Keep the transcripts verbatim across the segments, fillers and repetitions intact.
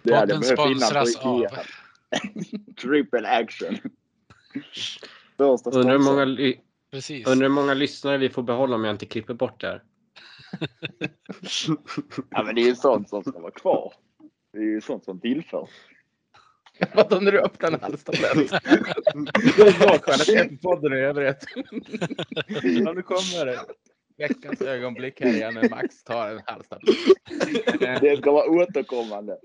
Det hade Podden behövt innan på sponsras av. Ikea. Triple action. Första Undrar hur många, sponsor. ly- Precis. undrar hur många lyssnare vi får behålla om jag inte klipper bort det här. Ja, men det är ju sånt som ska vara kvar. Det är ju sånt som tillför. Vad när du öppnar en halstablett. Det är bra kvalitet på podden i övrigt. Ja, nu kommer det. Veckans ögonblick här igen när Max tar en halstablett. Det ska vara återkommande.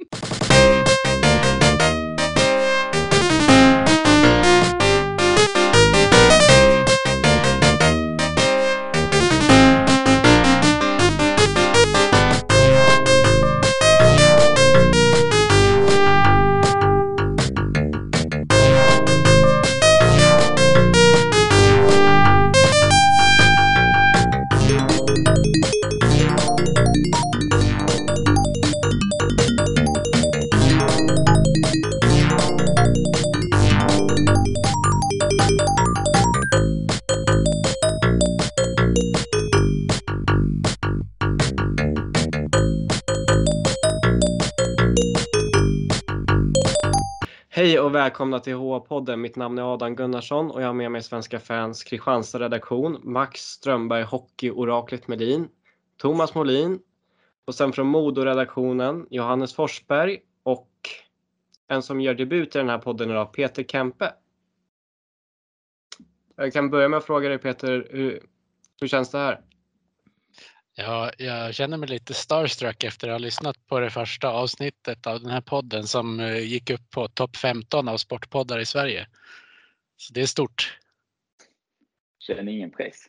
Hej och välkomna till H A-podden. Mitt namn är Adam Gunnarsson och jag har med mig Svenska fans Kristianstad-redaktion, Max Strömberg, hockey-oraklet Melin, Thomas Molin och sen från Modo-redaktionen Johannes Forsberg och en som gör debut i den här podden idag, Peter Kempe. Jag kan börja med att fråga dig Peter, hur, hur känns det här? Ja, jag känner mig lite starstruck efter att ha lyssnat på det första avsnittet av den här podden som eh, gick upp på topp femton av sportpoddar i Sverige. Så det är stort. Känner ingen press.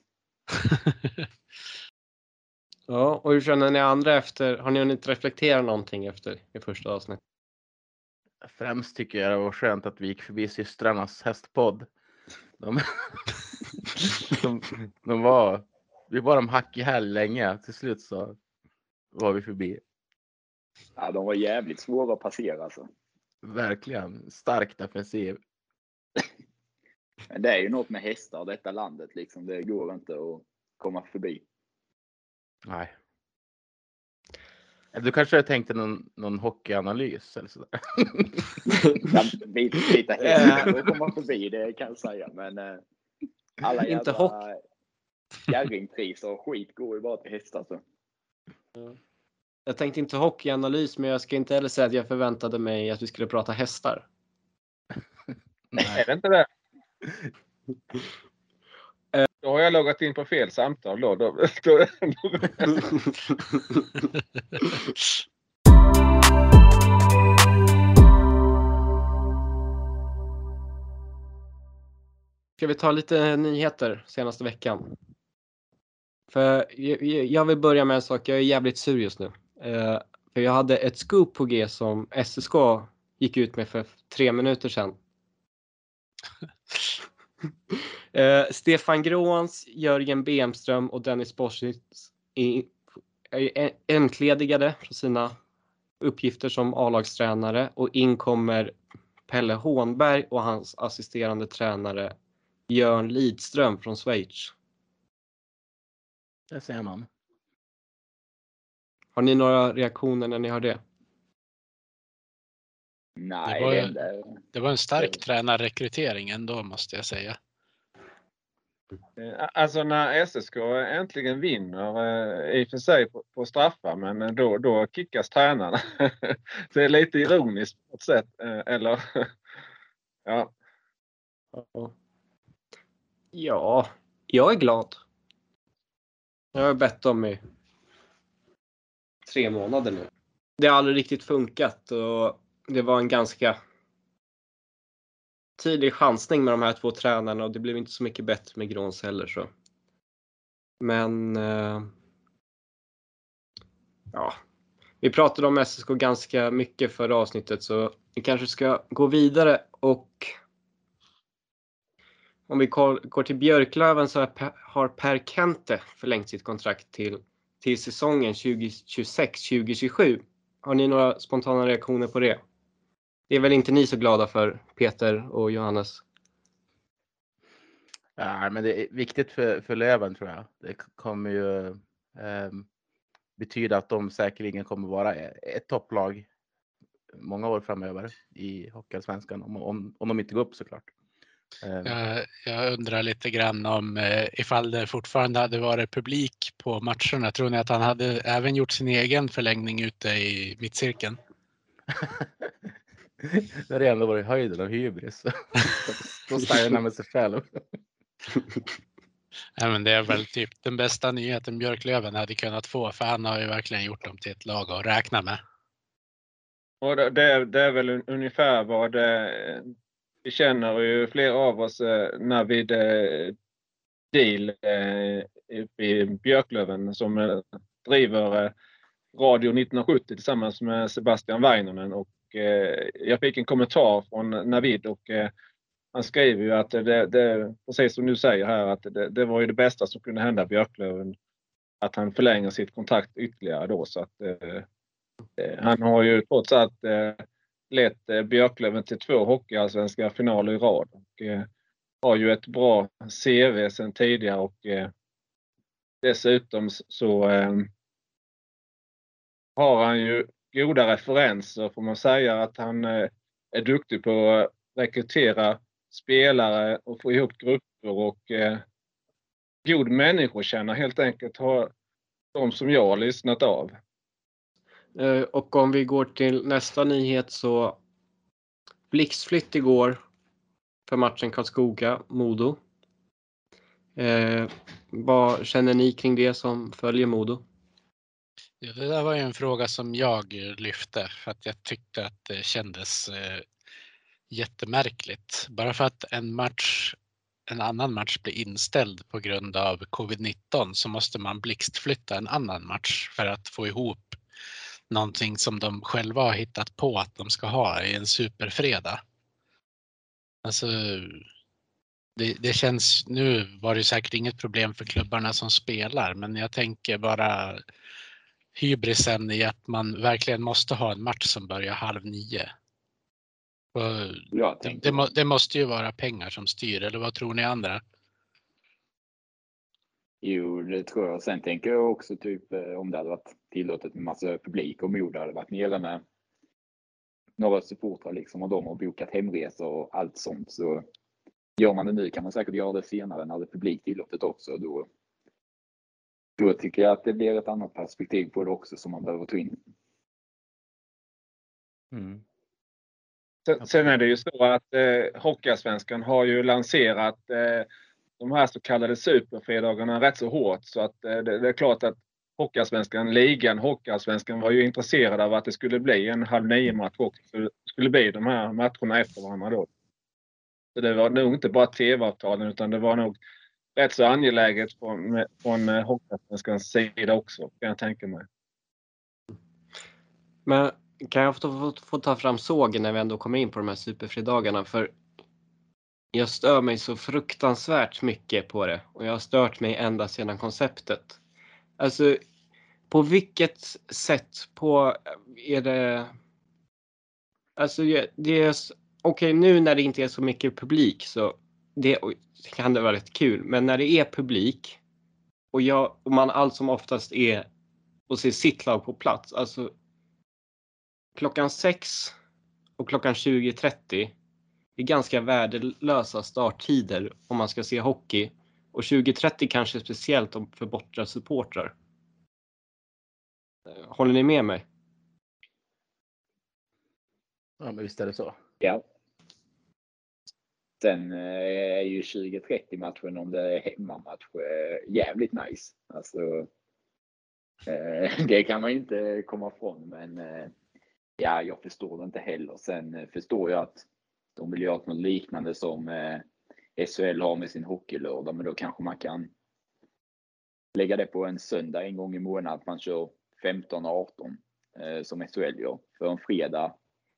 Ja, och hur känner ni andra efter? Har ni hunnit reflektera någonting efter det första avsnittet? Främst tycker jag det var skönt att vi gick förbi systrarnas hästpodd. De, de, de var, vi var de hack i häl länge. Till slut så var vi förbi. Ja, de var jävligt svåra att passera alltså. Verkligen. Starkt defensiv. Men det är ju något med hästar och detta landet liksom. Det går inte att komma förbi. Nej. Du kanske tänkte någon, någon hockeyanalys eller sådär. Vita, vita hästar att komma förbi, det kan jag säga. Men eh, alla Inte jävla gärringpriser och skit går ju bara till hästar. Så. Jag tänkte inte hockeyanalys, men jag ska inte heller säga att jag förväntade mig att vi skulle prata hästar. Nej. Är det inte det? Då har jag loggat in på fel samtal då. då, då. Ska vi ta lite nyheter senaste veckan? För jag, jag vill börja med en sak. Jag är jävligt sur just nu. Eh, för jag hade ett scoop på G som S S K gick ut med för tre minuter sedan. eh, Stefan Gråns, Jörgen Bemström och Dennis Boschitz är entledigade från sina uppgifter som A-lagstränare och in kommer Pelle Hånberg och hans assisterande tränare Björn Lidström från Schweiz. Det ser man. Har ni några reaktioner när ni hör det? Nej, Det var, det, det, det var en stark tränarrekrytering ändå, måste jag säga. Alltså när S S K äntligen vinner, eh, i och för sig på, på straffar, men då, då kickas tränarna. Så det är lite ironiskt på ett sätt. Eh, eller, ja. Ja, jag är glad. Jag har bett dem i tre månader nu. Det har aldrig riktigt funkat och det var en ganska tidig chansning med de här två tränarna och det blev inte så mycket bättre med Gråns heller. Så. Men eh, ja, vi pratade om S S K ganska mycket förra avsnittet så vi kanske ska gå vidare och om vi går till Björklöven så har Per Kente förlängt sitt kontrakt till, till säsongen tjugo tjugosex tjugo tjugosju. Har ni några spontana reaktioner på det? Det är väl inte ni så glada för, Peter och Johannes? Ja, men det är viktigt för, för Löven tror jag. Det kommer ju eh, betyda att de säkerligen kommer vara ett topplag många år framöver i Hockeyallsvenskan om, om, om de inte går upp såklart. Jag, jag undrar lite grann om eh, ifall det fortfarande hade varit publik på matcherna. Tror ni att han hade även gjort sin egen förlängning ute i mittcirkeln? Det har ändå varit höjden av hybris. Då stylar med sig själv. Ja, men det är väl typ den bästa nyheten Björklöven hade kunnat få, för han har ju verkligen gjort dem till ett lag att räkna med. Och det, det, det är väl ungefär vad det, vi känner ju flera av oss när vi deal i Björklöven som driver Radio nittonhundrasjuttio tillsammans med Sebastian Weinonen, och jag fick en kommentar från Navid och han skriver ju att det, det precis som du säger här, att det, det var ju det bästa som kunde hända Björklöven, att han förlänger sitt kontrakt ytterligare då, så att eh, han har ju trots allt eh, lett eh, Björklöven till två hockeyallsvenska finaler i rad och eh, har ju ett bra C V sedan tidigare, och eh, dessutom så eh, har han ju goda referenser, får man säga, att han eh, är duktig på att rekrytera spelare och få ihop grupper, och eh, god människokänner helt enkelt, har de som jag har lyssnat av. Och om vi går till nästa nyhet, så blixtflytt igår för matchen Karlskoga-Modo. Eh, vad känner ni kring det som följer Modo? Ja, det där var ju en fråga som jag lyfte för att jag tyckte att det kändes eh, jättemärkligt. Bara för att en match, en annan match blir inställd på grund av covid nitton, så måste man blixtflytta en annan match för att få ihop någonting som de själva har hittat på att de ska ha i en superfredag. Alltså, det, det känns, nu var det säkert inget problem för klubbarna som spelar, men jag tänker bara hybrisen i att man verkligen måste ha en match som börjar halv nio. Jag det, det, det måste ju vara pengar som styr, eller vad tror ni andra? Jo, det tror jag. Sen tänker jag också typ om det hade varit tillåtet med massa publik och Modo hade varit nere med några supportrar liksom, och de har bokat hemresor och allt sånt, så gör man det nu kan man säkert göra det senare när det är publik tillåtet också. Då, då tycker jag att det blir ett annat perspektiv på det också som man behöver ta in. Mm. Sen, sen är det ju så att eh, Hockeyallsvenskan har ju lanserat eh, de här så kallade superfredagarna rätt så hårt, så att eh, det, det är klart att Hockeyallsvenskan, ligan Hockeyallsvenskan var ju intresserad av att det skulle bli en halv nio match också, så det skulle bli de här matcherna efter varandra då. Så det var nog inte bara tv-avtalen, utan det var nog rätt så angeläget från, från Hockeyallsvenskans sida också, kan jag tänka mig. Men kan jag få, få, få ta fram sågen när vi ändå kommer in på de här superfredagarna, för jag stör mig så fruktansvärt mycket på det, och jag har stört mig ända sedan konceptet. Alltså, på vilket sätt på är det, alltså det är okej, okay, nu när det inte är så mycket publik så det kan det vara rätt kul, men när det är publik och jag och man allt som oftast är och ser sitt lag på plats, alltså klockan sex och klockan tjugo trettio är ganska värdelösa starttider om man ska se hockey, och tjugo trettio kanske speciellt om för borta supportrar. Håller ni med mig? Ja, men visst är det så. Ja. Sen är ju tjugo trettio matchen, om det är hemmamatch, jävligt nice. Alltså, det kan man ju inte komma ifrån, men ja, jag förstår det inte heller. Sen förstår jag att de vill göra något liknande som S H L har med sin hockeylördag, men då kanske man kan lägga det på en söndag en gång i månaden, att man kör femton och arton som S H L gör. För en fredag,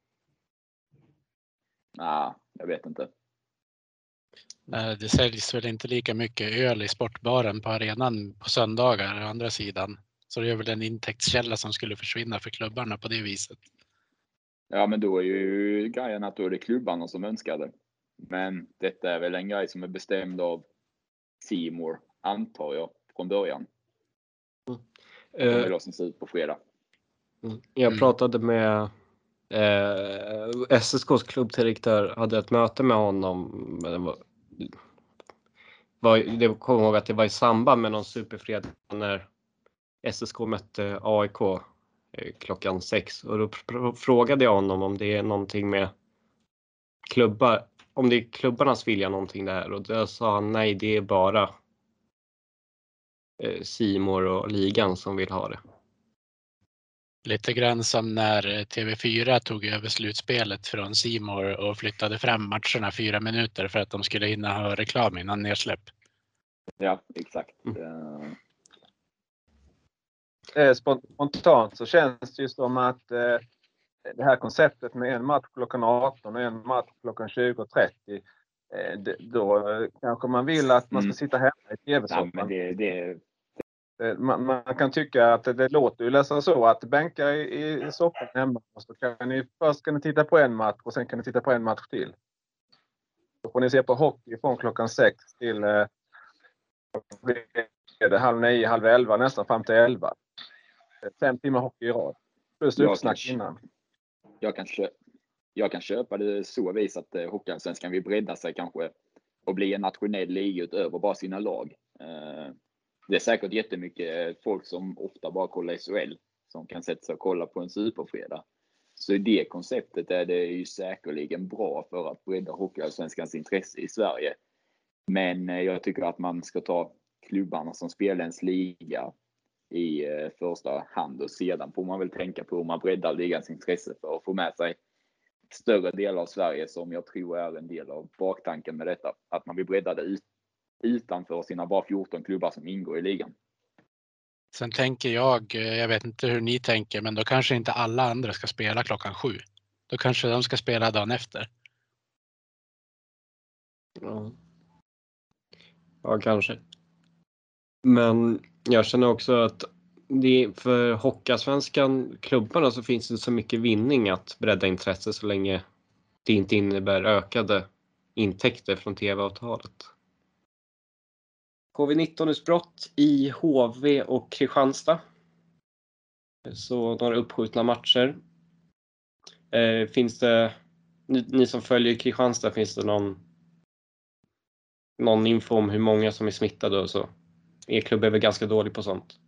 nej, jag vet inte. Det säljs väl inte lika mycket öl i sportbaren på arenan på söndagar å andra sidan. Så det är väl en intäktskälla som skulle försvinna för klubbarna på det viset. Ja, men då är ju grejen att då är det klubbarna som önskar det. Men detta är väl en grej som är bestämd av C More, antar jag, från början. Mm. De vill ha sin ut på fredag. Jag pratade med Eh, S S K:s klubbdirektör hade ett möte med honom. Men det var, var, det kom ihåg att det var i samband med någon superfred när S S K mötte A I K eh, klockan sex. Och då pr- frågade jag honom om det är någonting med klubbar. Om det är klubbarnas vilja någonting där. Och då sa han nej, det är bara C More och ligan som vill ha det. Lite grann som när T V fyra tog över slutspelet från C More och flyttade fram matcherna fyra minuter för att de skulle hinna ha reklam innan nedsläpp. Ja, exakt. Mm. Eh, Spontant så känns det ju som att eh, det här konceptet med en match klockan arton och en match klockan tjugo och trettio, eh, det, då eh, kanske man vill att man ska Mm. sitta hemma i tv-soffan. Ja, men det, det, Man, man kan tycka att det, det låter ju nästan så att bänka i, i soffan hemma och så kan ni först kan ni titta på en match och sen kan ni titta på en match till. Då får ni se på hockey från klockan sex till eh, det halv nio, halv elva, nästan fram till elva. Fem timmar hockey i rad. Plus Jag uppsnack kan- innan. jag, kan köpa, jag kan köpa det så vis att eh, Hockeyallsvenskan vill bredda sig kanske och bli en nationell liga utöver bara sina lag. Eh, det är säkert jättemycket folk som ofta bara kollar S H L som kan sätta sig och kolla på en superfredag. Så i det konceptet är det ju säkerligen bra för att bredda Hockeyallsvenskans intresse i Sverige. Men eh, jag tycker att man ska ta klubbarna som spelar ens liga i eh, första hand och sedan får man väl tänka på hur man breddar ligans intresse för att få med sig större delar av Sverige, som jag tror är en del av baktanken med detta. Att man vill bredda det ut, utanför sina bara fjorton klubbar som ingår i ligan. Sen tänker jag, jag vet inte hur ni tänker, men då kanske inte alla andra ska spela klockan sju. Då kanske de ska spela dagen efter. Ja. Ja, kanske. Men jag känner också att det för Hockeyallsvenskan klubbarna så finns det så mycket vinning att bredda intresse så länge det inte innebär ökade intäkter från tv-avtalet. covid nitton-utbrott i H V och Kristianstad. Så några uppskjutna matcher. Eh, finns det, ni, ni som följer Kristianstad, finns det någon någon info om hur många som är smittade och så? Er klubb är väl ganska dålig på sånt?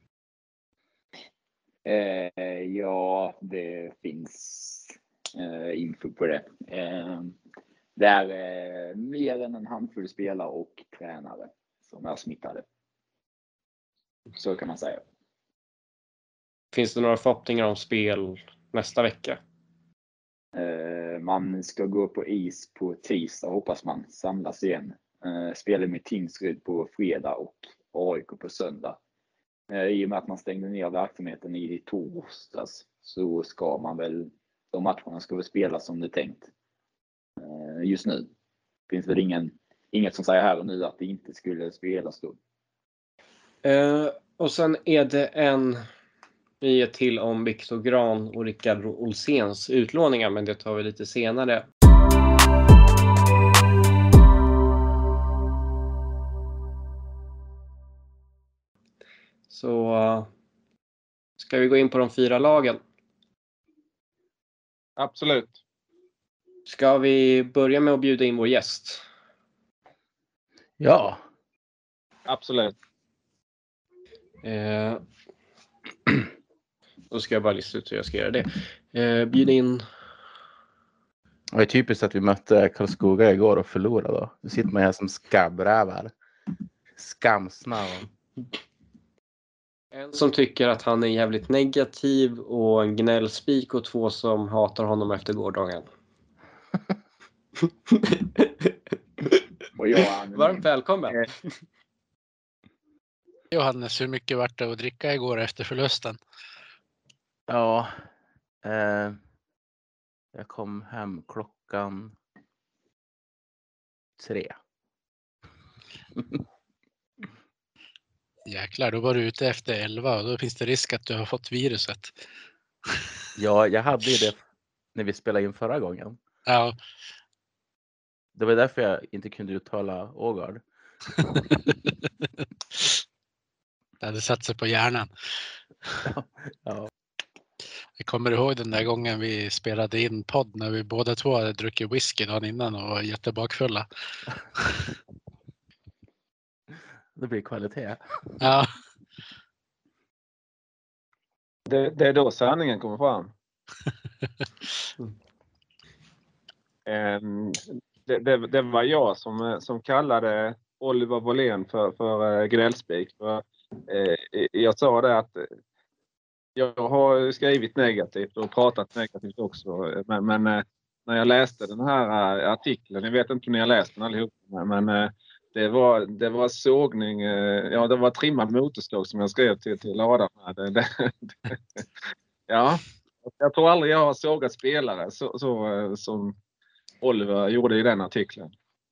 Eh, ja, det finns eh, info på det. Eh, det är eh, mer än en handfull spelare och tränare som är smittade. Så kan man säga. Finns det några förhoppningar om spel nästa vecka? Eh, man ska gå på is på tisdag, hoppas man, samlas igen. Eh, spelar med Tingsryd på fredag och A I K på söndag. Eh, I och med att man stängde ner verksamheten i torsdags så ska man väl, de matcherna ska väl spelas som det är tänkt. Eh, just nu finns väl ingen, inget som säger här och nu att det inte skulle spelas då. Eh, och sen är det en nyhet till om Viktor Gran och Rickard Olséns utlåningar, men det tar vi lite senare. Så uh, ska vi gå in på de fyra lagen. Absolut. Ska vi börja med att bjuda in vår gäst? Ja, Absolut. Eh, då ska jag bara lista ut hur jag ska göra det. Eh, bjuda in... det är typiskt att vi mötte Karlskoga igår och förlorade då. Nu sitter man här som skabbrävar. Skamsnavn. En som tycker att han är jävligt negativ och en gnällspik, och två som hatar honom efter gårdagen. Och jag är Varmt välkommen. Johannes, hur mycket vart det att dricka igår efter förlusten? Ja, eh, jag kom hem klockan tre. Jäklar, då var du ute efter elva och då finns det risk att du har fått viruset. Ja, jag hade ju det när vi spelade in förra gången. Ja. Det var därför jag inte kunde uttala Ågard. Det hade satt sig på hjärnan. Ja. Jag kommer ihåg den där gången vi spelade in podd när vi båda två hade druckit whisky dagen innan och var jättebakfulla. Det blir kvalitet. Ja. Det, det är då sanningen kommer fram. um, det, det, det var jag som, som kallade Oliver Wåhlén för, för uh, gnällspik. För, uh, jag sa det att jag har skrivit negativt och pratat negativt också. Men, men uh, när jag läste den här uh, artikeln, jag vet inte om ni har läst den allihop, men uh, det var, det var sågning, uh, ja det var trimmad motorståg som jag skrev till, till Adam. Det, det, det, ja, jag tror aldrig jag har sågat spelare så, så uh, som Oliver gjorde i den artikeln.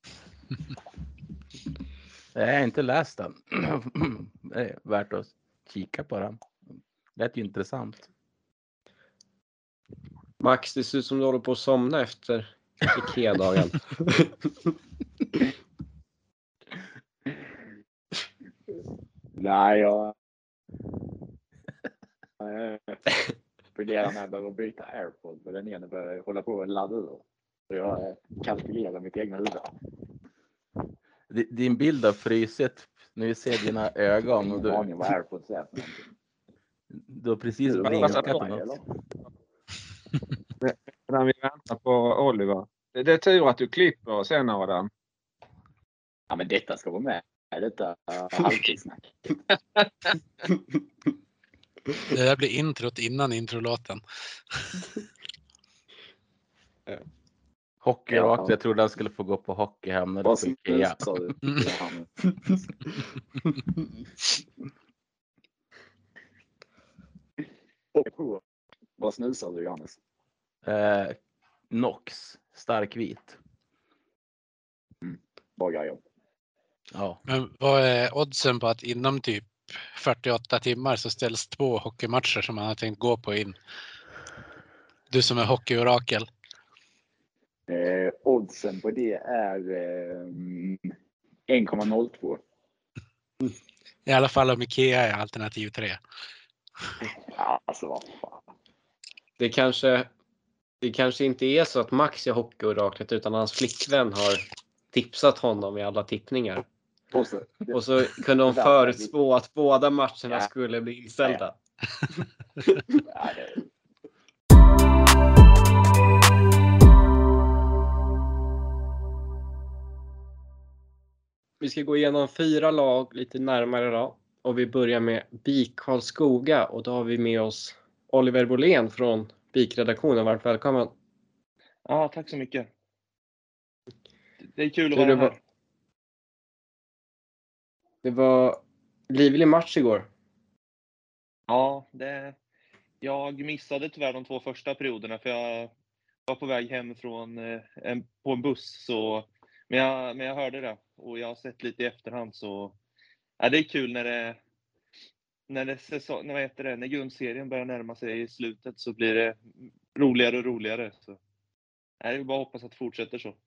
Jag har inte läst den. Det är värt att kika på den. Det är ju intressant. Max, det ser ut som du håller på att somna efter Ikea-dagen. Nej, jag funderar med att behöva byta AirPod för den ena börjar hålla på att ladda ur. Så jag kalkylerar mitt egna huvud. Din bild har frysit när vi ser dina ögon. Och du, aning vad AirPods är för du har precis någonting. blinkat på på något. När vi väntar på Oliver. Det, det är tur att du klipper sen Adam. Ja, men detta ska vara med. Detta uh, halvtidssnack. Det där blir introt innan introlåten. Hockeyrak, jag trodde han skulle få gå på hockeyhem när Vad på Ikea. sa du? Vad snusar du, Johannes? Eh, Nox, stark vit. Mm. Bra grejer. Ja. Men vad är oddsen på att inom typ fyrtioåtta timmar så ställs två hockeymatcher som man har tänkt gå på in? Du som är hockeyorakel. Eh, oddsen på det är eh, en komma noll två. I alla fall om Ikea är alternativ tre. Ja, alltså vad fan. Det kanske, det kanske inte är så att Max är hockeyoraklet utan hans flickvän har tipsat honom i alla tippningar. Och så, Och så kunde hon förutspå att båda matcherna skulle bli inställda. Ja, det... Vi ska gå igenom fyra lag lite närmare då. Och vi börjar med BIK Karlskoga. Och då har vi med oss Oliver Wåhlén från BIK-redaktionen. Varmt välkommen. Ja, tack så mycket. Det är kul att Det vara var, här. det var livlig match igår. Ja, det, jag missade tyvärr de två första perioderna för jag var på väg hem från en, på en buss. Så, men, jag, men jag hörde det och jag har sett lite i efterhand. Så, ja, det är kul när det, när, det säsong, när, vad heter det, när grundserien börjar närma sig i slutet så blir det roligare och roligare. Så, ja, det är bara att hoppas att det fortsätter så.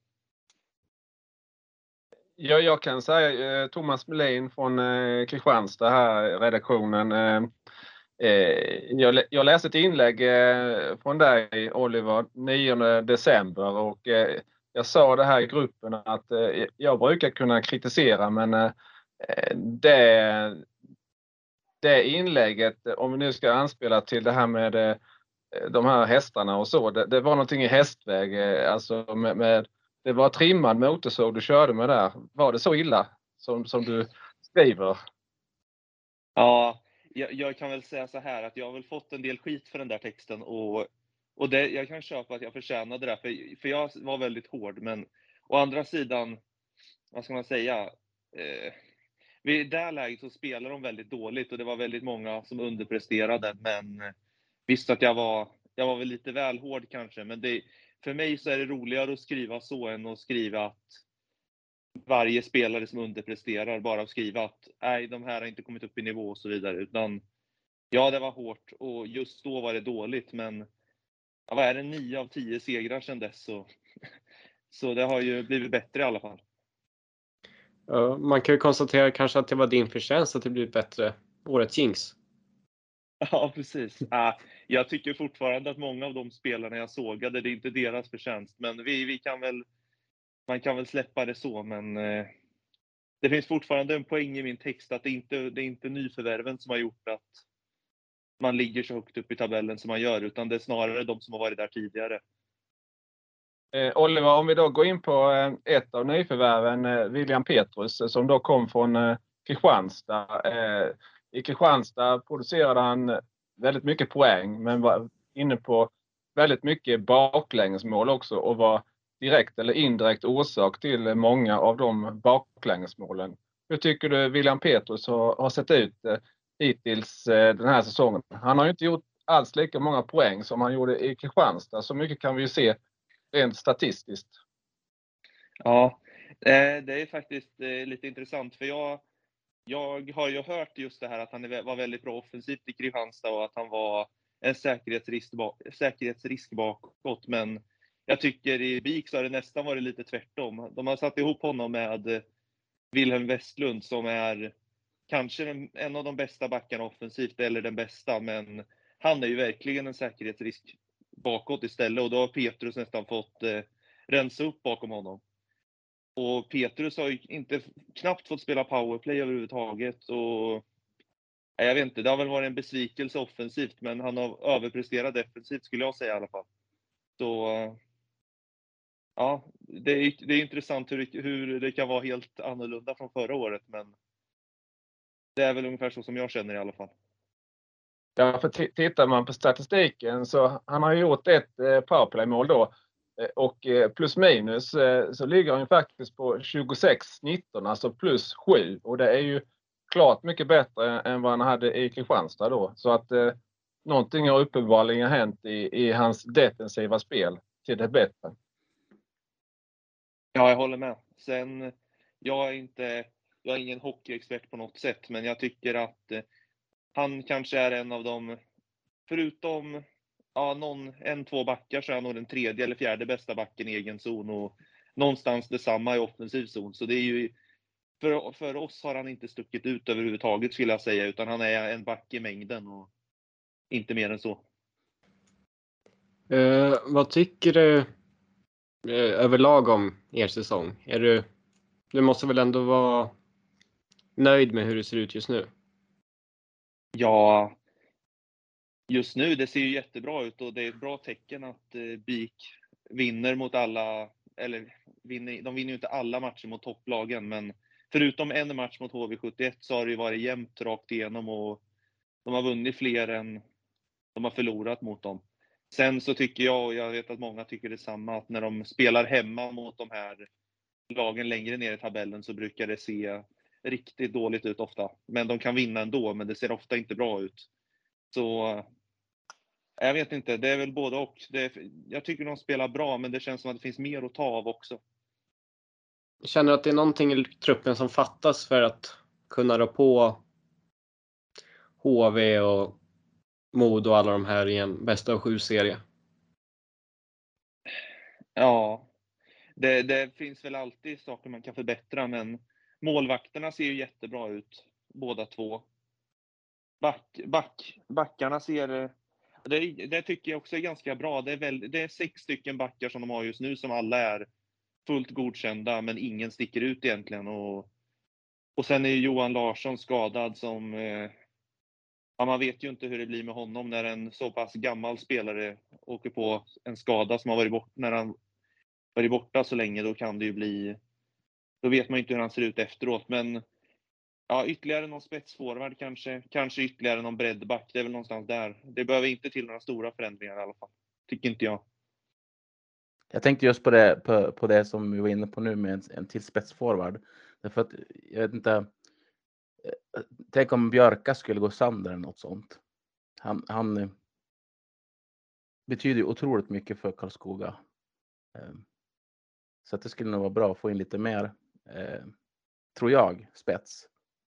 Ja, jag kan säga eh, Thomas Melin från eh, Kristianstad här, redaktionen. Eh, eh, jag, jag läste ett inlägg eh, från dig, Oliver, nionde december och eh, jag sa det här i gruppen att eh, jag brukar kunna kritisera men eh, det, det inlägget, om vi nu ska anspela till det här med eh, de här hästarna och så, det, det var någonting i hästväg, eh, alltså med, med det var trimmad motorsåg du körde med där. Var det så illa som, som du skriver? Ja, jag, jag kan väl säga så här att jag har väl fått en del skit för den där texten och, och det, jag kan köpa att jag förtjänade det för, för jag var väldigt hård. Men å andra sidan, vad ska man säga, eh, vid det där läget så spelade de väldigt dåligt och det var väldigt många som underpresterade. Men visst att jag var, jag var väl lite väl hård kanske, men det, för mig så är det roligare att skriva så än att skriva att varje spelare som underpresterar bara att skriva att nej, de här har inte kommit upp i nivå och så vidare. Utan ja, det var hårt och just då var det dåligt. Men ja, vad är det, nio av tio segrar sedan dess. Så, så det har ju blivit bättre i alla fall. Ja, man kan ju konstatera kanske att det var din förtjänst att det blivit bättre. Årets Jinx. Ja, precis. Ah, jag tycker fortfarande att många av de spelarna jag sågade, det är inte deras förtjänst. Men vi, vi kan väl, man kan väl släppa det så, men eh, det finns fortfarande en poäng i min text att det inte det är inte nyförvärven som har gjort att man ligger så högt upp i tabellen som man gör, utan det är snarare de som har varit där tidigare. Eh, Oliver, om vi då går in på eh, ett av nyförvärven, eh, William Petrus, eh, som då kom från eh, Kristianstad. Eh, I Kristianstad producerade han väldigt mycket poäng, men var inne på väldigt mycket baklängesmål också och var direkt eller indirekt orsak till många av de baklängesmålen. Hur tycker du William Petrus har, har sett ut eh, hittills eh, den här säsongen? Han har ju inte gjort alls lika många poäng som han gjorde i Kristianstad. Så mycket kan vi ju se rent statistiskt. Ja, eh, det är faktiskt eh, lite intressant, för jag, jag har ju hört just det här att han är- var väldigt bra offensivt i Kristianstad och att han var en säkerhetsrisk, bak, säkerhetsrisk bakåt. Men jag tycker i BIK så har det nästan varit lite tvärtom. De har satt ihop honom med eh, Wilhelm Westlund som är kanske den, en av de bästa backarna offensivt, eller den bästa, men han är ju verkligen en säkerhetsrisk bakåt istället, och då har Petrus nästan fått eh, rensa upp bakom honom. Och Petrus har ju inte knappt fått spela powerplay överhuvudtaget, och nej, jag vet inte, det har väl varit en besvikelse offensivt, men han har överpresterat defensivt skulle jag säga i alla fall. Så eh, ja, det är, det är intressant hur det, hur det kan vara helt annorlunda från förra året, men det är väl ungefär så som jag känner i alla fall. Ja, för t- tittar man på statistiken så han har gjort ett eh, powerplay-mål då. Eh, och eh, plus minus eh, så ligger han ju faktiskt på tjugosex nitton, alltså plus sju. Och det är ju klart mycket bättre än vad han hade i Kristianstad då. Så att eh, någonting har uppenbarligen hänt i, i hans defensiva spel till det bättre. Ja, jag håller med. Sen, jag är inte, jag är ingen hockeyexpert på något sätt, men jag tycker att eh, han kanske är en av de, förutom ja, någon, en, två backar, så är han nog den tredje eller fjärde bästa backen i egen zon, och någonstans detsamma i offensiv zon. Så det är ju, för, för oss har han inte stuckit ut överhuvudtaget skulle jag säga, utan han är en back i mängden och inte mer än så. Eh, vad tycker du eh, överlag om er säsong? Är du, du måste väl ändå vara nöjd med hur det ser ut just nu? Ja, just nu, det ser ju jättebra ut, och det är ett bra tecken att eh, BIK vinner mot alla, eller vinner, de vinner ju inte alla matcher mot topplagen, men förutom en match mot H V sjuttioett så har det ju varit jämnt rakt igenom, och de har vunnit fler än de har förlorat mot dem. Sen så tycker jag, och jag vet att många tycker detsamma, att när de spelar hemma mot de här lagen längre ner i tabellen så brukar det se riktigt dåligt ut ofta. Men de kan vinna ändå, men det ser ofta inte bra ut. Så jag vet inte, det är väl både och. Det är, jag tycker de spelar bra, men det känns som att det finns mer att ta av också. Känner du att det är någonting i truppen som fattas för att kunna rå på H V och Modo och alla de här i en bästa av sju serie? Ja, det, det finns väl alltid saker man kan förbättra, men målvakterna ser ju jättebra ut, båda två. Back, back, backarna ser, det, det tycker jag också är ganska bra. Det är, väl, det är sex stycken backar som de har just nu som alla är fullt godkända, men ingen sticker ut egentligen. Och, och sen är Johan Larsson skadad som, eh, ja, man vet ju inte hur det blir med honom när en så pass gammal spelare åker på en skada som har varit borta, när han varit borta så länge, då kan det ju bli, då vet man inte hur han ser ut efteråt. Men ja, ytterligare någon spetsforward kanske, kanske ytterligare någon breddback, det är väl någonstans där. Det behöver inte till några stora förändringar i alla fall, tycker inte jag. Jag tänkte just på det, på, på det som vi var inne på nu med en, en till spetsforward. Därför att, jag vet inte, eh, tänk om Björka skulle gå sönder eller något sånt. Han, han eh, betyder ju otroligt mycket för Karlskoga. Eh, så att det skulle nog vara bra att få in lite mer, eh, tror jag, spets.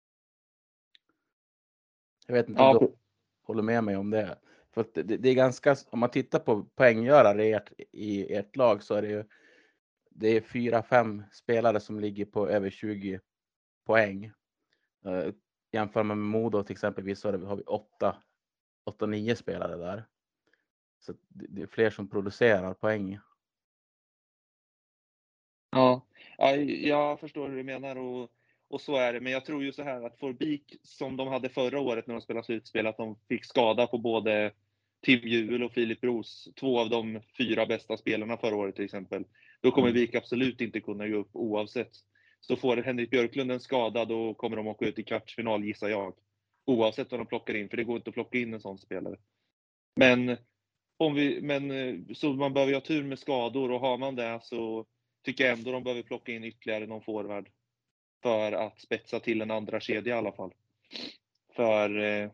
Jag vet inte om Ja, du håller med mig om det. För att det, det är ganska, om man tittar på poänggörare i ert, i ert lag, så är det ju, det är fyra, fem spelare som ligger på över tjugo poäng. Uh, jämför man med Modo till exempel, så har vi åtta åtta nio spelare där. Så det är fler som producerar poäng. Ja, ja, jag förstår hur du menar och, och så är det. Men jag tror ju så här att får BIK som de hade förra året när de spelade slutspel, att de fick skada på både Tim Juel och Filip Roos, två av de fyra bästa spelarna förra året till exempel. Då kommer Mm. BIK absolut inte kunna gå upp oavsett. Så får Henrik Björklund en skada, då kommer de åka ut i kvartsfinal gissar jag. Oavsett vad de plockar in, för det går inte att plocka in en sån spelare. Men, om vi, men så man behöver ju ha tur med skador, och har man det så tycker jag ändå de behöver plocka in ytterligare någon forward för att spetsa till en andra kedja i alla fall. För eh,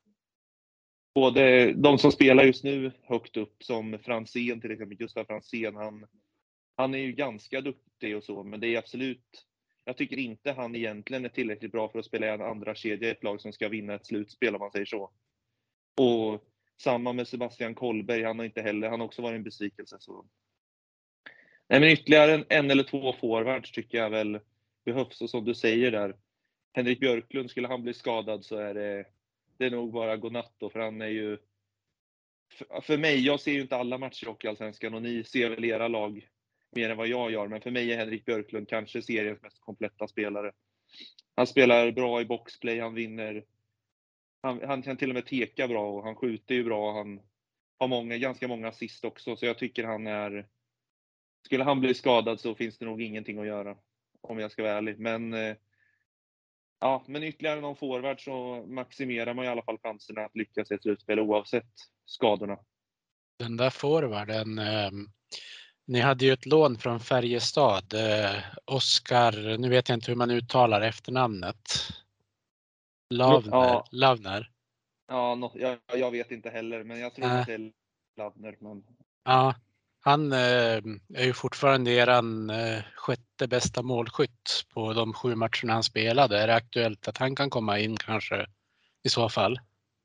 både de som spelar just nu högt upp, som Franzén till exempel, Gustav Franzén, han, han är ju ganska duktig och så, men det är absolut, jag tycker inte han egentligen är tillräckligt bra för att spela en andra kedja i ett lag som ska vinna ett slutspel om man säger så. Och samma med Sebastian Kollberg, han har inte heller, han har också varit en besvikelse. Så. Nej, men ytterligare en, en eller två forwards tycker jag väl behövs, och som du säger där, Henrik Björklund, skulle han bli skadad så är det, det är nog bara godnatt då, för han är ju, för, för mig, jag ser ju inte alla matcher i Hockeyallsvenskan och ni ser väl era lag mer än vad jag gör, men för mig är Henrik Björklund kanske seriens mest kompletta spelare. Han spelar bra i boxplay, han vinner, han, han kan till och med teka bra och han skjuter ju bra, han har många, ganska många assist också, så jag tycker han är, skulle han bli skadad så finns det nog ingenting att göra, om jag ska vara ärlig. Men eh, ja, men ytterligare någon forward så maximerar man i alla fall chanserna att lyckas i ett slutspel oavsett skadorna. Den där forwarden, eh, ni hade ju ett lån från Färjestad, eh, Oskar, nu vet jag inte hur man uttalar efternamnet. Lavner, Ja. Lavner. Ja, no, jag, jag vet inte heller, men jag tror Äh. att det är Lavner. Men... Ja, han eh, är ju fortfarande eran eh, sjätte bästa målskytt på de sju matcherna han spelade. Är det aktuellt att han kan komma in kanske i så fall?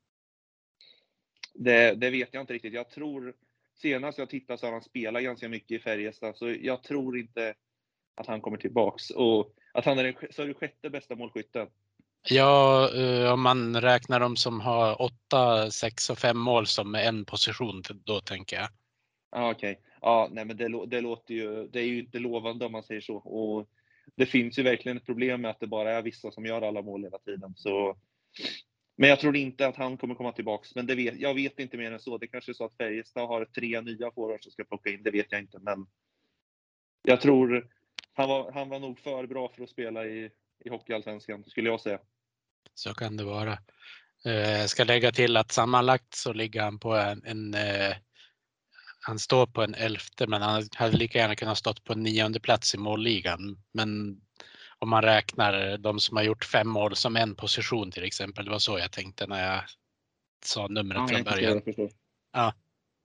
Det, det vet jag inte riktigt. Jag tror, senast jag tittade så har han spelat ganska mycket i Färjestad, så jag tror inte att han kommer tillbaks. Och att han är den så är det sjätte bästa målskytten. Ja, eh, om man räknar de som har åtta, sex och fem mål som en position, då tänker jag. Ja, okej. Okay. Ja, nej, men det, det låter ju, det är ju inte lovande om man säger så. Och det finns ju verkligen ett problem med att det bara är vissa som gör alla mål hela tiden. Så, men jag tror inte att han kommer komma tillbaks. Men det vet, jag vet inte mer än så. Det kanske är så att Färjestad har tre nya forwards som ska plocka in. Det vet jag inte. Men jag tror han var, han var nog för bra för att spela i, i Hockeyallsvenskan, skulle jag säga. Så kan det vara. Jag ska lägga till att sammanlagt så ligger han på en, en han står på en elfte, men han hade lika gärna kunnat stått på en nionde plats i målligan. Men om man räknar de som har gjort fem mål som en position till exempel, det var så jag tänkte när jag sa numret Ja, från början. Jag förstår. Ja.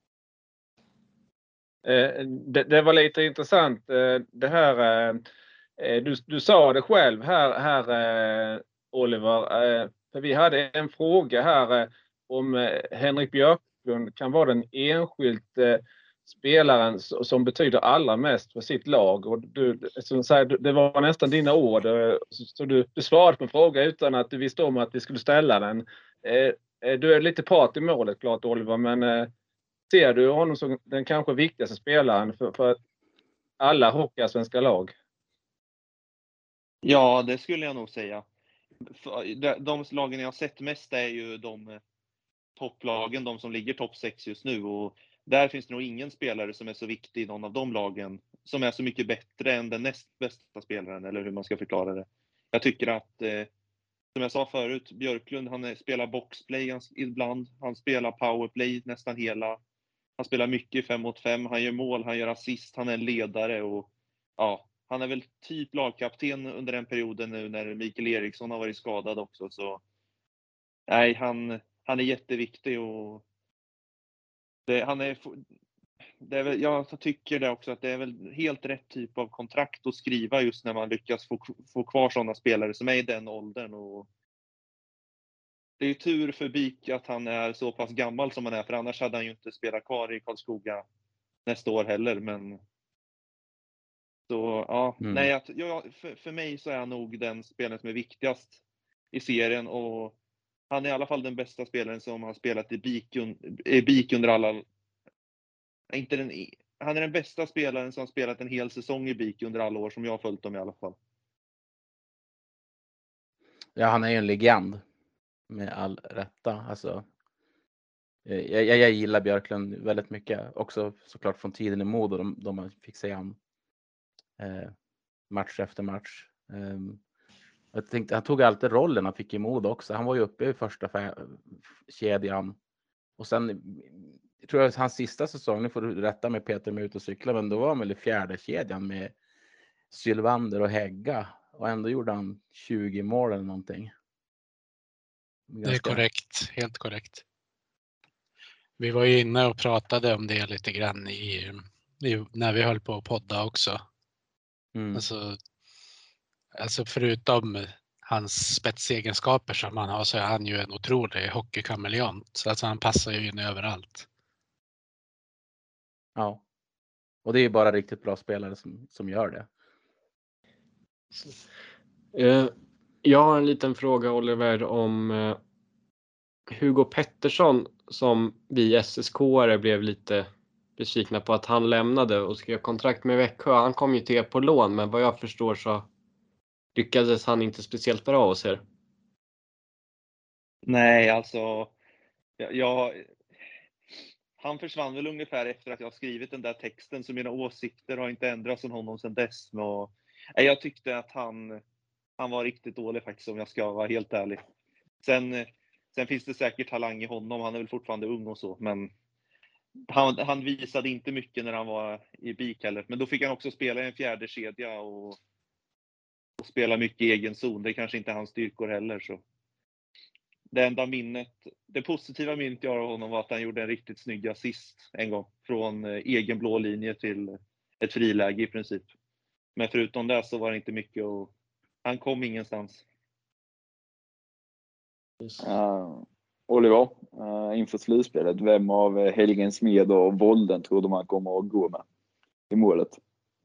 Det, det var lite intressant det här. Du, du sa det själv här, här Oliver. För vi hade en fråga här om Henrik Björklund kan vara den enskilt spelaren som betyder allra mest för sitt lag. Och du, som säger, det var nästan dina ord. Så du, du svarade på en fråga utan att du visste om att vi skulle ställa den. Du är lite part i målet, klart Oliver, men ser du honom som den kanske viktigaste spelaren för, för alla hockeyallsvenska lag? Ja, det skulle jag nog säga. De lagen jag har sett mest är ju de topplagen, de som ligger topp sex just nu. Och där finns det nog ingen spelare som är så viktig i någon av de lagen, som är så mycket bättre än den näst bästa spelaren, eller hur man ska förklara det. Jag tycker att, eh, som jag sa förut, Björklund, han spelar boxplay ibland. Han spelar powerplay nästan hela. Han spelar mycket fem mot fem, han gör mål, han gör assist, han är en ledare och ja, han är väl typ lagkapten under den perioden nu när Mikael Eriksson har varit skadad också. Så nej, han, han är jätteviktig och det, han är, det är väl, jag tycker det också att det är väl helt rätt typ av kontrakt att skriva just när man lyckas få, få kvar sådana spelare som är i den åldern. Och det är ju tur för BIK att han är så pass gammal som han är, för annars hade han ju inte spelat kvar i Karlskoga nästa år heller. Men så ja, mm. nej, att, ja, för, för mig så är han nog den spelaren som är viktigast i serien. Och han är i alla fall den bästa spelaren som har spelat i BIK, i BIK under alla... Inte den, han är den bästa spelaren som har spelat en hel säsong i BIK under alla år som jag har följt dem i alla fall. Ja, han är ju en legend med all rätta. Alltså, jag, jag, jag gillar Björklund väldigt mycket. Också såklart från tiden i Modo, de, de fick se han eh, match efter match. Um, jag tänkte, han tog alltid rollen han fick i Modo också. Han var ju uppe i första fä- kedjan. Och sen, jag tror jag hans sista säsong, nu får du rätta med Peter med ut och cykla, men då var han väl i fjärde kedjan med Sylvander och Hägga. Och ändå gjorde han tjugo mål eller någonting. Det är korrekt, helt korrekt. Vi var ju inne och pratade om det lite grann i, i när vi höll på att podda också. Mm. Alltså, alltså förutom hans spetsegenskaper som han har så är han ju en otrolig hockeykameleont. Så alltså han passar ju in överallt. Ja. Och det är ju bara riktigt bra spelare som, som gör det. Uh, jag har en liten fråga, Oliver, om uh, Hugo Pettersson som vi S S K-are blev lite besvikna på att han lämnade och skrev kontrakt med Växjö. Han kom ju till er på lån, men vad jag förstår så lyckades han inte speciellt bra hos er. Nej, alltså jag, jag, han försvann väl ungefär efter att jag skrivit den där texten, så mina åsikter har inte ändrats om honom sedan dess. Och, jag tyckte att han, han var riktigt dålig faktiskt, om jag ska vara helt ärlig. Sen, sen finns det säkert talang i honom, han är väl fortfarande ung och så, men han, han visade inte mycket när han var i BIK heller. Men då fick han också spela i en fjärde kedja och, och spela mycket i egen zon. Det är kanske inte hans styrkor heller. Så. Det enda minnet, det positiva minnet jag har av honom var att han gjorde en riktigt snygg assist en gång. Från egen blå linje till ett friläge i princip. Men förutom det så var det inte mycket och han kom ingenstans. Uh, Oliver, uh, inför slutspelet, vem av Helgens Med och Volden tror du man kommer att gå med i målet?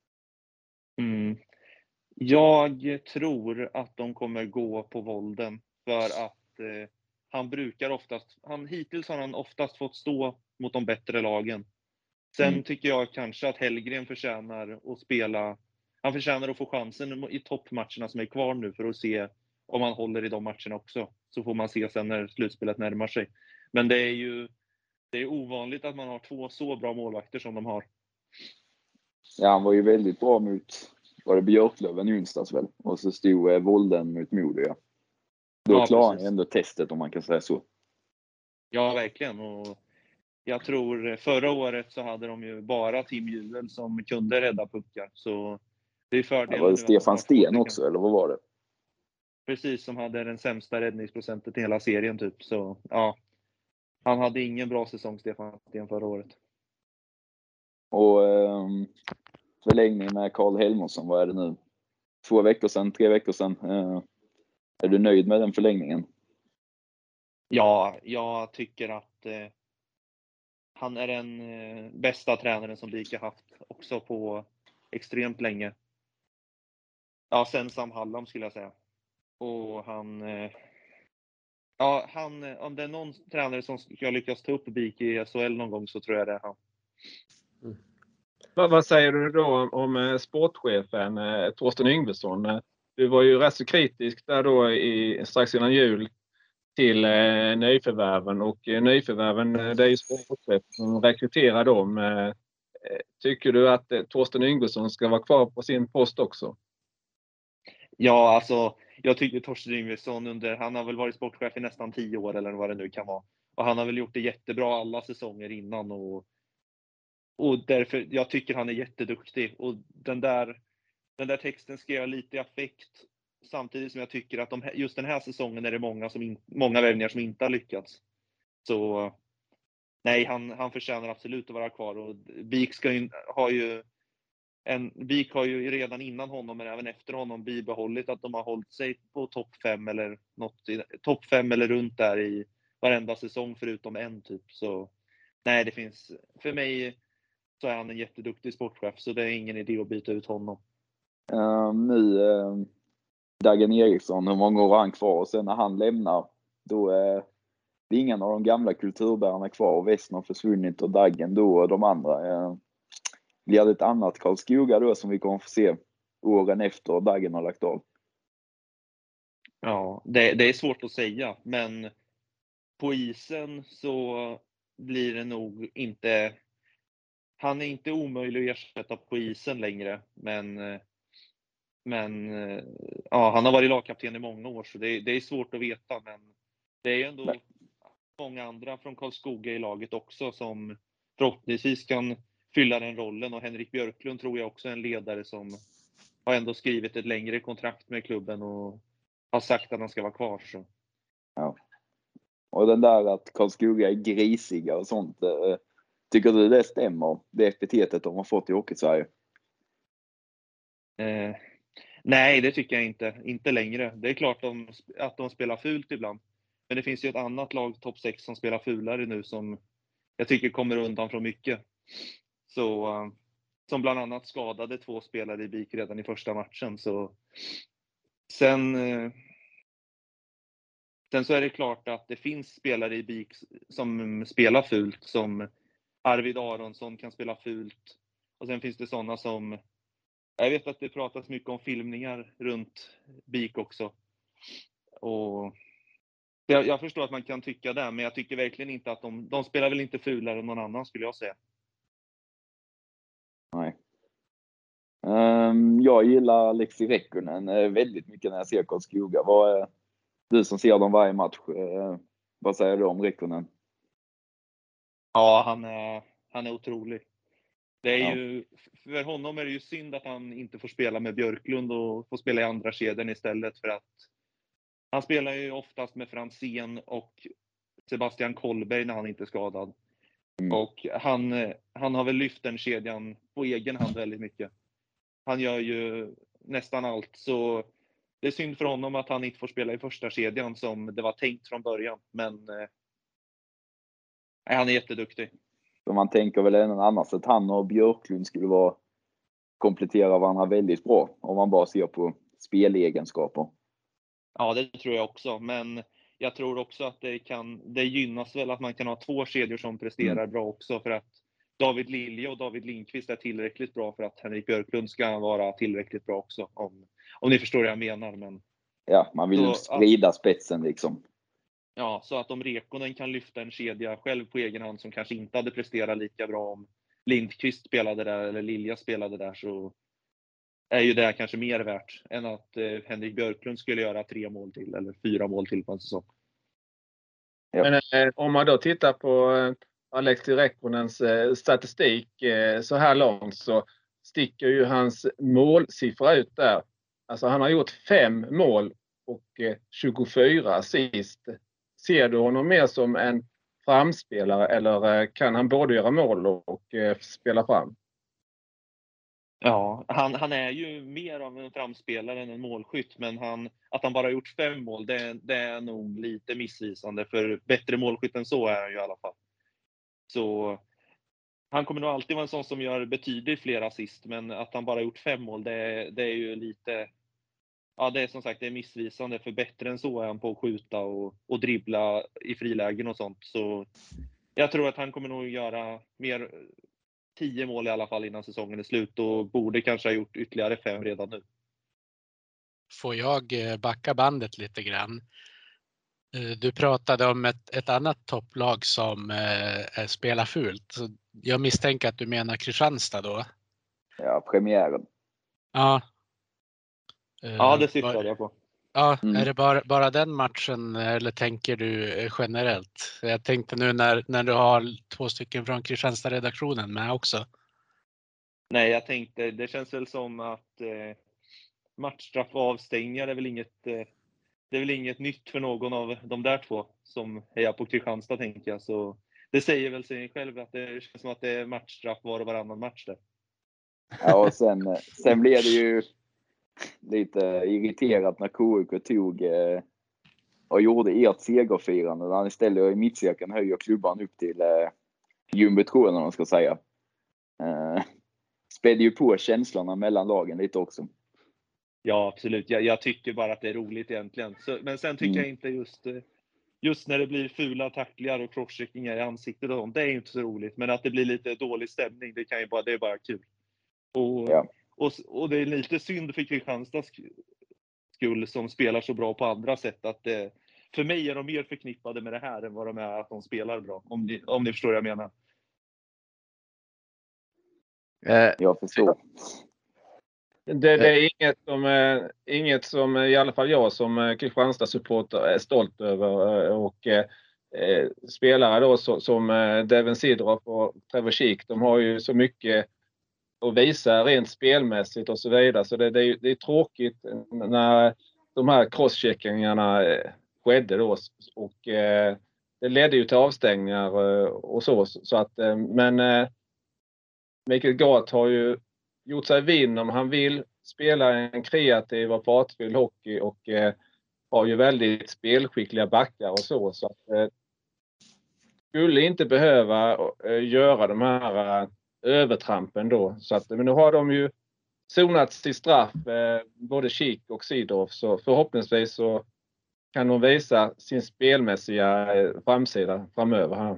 Mm. Jag tror att de kommer gå på Volden för att eh, han brukar oftast, han, hittills har han oftast fått stå mot de bättre lagen. Sen Mm. tycker jag kanske att Hellgren förtjänar att spela, han förtjänar att få chansen i toppmatcherna som är kvar nu för att se om han håller i de matcherna också. Så får man se sen när slutspelet närmar sig. Men det är ju det är ovanligt att man har två så bra målvakter som de har. Ja, han var ju väldigt bra mot, var det Björklöven i onsdags väl? Och så stod eh, Volden mot Modo, ja. Då Ja, klarade han precis. ändå testet, om man kan säga så. Ja, verkligen. Och jag tror förra året så hade de ju bara Tim Juel som kunde rädda puckar. Så det är fördelen. Ja, var det nu att de Stefan har två Sten stycken. också, eller vad var det? Precis, som hade den sämsta räddningsprocenten i hela serien typ. Så ja, han hade ingen bra säsong, Stefan Sten, förra året. Och eh, förlängning med Karl Helmersson, vad är det nu? Två veckor sedan, tre veckor sedan. Eh, är du nöjd med den förlängningen? Ja, jag tycker att eh, han är den eh, bästa tränaren som BIK har haft också på extremt länge. Ja, sen Sam Hallam skulle jag säga. Och han... Eh, ja, han, om det är någon tränare som ska lyckas ta upp BIK i S H L någon gång så tror jag det är han. Mm. Vad, vad säger du då om, om sportchefen eh, Torsten Yngvesson? Du var ju rätt så kritisk där då i, strax innan jul till eh, nyförvärven. Och eh, nyförvärven, eh, det är ju sportchefen som rekryterar dem. Eh, tycker du att eh, Torsten Yngvesson ska vara kvar på sin post också? Ja, alltså jag tycker Torsten Yngvesson under, han har väl varit sportchef i nästan tio år eller vad det nu kan vara. Och han har väl gjort det jättebra alla säsonger innan och, och därför, jag tycker han är jätteduktig. Och den där, den där texten skrev jag lite i affekt. Samtidigt som jag tycker att de, just den här säsongen är det många, som in, många värvningar som inte har lyckats. Så nej, han, han förtjänar absolut att vara kvar. Och BIK ska ju, har ju En, BIK har ju redan innan honom men även efter honom bibehållit att de har hållit sig på topp fem eller något, topp fem eller runt där i varenda säsong förutom en typ. Så nej, det finns, för mig så är han en jätteduktig sportchef så det är ingen idé att byta ut honom. Uh, nu uh, Dagen Eriksson, hur många år har han kvar? Och sen när han lämnar, då är det ingen av de gamla kulturbärarna kvar. Västern har försvunnit och Daggen då och de andra. Eh, blir det ett annat Karlskoga då som vi kommer få se åren efter Daggen har lagt av? Ja, det, det är svårt att säga, men på isen så blir det nog inte... Han är inte omöjlig att ersätta på isen längre, men, men ja, han har varit lagkapten i många år, så det, det är svårt att veta, men det är ändå Nej. många andra från Karlskoga i laget också som förhoppningsvis kan fylla den rollen, och Henrik Björklund tror jag också är en ledare som har ändå skrivit ett längre kontrakt med klubben och har sagt att han ska vara kvar. Så. Ja. Och den där att Karlskoga är grisiga och sånt, tycker du det stämmer? Det epitetet de har fått i Hockeysverige? Eh, nej, det tycker jag inte. Inte längre. Det är klart de, att de spelar fult ibland. Men det finns ju ett annat lag, topp sex, som spelar fulare nu som jag tycker kommer undan från mycket. Så, uh, som bland annat skadade två spelare i BIK redan i första matchen. Så, sen, uh, sen så är det klart att det finns spelare i BIK som spelar fult, som Arvid Aronsson kan spela fult. Och sen finns det sådana som, jag vet att det pratas mycket om filmningar runt BIK också. Och jag, jag förstår att man kan tycka det, men jag tycker verkligen inte att de, de spelar väl inte fulare än någon annan, skulle jag säga. Nej. Um, jag gillar Alexi Rekkonen väldigt mycket när jag ser Karlskoga. Vad är du som ser dem varje match? Uh, vad säger du om Rekkonen? Ja, han är, han är otrolig. Det är ja. ju, för honom är det ju synd att han inte får spela med Björklund och får spela i andra kedjan istället, för att han spelar ju oftast med Franzén och Sebastian Kollberg när han inte är skadad. Mm. Och han, han har väl lyft den kedjan på egen hand väldigt mycket. Han gör ju nästan allt, så det är synd för honom att han inte får spela i första kedjan som det var tänkt från början. Men eh, han är jätteduktig. Så man tänker väl en annars att han och Björklund skulle vara komplettera varandra väldigt bra om man bara ser på spelegenskaper. Ja, det tror jag också, men jag tror också att det kan, det gynnas väl att man kan ha två kedjor som presterar mm. bra också, för att David Lilja och David Lindqvist är tillräckligt bra för att Henrik Björklund ska vara tillräckligt bra också, om, om ni förstår vad jag menar. Men ja, man vill så sprida att, spetsen liksom. Ja, så att om Rekkonen kan lyfta en kedja själv på egen hand som kanske inte hade presterat lika bra om Lindqvist spelade där eller Lilja spelade där, så är ju det kanske mer värt än att eh, Henrik Björklund skulle göra tre mål till eller fyra mål till på en säsong. Ja. Men eh, om man då tittar på eh, Alexi Rekkonens eh, statistik eh, så här långt, så sticker ju hans målsiffra ut där. Alltså han har gjort fem mål och eh, tjugofyra assist. Ser du honom mer som en framspelare, eller eh, kan han både göra mål och, och eh, spela fram? Ja, han, han är ju mer av en framspelare än en målskytt, men han, att han bara gjort fem mål, det, det är nog lite missvisande, för bättre målskytt än så är han ju i alla fall. Så han kommer nog alltid vara en sån som gör betydligt fler assist, men att han bara gjort fem mål, det, det är ju lite, ja det är som sagt det är missvisande, för bättre än så är han på att skjuta och, och dribbla i frilägen och sånt. Så jag tror att han kommer nog göra mer, tio mål i alla fall innan säsongen är slut, och borde kanske ha gjort ytterligare fem redan nu. Får jag backa bandet lite grann? Du pratade om ett, ett annat topplag som eh, spelar fult. Så jag misstänker att du menar Kristianstad då? Ja, premiären. Ja. Ja, det syftade jag på. Ja, Mm. är det bara, bara den matchen, eller tänker du generellt? Jag tänkte nu när, när du har två stycken från Kristianstad-redaktionen med också. Nej, jag tänkte, det känns väl som att eh, matchstraff och avstängningar är väl inget, eh, det är väl inget nytt för någon av de där två som hejar på Kristianstad, tänker jag. Så det säger väl sig själv att det känns som att det är matchstraff var och varannan match där. Ja, och sen, sen blev det ju lite irriterat när K I K tog eh, och gjorde ert segerfirande. När han istället i mittcirkeln höjer klubban upp till eh, jumbotronen, om man ska säga. Eh, spädde ju på känslorna mellan lagen lite också. Ja, absolut. Jag, jag tycker bara att det är roligt egentligen. Så, men sen tycker mm. jag inte just, just när det blir fula tacklingar och crosscheckingar i ansiktet och sånt, det är ju inte så roligt. Men att det blir lite dålig stämning, det kan ju bara, det är bara kul. Och, Ja. och, och det är lite synd för Kristianstads skull som spelar så bra på andra sätt. Att det, för mig är de mer förknippade med det här än vad de är att de spelar bra. Om ni, om ni förstår vad jag menar. Eh, Jag förstår. Det, det är inget som, eh, inget som i alla fall jag som eh, Kristianstad-supporter är stolt över. eh, Och eh, eh, spelare då så, som eh, Devin Sidorov och Trevor Schick, de har ju så mycket att visa rent spelmässigt och så vidare. Så det, det, är, det är tråkigt när de här crosscheckingarna eh, skedde då. Och eh, det ledde ju till avstängningar eh, och så. Så att, eh, men eh, Mikael Gart har ju gjort sig vinn om han vill spela en kreativ och fartfylld hockey och eh, har ju väldigt spelskickliga backar och så. Så att eh, skulle inte behöva eh, göra de här eh, övertrampen då. Så att, men nu har de ju sonat sitt straff, eh, både Schick och Sidorov. Så förhoppningsvis så kan de visa sin spelmässiga eh, framsida framöver här.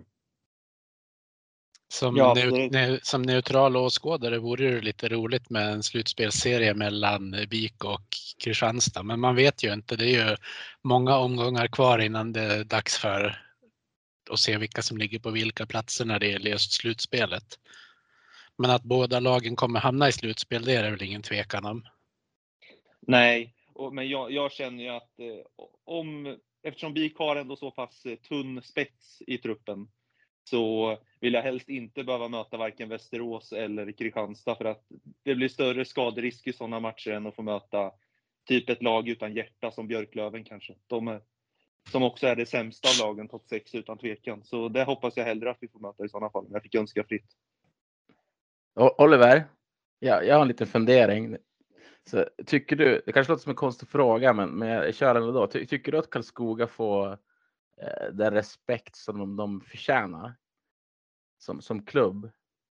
Som, Ja, neu- absolut. neu- som neutral åskådare vore det lite roligt med en slutspelserie mellan BIK och Kristianstad. Men man vet ju inte. Det är ju många omgångar kvar innan det är dags för att se vilka som ligger på vilka platser när det gäller just slutspelet. Men att båda lagen kommer hamna i slutspel, det är det väl ingen tvekan om. Nej, och, men jag, jag känner ju att eh, om, eftersom BIK har ändå så pass eh, tunn spets i truppen, så vill jag helst inte behöva möta varken Västerås eller Kristianstad, för att det blir större skaderisk i sådana matcher än att få möta typ ett lag utan hjärta som Björklöven kanske. De är, som också är det sämsta av lagen, topp sex utan tvekan. Så det hoppas jag hellre att vi får möta i sådana fall, om jag fick önska fritt. O- Oliver, ja, jag har en liten fundering. Så, tycker du, det kanske låter som en konstig fråga, men, men jag kör den ändå. Ty, tycker du att Karlskoga får eh, den respekt som de, de förtjänar som, som klubb?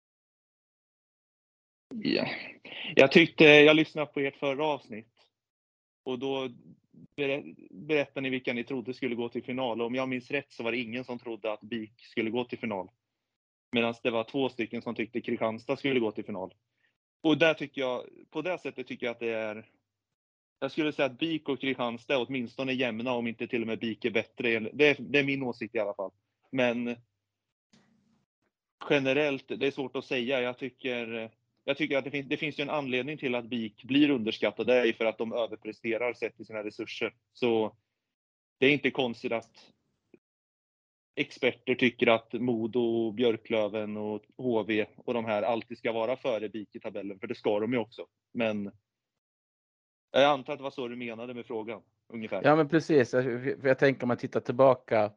Ja. Jag tyckte, jag lyssnade på ert förra avsnitt och då berättade ni vilka ni trodde skulle gå till final. Och om jag minns rätt så var det ingen som trodde att BIK skulle gå till final. Medan det var två stycken som tyckte Kristianstad skulle gå till final. Och där tycker jag, på det sättet tycker jag att det är, jag skulle säga att BIK och Kristianstad åtminstone är jämna, om inte till och med BIK är bättre. Det är, det är min åsikt i alla fall. Men generellt, det är svårt att säga. Jag tycker, jag tycker att det finns, det finns ju en anledning till att BIK blir underskattade. Det är för att de överpresterar sett till sina resurser. Så det är inte konstigt att experter tycker att Modo, Björklöven och H V och de här alltid ska vara före BIK i tabellen. För det ska de ju också. Men jag antar att det var så du menade med frågan, ungefär. Ja, men precis. För jag tänker om man tittar tillbaka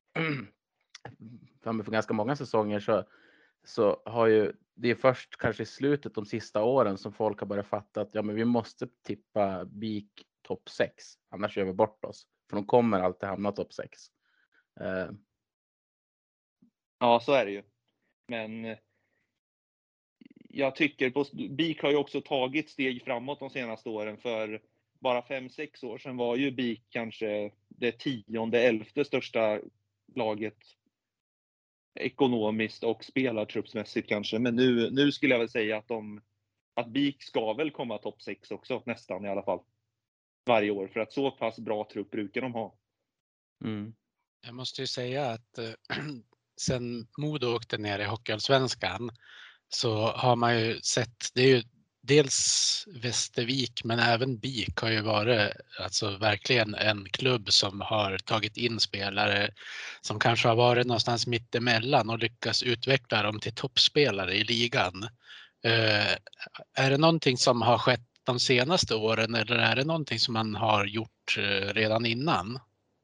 för ganska många säsonger, så, så har ju det är först kanske i slutet de sista åren som folk har börjat fatta att ja, men vi måste tippa BIK topp sex. Annars gör vi bort oss. För de kommer alltid hamna topp sex. Uh. Ja, så är det ju. Men jag tycker på BIK har ju också tagit steg framåt de senaste åren. För bara fem sex år sedan var ju BIK kanske det tionde, elfte största laget ekonomiskt och spelartruppsmässigt kanske. Men nu, nu skulle jag väl säga att de att BIK ska väl komma topp sex också, nästan i alla fall. Varje år, för att så pass bra trupp brukar de ha. Mm. Jag måste ju säga att äh, sen Modo åkte ner i Hockeyallsvenskan så har man ju sett, det är ju dels Västervik men även BIK har ju varit alltså verkligen en klubb som har tagit in spelare som kanske har varit någonstans mittemellan och lyckas utveckla dem till toppspelare i ligan. Uh, är det någonting som har skett de senaste åren eller är det någonting som man har gjort uh, redan innan?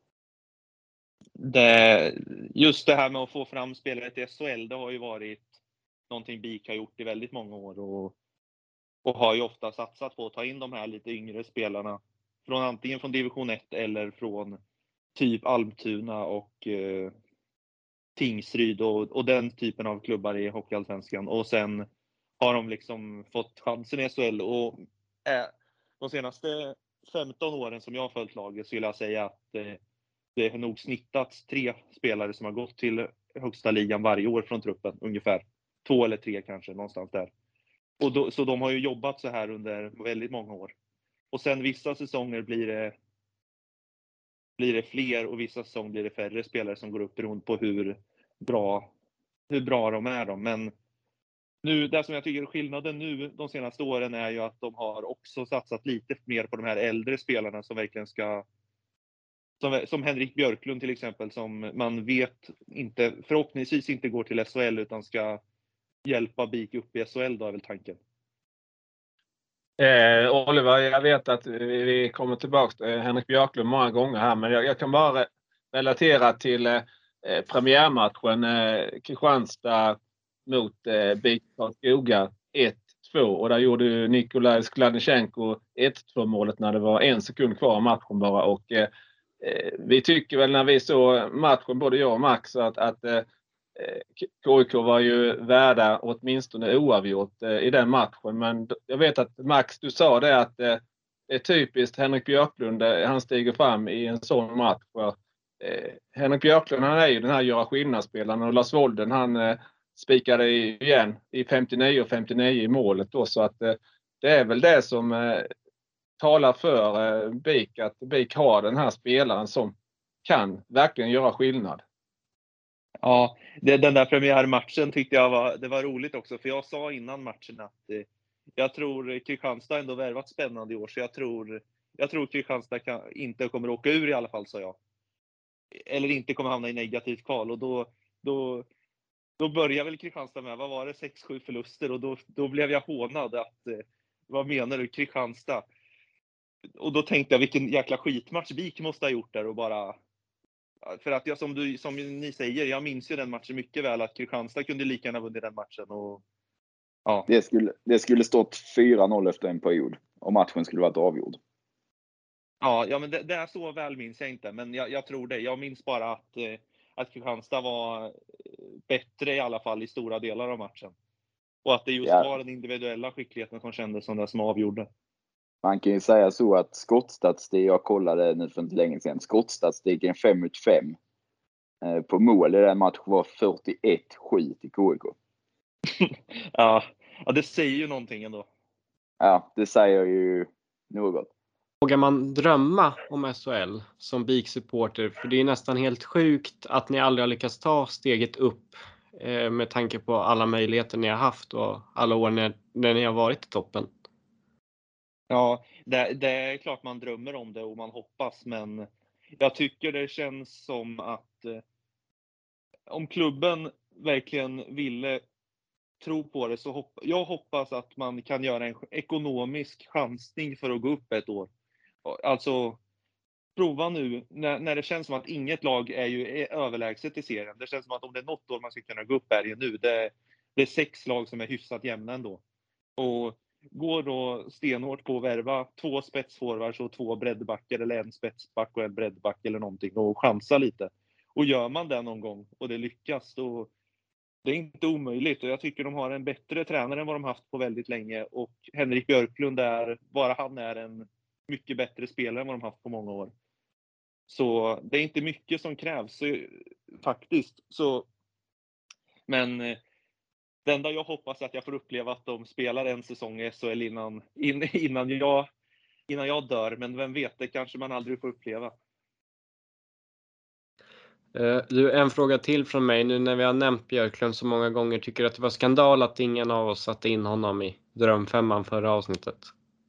Det, just det här med att få fram spelare till S H L, det har ju varit någonting BIK har gjort i väldigt många år och, och har ju ofta satsat på att ta in de här lite yngre spelarna från antingen från division ett eller från typ Almtuna och eh, Tingsryd och, och den typen av klubbar i Hockeyallsvenskan. Och sen har de liksom fått chansen i S H L och eh, de senaste femton åren som jag har följt laget så vill jag säga att eh, det har nog snittats tre spelare som har gått till högsta ligan varje år från truppen ungefär. Två eller tre kanske, någonstans där. Och då, så de har ju jobbat så här under väldigt många år. Och sen vissa säsonger blir det, blir det fler och vissa säsonger blir det färre spelare som går upp beroende på hur bra, hur bra de är. Då. Men nu, det som jag tycker är skillnaden nu de senaste åren är ju att de har också satsat lite mer på de här äldre spelarna som verkligen ska, som, som Henrik Björklund till exempel, som man vet inte, förhoppningsvis inte går till S H L utan ska hjälpa BIK upp i S H L, då är väl tanken. Eh, Oliver, jag vet att vi kommer tillbaka till Henrik Björklund många gånger här, men jag, jag kan bara relatera till eh, premiärmatchen eh, Kristianstad mot eh, BIK Karlskoga ett två, och där gjorde Nikolaj Skladnichenko ett två målet när det var en sekund kvar av matchen bara, och eh, vi tycker väl när vi såg matchen, både jag och Max, att, att eh, K I K var ju värda åtminstone oavgjort eh, i den matchen. Men jag vet att Max, du sa det att eh, det är typiskt Henrik Björklund, eh, han stiger fram i en sån match. För, eh, Henrik Björklund, han är ju den här göra skillnadsspelaren, och Lars Wolden, han eh, spikade igen i femtionio och femtionio i målet då, så att eh, det är väl det som eh, talar för eh, BIK, att BIK har den här spelaren som kan verkligen göra skillnad. Ja, det, den där premiärmatchen tyckte jag var, det var roligt också, för jag sa innan matchen att eh, jag tror Kristianstad ändå värvat spännande i år, så jag tror, jag tror Kristianstad kan, inte kommer åka ur i alla fall, sa jag. Eller inte kommer hamna i negativt kval, och då, då, då börjar väl Kristianstad med, vad var det, sex sju förluster, och då, då blev jag hånad att, eh, vad menar du, Kristianstad? Och då tänkte jag, vilken jäkla skitmatch BIK måste ha gjort där, och bara... För att jag, som, du, som ni säger, jag minns ju den matchen mycket väl, att Kristianstad kunde lika gärna vunnit den matchen. Och, ja. Det skulle, det skulle stått fyra noll efter en period och matchen skulle varit avgjord. Ja, ja men det, det är så väl minns jag inte, men jag, jag tror det. Jag minns bara att, eh, att Kristianstad var bättre i alla fall i stora delar av matchen. Och att det just Ja. var den individuella skickligheten som kändes som det som avgjorde. Man kan ju säga så att skottstatistik, jag kollade nu för inte länge sedan, skottstatistiken fem mot fem eh, på mål i den matchen var fyrtioett sju till K I K. ja, ja, det säger ju någonting ändå. Ja, det säger ju något. Vågar man drömma om S H L som BIK-supporter? För det är nästan helt sjukt att ni aldrig har lyckats ta steget upp eh, med tanke på alla möjligheter ni har haft och alla år när, när ni har varit i toppen. Ja, det, det är klart man drömmer om det och man hoppas, men jag tycker det känns som att eh, om klubben verkligen ville tro på det, så hopp, jag hoppas att man kan göra en ekonomisk chansning för att gå upp ett år. Alltså prova nu när, när det känns som att inget lag är ju är överlägset i serien. Det känns som att om det är något år man ska kunna gå upp är det nu. Det, det är sex lag som är hyfsat jämna ändå. Och går då stenhårt på att värva två spetsforwards och två breddbackar, eller en spetsback och en breddback eller någonting, och chansa lite. Och gör man det någon gång och det lyckas, då det är inte omöjligt. Och jag tycker de har en bättre tränare än vad de haft på väldigt länge. Och Henrik Björklund är, bara han är en mycket bättre spelare än vad de haft på många år. Så det är inte mycket som krävs så, faktiskt. Så, men det enda jag hoppas är att jag får uppleva att de spelar en säsong i S H L innan, innan, jag, innan jag dör. Men vem vet, det kanske man aldrig får uppleva. Du, en fråga till från mig. Nu när vi har nämnt Björklund så många gånger, tycker du att det var skandal att ingen av oss satte in honom i drömfemman förra avsnittet?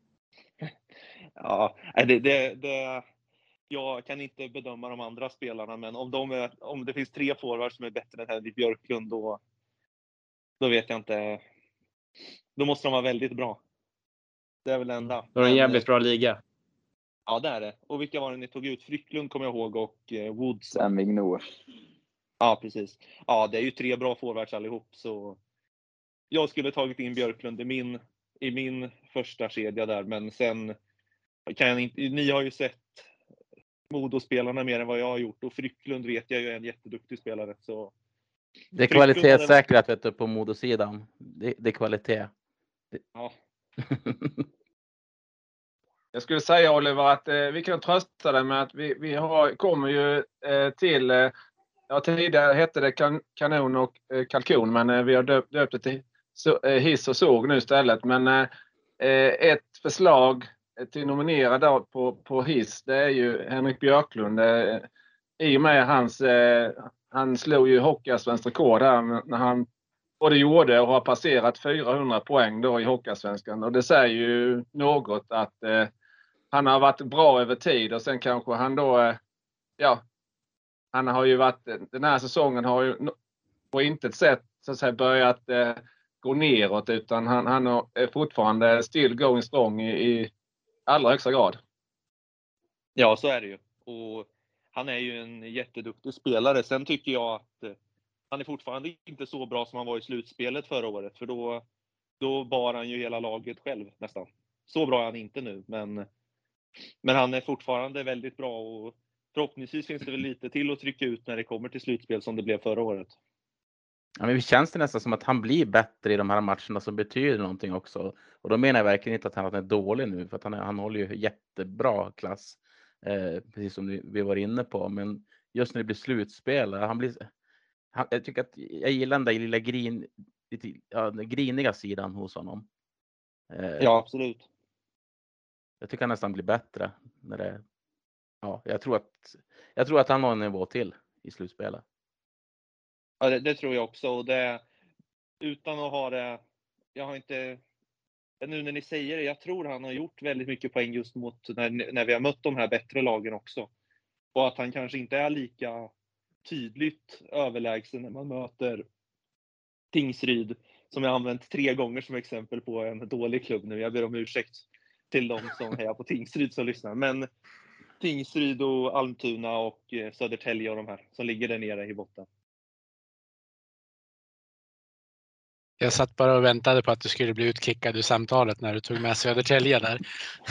Ja, det, det, det, jag kan inte bedöma de andra spelarna, men om, de är, om det finns tre forwards som är bättre än Henrik Björklund, då, då vet jag inte. Då måste de vara väldigt bra. Det är väl det enda. Det var en jävligt bra liga. Ja, det är det. Och vilka var det ni tog ut? Frycklund kommer jag ihåg, och eh, Woods. Sam Vigneault. Ja, precis. Ja, det är ju tre bra forwards allihop, så jag skulle tagit in Björklund i min, i min första kedja där, men sen kan jag inte, ni har ju sett Modo-spelarna mer än vad jag har gjort, och Frycklund vet jag ju är en jätteduktig spelare, så det är kvalitetssäkrat, vet du, på Modo-sidan. Det, det är kvalitet. Ja. Jag skulle säga, Oliver, att eh, vi kan trösta dig med att vi, vi har, kommer ju eh, till, eh, ja, tidigare hette det kan, kanon och eh, kalkon, men eh, vi har döpt, döpt det till så, eh, hiss och såg nu istället. Men eh, ett förslag till nominerad på, på hiss, det är ju Henrik Björklund. Eh, I och med hans, eh, han slog ju Hockeyallsvenskt rekord här när han både gjorde och har passerat fyrahundra poäng då i Hockeyallsvenskan. Och det säger ju något att eh, han har varit bra över tid, och sen kanske han då, eh, ja, han har ju varit, den här säsongen har ju på intet sätt så att säga börjat eh, gå neråt, utan han, han är fortfarande still going strong i, i allra högsta grad. Ja, så är det ju. Och han är ju en jätteduktig spelare. Sen tycker jag att eh, han är fortfarande inte så bra som han var i slutspelet förra året. För då, då bar han ju hela laget själv nästan. Så bra är han inte nu. Men, men han är fortfarande väldigt bra. Och förhoppningsvis finns det väl lite till att trycka ut när det kommer till slutspel som det blev förra året. Ja, men det känns det nästan som att han blir bättre i de här matcherna som betyder någonting också. Och då menar jag verkligen inte att han är dålig nu. För att han, är, han håller ju jättebra klass. Eh, precis som vi, vi var inne på. Men just när det blir slutspel. Han blir... Han, jag tycker att jag gillar den där lilla grin, lite, ja, den griniga sidan hos honom. Eh, Ja, absolut. Jag tycker han nästan blir bättre när det, ja, jag tror att jag tror att han har en nivå till i slutspelet. Ja, det, det tror jag också. Och det, utan att ha det, jag har inte, nu när ni säger det, jag tror han har gjort väldigt mycket poäng just mot när, när vi har mött de här bättre lagen också. Och att han kanske inte är lika tydligt överlägsen när man möter Tingsryd, som jag använt tre gånger som exempel på en dålig klubb nu. Jag ber om ursäkt till de som hejar på Tingsryd som lyssnar. Men Tingsryd och Almtuna och Södertälje och de här som ligger där nere i botten. Jag satt bara och väntade på att du skulle bli utkickad ur samtalet när du tog med Södertälje där.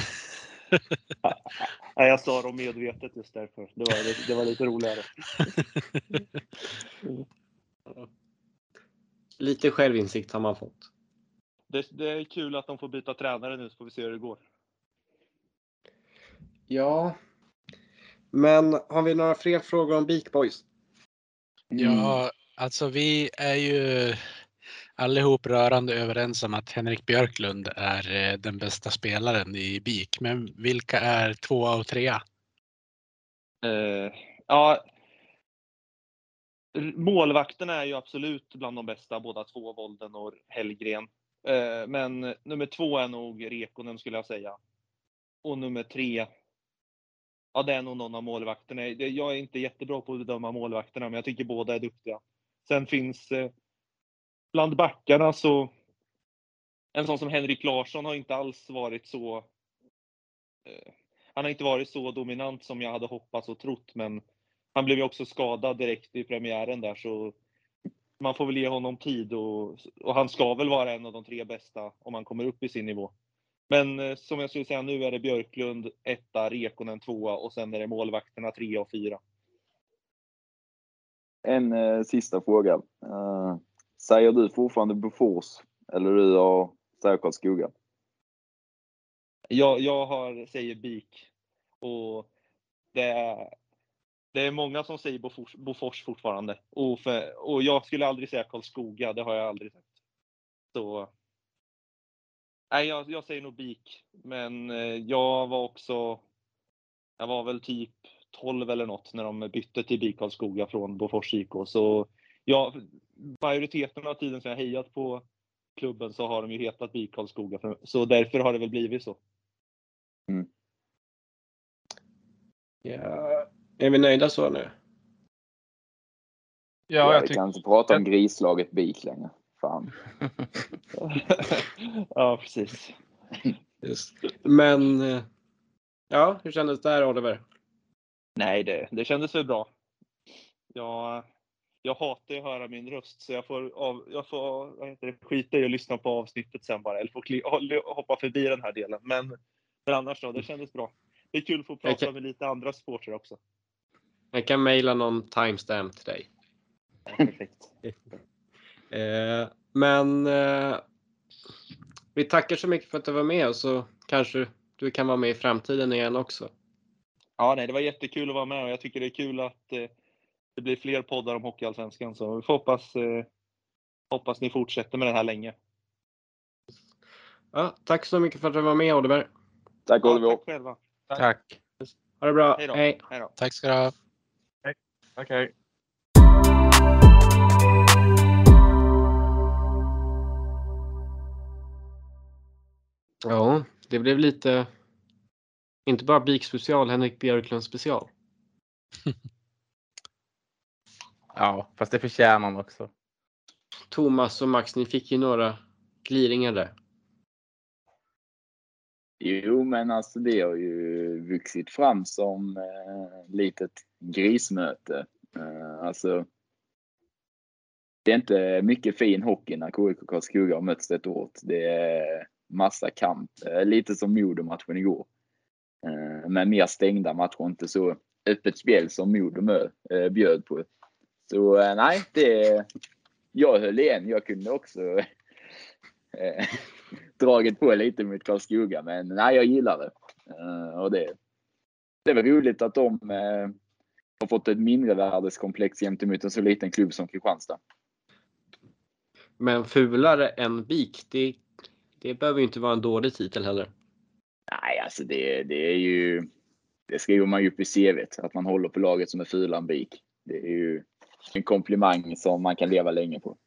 Nej, jag sa dem medvetet just därför. Det var, det, det var lite roligare. Lite självinsikt har man fått. Det, det är kul att de får byta tränare nu, så får vi se hur det går. Ja. Men har vi några fler frågor om Beak Boys? Mm. Ja, alltså vi är ju allihop rörande överens om att Henrik Björklund är den bästa spelaren i Beak. Men vilka är tvåa och trea? Uh, ja, målvakterna är ju absolut bland de bästa, båda två, Volden och Hellgren. Uh, men nummer två är nog Rekonen, skulle jag säga. Och nummer tre, ja, det är nog någon av målvakterna. Jag är inte jättebra på att bedöma målvakterna, men jag tycker båda är duktiga. Sen finns eh, bland backarna så en sån som Henrik Larsson har inte alls varit så eh, han har inte varit så dominant som jag hade hoppats och trott, men han blev ju också skadad direkt i premiären där, så man får väl ge honom tid, och, och han ska väl vara en av de tre bästa om han kommer upp i sin nivå. Men eh, som jag skulle säga, nu är det Björklund etta, Rekonen tvåa, och sen är det målvakterna tre och fyra. En eh, sista fråga. Uh, säger du fortfarande Bofors eller du har säger Karlskoga? Jag, jag har, säger Beak, och det är, det är många som säger Bofors, Bofors fortfarande. Och, för, och jag skulle aldrig säga Karlskoga, det har jag aldrig sagt. Så nej, jag, jag säger nog Beak, men jag var också, jag var väl typ tolv eller något när de bytte till Beak Karlskoga från Bofors I K. Så ja, majoriteten av tiden som jag hejat på klubben så har de ju hetat Beak Karlskoga, så därför har det väl blivit så. Mm. Ja. Är vi nöjda så nu? Ja, Ja, jag vi tycker... kan inte prata om grislaget Beak längre. Fan. Ja, precis. Just. Men ja, hur kändes det här, Oliver? Nej, det, det kändes väl bra. Jag, jag hatar att höra min röst, så jag får, av, jag får vad heter det, skita i att lyssna på avsnittet sen bara. Eller får kli, hoppa förbi den här delen. Men, men annars då, det kändes bra. Det är kul att få prata kan... med lite andra supporter också. Jag kan mejla någon timestamp till dig. Ja, perfekt. eh, men eh, vi tackar så mycket för att du var med, och så kanske du kan vara med i framtiden igen också. Ja, nej, det var jättekul att vara med och jag tycker det är kul att eh, det blir fler poddar om Hockeyallsvenskan. Så vi får hoppas, eh, hoppas ni fortsätter med det här länge. Ja, tack så mycket för att du var med, Oliver. Tack Ja, Oliver. tack själva. Tack. Ha det bra. Hej då. Hej. Hej då. Tack ska du ha. Okej. Ja, det blev lite, inte bara Bik special, Henrik Björklund special. Ja, fast det förtjänar man också. Thomas och Max, ni fick ju några gliringar där. Jo, men alltså det har ju vuxit fram som eh, litet grismöte. Eh, alltså, det är inte mycket fin hockey när K I K Karlskoga har mötts ett år. Det är massa kamp. Eh, lite som Modo-matchen igår. Eh, men mer stängda matcher, inte så öppet spel som Modo eh, bjöd på. Så eh, nej, det jag höll igen. Jag kunde också eh, dragit på lite mot Karlskoga, men nej, jag gillar det. Uh, och det, det är väl roligt att de uh, har fått ett mindre värdeskomplex gentemot en så liten klubb som Kristianstad. Men fulare än Bik, det, det behöver ju inte vara en dålig titel heller. Nej, alltså det, det är ju, det skriver man ju upp i C V:t, att man håller på laget som är fulare än Bik. Det är ju en komplimang som man kan leva länge på.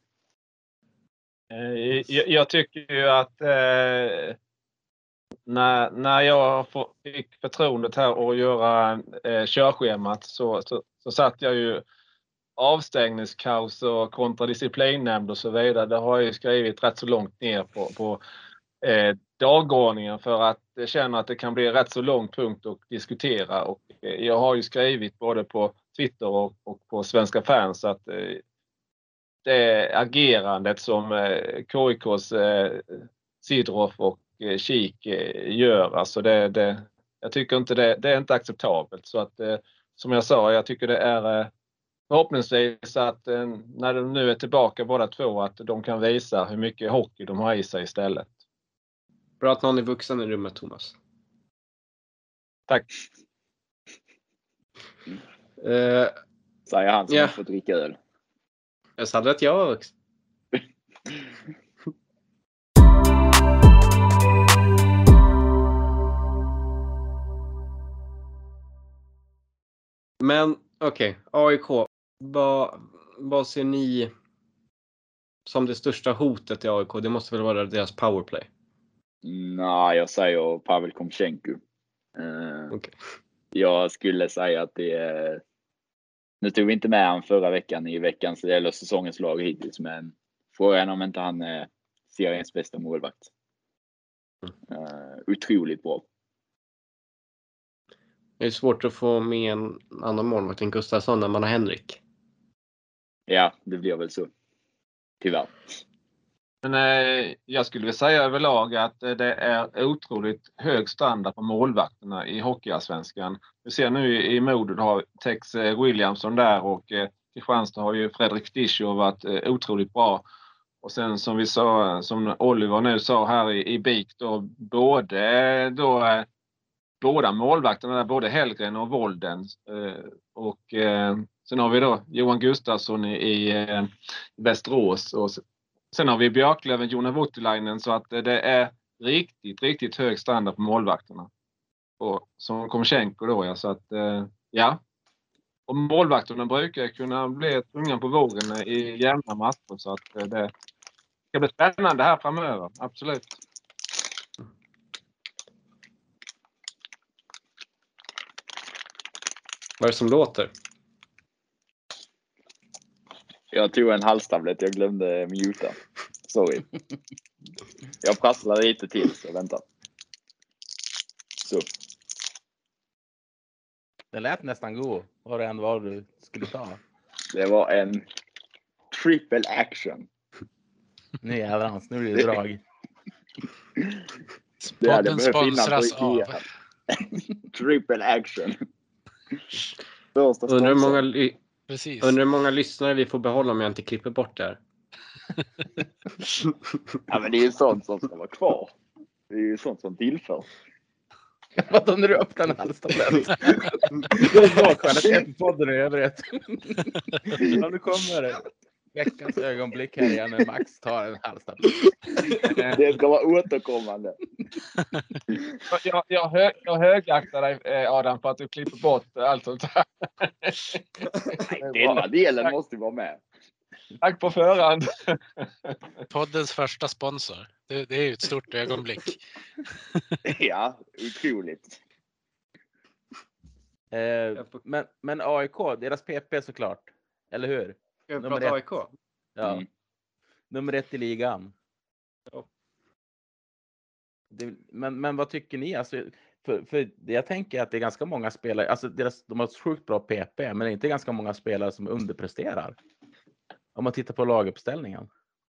Jag, jag tycker ju att eh, när, när jag fick förtroendet här att göra eh, körschemat så, så, så satt jag ju avstängningskaos och kontradisciplinnämnd och så vidare. Det har jag ju skrivit rätt så långt ner på, på eh, dagordningen för att jag känner att det kan bli rätt så lång punkt att diskutera. Och, eh, jag har ju skrivit både på Twitter och, och på Svenska fans att eh, det agerandet som eh, K I K:s eh, Sidorov och eh, Kik eh, gör, alltså det, det, jag tycker inte det, det är inte acceptabelt. Så att eh, som jag sa, jag tycker det är eh, förhoppningsvis att eh, när de nu är tillbaka båda två, att de kan visa hur mycket hockey de har i sig istället. Bra att någon är vuxen i rummet, Thomas. Tack. Uh, Säger han som Ja. har fått dricka öl. jag sa att jag var vuxen. Men okej, okay. A I K. Vad, vad ser ni som det största hotet i A I K? Det måste väl vara deras powerplay? Nej, jag säger Pavel Komchenko. Uh, Okay. Jag skulle säga att det är... Nu tog vi inte med han förra veckan i veckans eller säsongens lag hittills, men frågan om inte han är seriens bästa målvakt. Uh, otroligt bra. Det är svårt att få med en annan målvakt än Gustafsson när man har Henrik. Ja, det blir väl så. Tyvärr. Men eh, jag skulle vilja säga överlag att eh, det är otroligt hög standard på målvakterna i Hockeyallsvenskan. Vi ser nu i, i Modo, du har Tex eh, Williamson där och eh, Kristianstad har ju Fredrik Dischow varit eh, otroligt bra. Och sen som vi sa, som Oliver nu sa här i, i Bik då, både då eh, båda målvakterna där, både Hellgren och Volden. Eh, och eh, sen har vi då Johan Gustafsson i, i eh, Västerås och sen har vi Björklöven, Jona Voutilainen, så att det är riktigt, riktigt hög standard på målvakterna. Och som Komchenko då, ja, så att ja. Och målvakterna brukar kunna bli tunga på vågen i jämna matcher, så att det ska bli spännande här framöver, absolut. Vad är det som låter? Jag tog en halstablett, jag glömde muta. Sorry. Jag prasslade lite till, så vänta. Så. Det lät nästan god. Vad det än var du skulle ta. Det var en triple action. Nu jävlar, nu blir det drag. Det hade Podden behövt innan på sponsras av. Ikea. Triple action. Första Undrar hur, sponsor. många ly- Precis. undrar hur många lyssnare vi får behålla om jag inte klipper bort det här. Ja, men det är ju sånt som ska vara kvar. Det är ju sånt som tillför. Vadå när du öppnar en halstablett? Det är bra kvalitet på podden i övrigt. Ja, nu kommer veckans ögonblick här igen när Max tar en halstablett. Det ska vara återkommande. Jag, jag, hö, jag högaktar dig Adam för att du klipper bort allt sånt här. Nej, denna delen måste vara med. Tack på förhand. Poddens första sponsor. Det, det är ju ett stort ögonblick. Ja, otroligt. Eh, men, men A I K, deras P P såklart. Eller hur? Ska vi Nummer prata ett. A I K? Ja. Mm. Nummer ett i ligan. Ja. Det, men, men vad tycker ni? Alltså, för, för det jag tänker att det är ganska många spelare, alltså deras, de har ett sjukt bra P P, men det är inte ganska många spelare som underpresterar. Om man tittar på laguppställningen.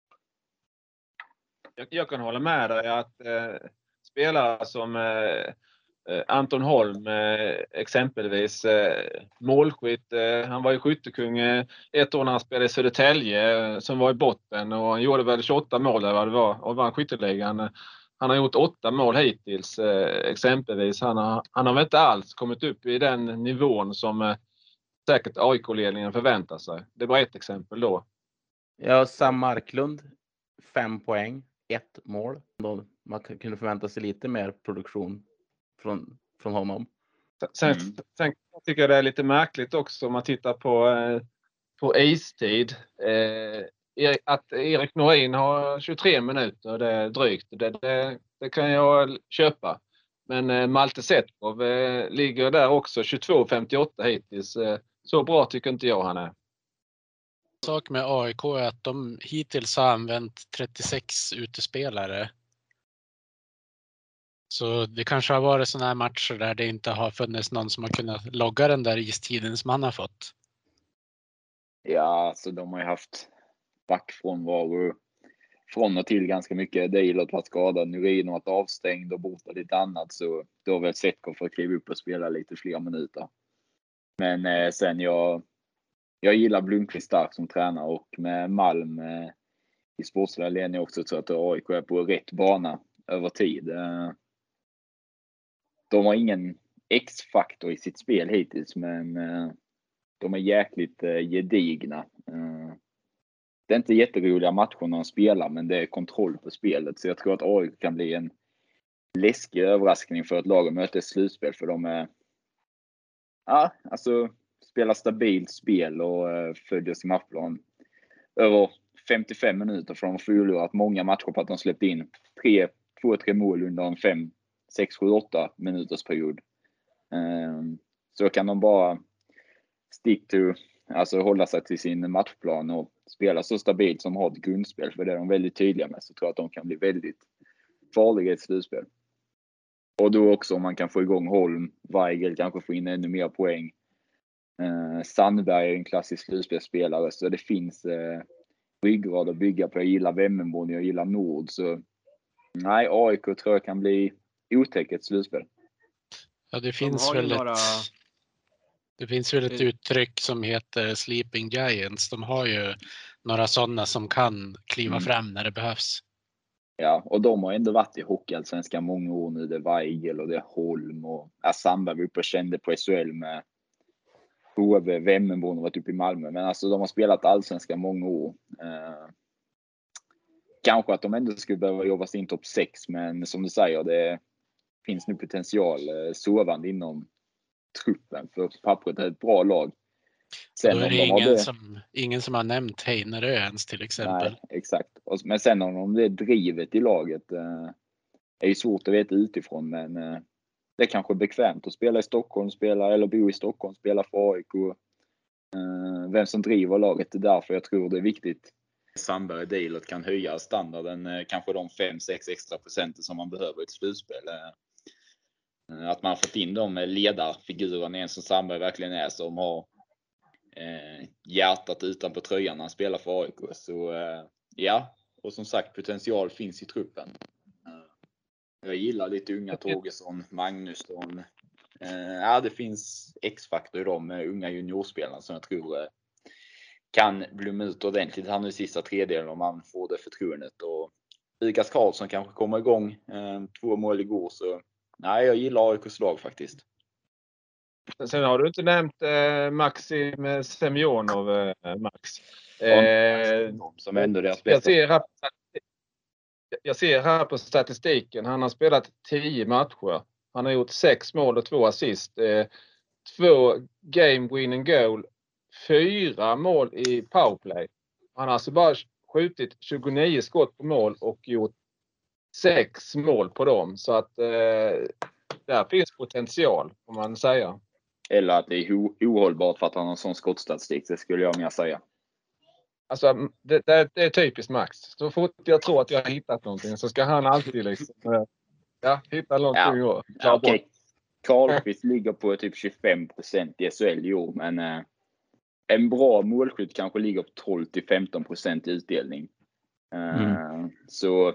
Jag, jag kan hålla med dig att eh, spelare som eh, Anton Holm eh, exempelvis eh, målskytt. Eh, han var ju skyttekung eh, ett år när han spelade i Södertälje eh, som var i botten och han gjorde väl tjugoåtta mål eller vad det var och vann skytteligan. Han har gjort åtta mål hittills eh, exempelvis. Han har, han har väl inte alls kommit upp i den nivån som eh, säkert A I K-ledningen förväntar sig. Det var ett exempel då. Ja, Sam Marklund, fem poäng, ett mål. Då man kunde förvänta sig lite mer produktion från, från honom. Sen, Mm. sen tycker jag det är lite märkligt också om man tittar på, eh, på istid. Eh, att Erik Norin har tjugotre minuter, det är drygt. Det, det, det kan jag köpa. Men eh, Malte Setkov eh, ligger där också tjugotvå femtioåtta hittills. Eh, så bra tycker inte jag han är. Sak med A I K är att de hittills har använt trettiosex utespelare. Så det kanske har varit sådana här matcher där det inte har funnits någon som har kunnat logga den där istiden som han har fått. Ja, så de har ju haft backfrånvaro från och till ganska mycket. Deilert var skadad, Nurin har varit avstängd och borta lite annat. Så då har väl Setkov för att kliva upp och spela lite fler minuter. Men eh, sen jag, jag gillar Blomqvist starkt som tränare och med Malm eh, i sportsliga ledning också så att A I K är på rätt bana över tid. Eh, de har ingen X-faktor i sitt spel hittills men eh, de är jäkligt eh, gedigna. Eh, det är inte jätteroliga matcher när de spelar men det är kontroll på spelet så jag tror att A I K kan bli en läskig överraskning för ett lag att möta ett slutspel för de är ja, alltså spelar stabilt spel och eh, följer sin matchplan över femtiofem minuter för de har förlorat många matcher på att de släppt in tre, två, tre mål under en fem, sex, sju, åtta minuters period. Um, så kan de bara stick to, alltså hålla sig till sin matchplan och spela så stabilt som har ett grundspel för det är de väldigt tydliga med så tror jag att de kan bli väldigt farliga i ett slutspel. Och då också om man kan få igång Holm, Weigel kanske få in ännu mer poäng. Eh, Sandberg är en klassisk slutspelsspelare så det finns eh, ryggrad att bygga på. Jag gillar Vemmenborn, jag gillar Nord så nej, A I K tror jag kan bli otäckt ett slutspel. Ja, det De finns har ju väl några... ett, det finns väl ett uttryck som heter Sleeping Giants. De har ju några sådana som kan kliva Mm. fram när det behövs. Ja, och de har ändå varit i Hockeyallsvenskan många år nu. Det är Weigel och det är Holm och ja, Sandberg var uppe och kände på S H L med H V, Vemmenborn har varit uppe i Malmö. Men alltså de har spelat allsvenskan många år. Eh, kanske att de ändå skulle behöva jobba sig in topp sex men som du säger, det finns nu potential eh, sovande inom truppen för pappret är ett bra lag. Sen Då är det de ingen, det, som, ingen som har nämnt Heinerö ens till exempel. Nej, exakt. Och, men sen om det drivet i laget eh, är ju svårt att veta utifrån men eh, det är kanske bekvämt att spela i Stockholm, spela eller bo i Stockholm, spela för A I K. Eh, vem som driver laget är därför jag tror det är viktigt. Sandberg och Deilert kan höja standarden, eh, kanske de fem sex extra procenten som man behöver i ett slutspel. Eh, att man har fått in de ledarfigurerna, en som Sandberg verkligen är, som har eh, hjärtat utanpå tröjan när han spelar för A I K. Så eh, ja, och som sagt potential finns i truppen. Jag gillar lite unga Torgesson, Magnusson. Eh, ja, det finns X-faktor i dem unga juniorspelarna som jag tror eh, kan blomma ut ordentligt här nu i sista tredjedelen om man får det förtroendet. Och Lukas Karlsson kanske kommer igång. Eh, två mål igår så Nej, jag gillar A I K:s lag faktiskt. Sen har du inte nämnt eh, Maxim Semjonov, eh, Max. Eh, Som ändå deras jag, bästa. ser här, jag ser här på statistiken. Han har spelat tio matcher. Han har gjort sex mål och två assist. Eh, två game winning goal. Fyra mål i powerplay. Han har alltså bara skjutit tjugonio skott på mål och gjort sex mål på dem. Så att eh, där finns potential, om man säger. Eller att det är o- ohållbart för att han har en sån skottstatistik, det skulle jag mer säga. Alltså, det, det, det är typiskt Max. Så fort jag tror att jag har hittat någonting så ska han alltid liksom, ja, hitta någonting Ja. och ta Ja, okej. bort. Karlqvist ligger på typ tjugofem procent i S H L i år, men eh, en bra målskytt kanske ligger på tolv till femton procent i utdelning. Eh, Mm. Så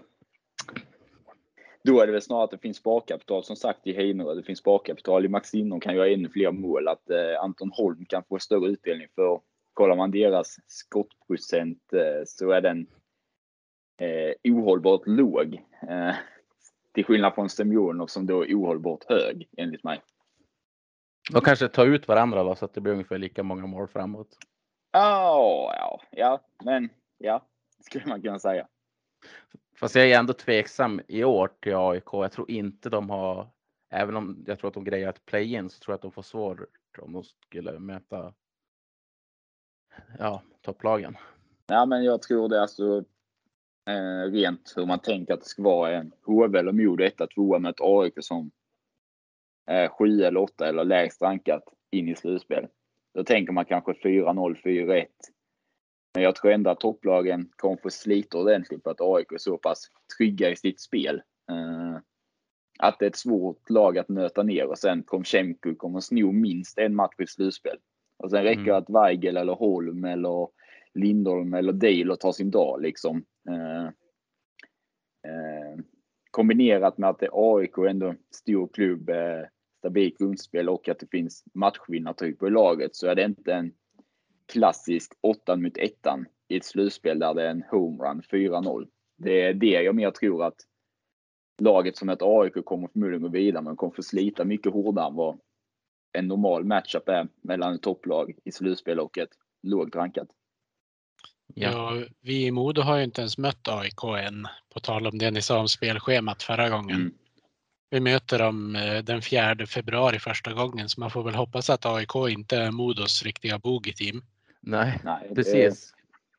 då är det väl snarare att det finns sparkapital, som sagt, i Heiner. Det finns sparkapital i Max Lindholm, kan göra ännu fler mål. Att eh, Anton Holm kan få större utdelning, för kollar man deras skottprocent eh, så är den eh, ohållbart låg. Eh, till skillnad från Semjonov som då är ohållbart hög, enligt mig. De kanske tar ut varandra då, så att det blir ungefär lika många mål framåt. Oh, ja, ja, men ja, skulle man kunna säga. Fast jag är ändå tveksam i år till A I K. Jag tror inte de har, även om jag tror att de grejer att play-in, så tror jag att de får svårt om de skulle möta ja, topplagen. Ja, men jag tror det är alltså eh, rent hur man tänker att det ska vara en H V eller Modo ett två med ett A I K som eh, sju eller åtta eller lägst rankat in i slutspel. Då tänker man kanske fyra noll, fyra ett. Men jag tror ändå att topplagen kommer få slita ordentligt på att A I K är så pass trygga i sitt spel. Eh, att det är ett svårt lag att nöta ner, och sen Komchenko kommer sno minst en match i slutspel. Och sen räcker det Mm. att Weigel eller Holm eller Lindholm eller Dale tar sin dag liksom. Eh, eh, kombinerat med att det är A I K ändå stor klubb, eh, stabilt grundspel och att det finns matchvinnartyp i laget, så är det inte en klassisk åtta mot ettan i ett slutspel där det är en homerun fyra noll. Det är det jag mer tror, att laget som ett A I K kommer förmodligen gå vidare, men kommer få slita mycket hårdare än vad en normal matchup är mellan ett topplag i slutspel och ett lågt rankat. Ja. Ja, vi i Modo har ju inte ens mött A I K än, på tal om det ni sa om spelschemat förra gången. Mm. Vi möter dem eh, den fjärde februari första gången, så man får väl hoppas att A I K inte är Modos riktiga bogey-team. Nej, Nej, det- precis.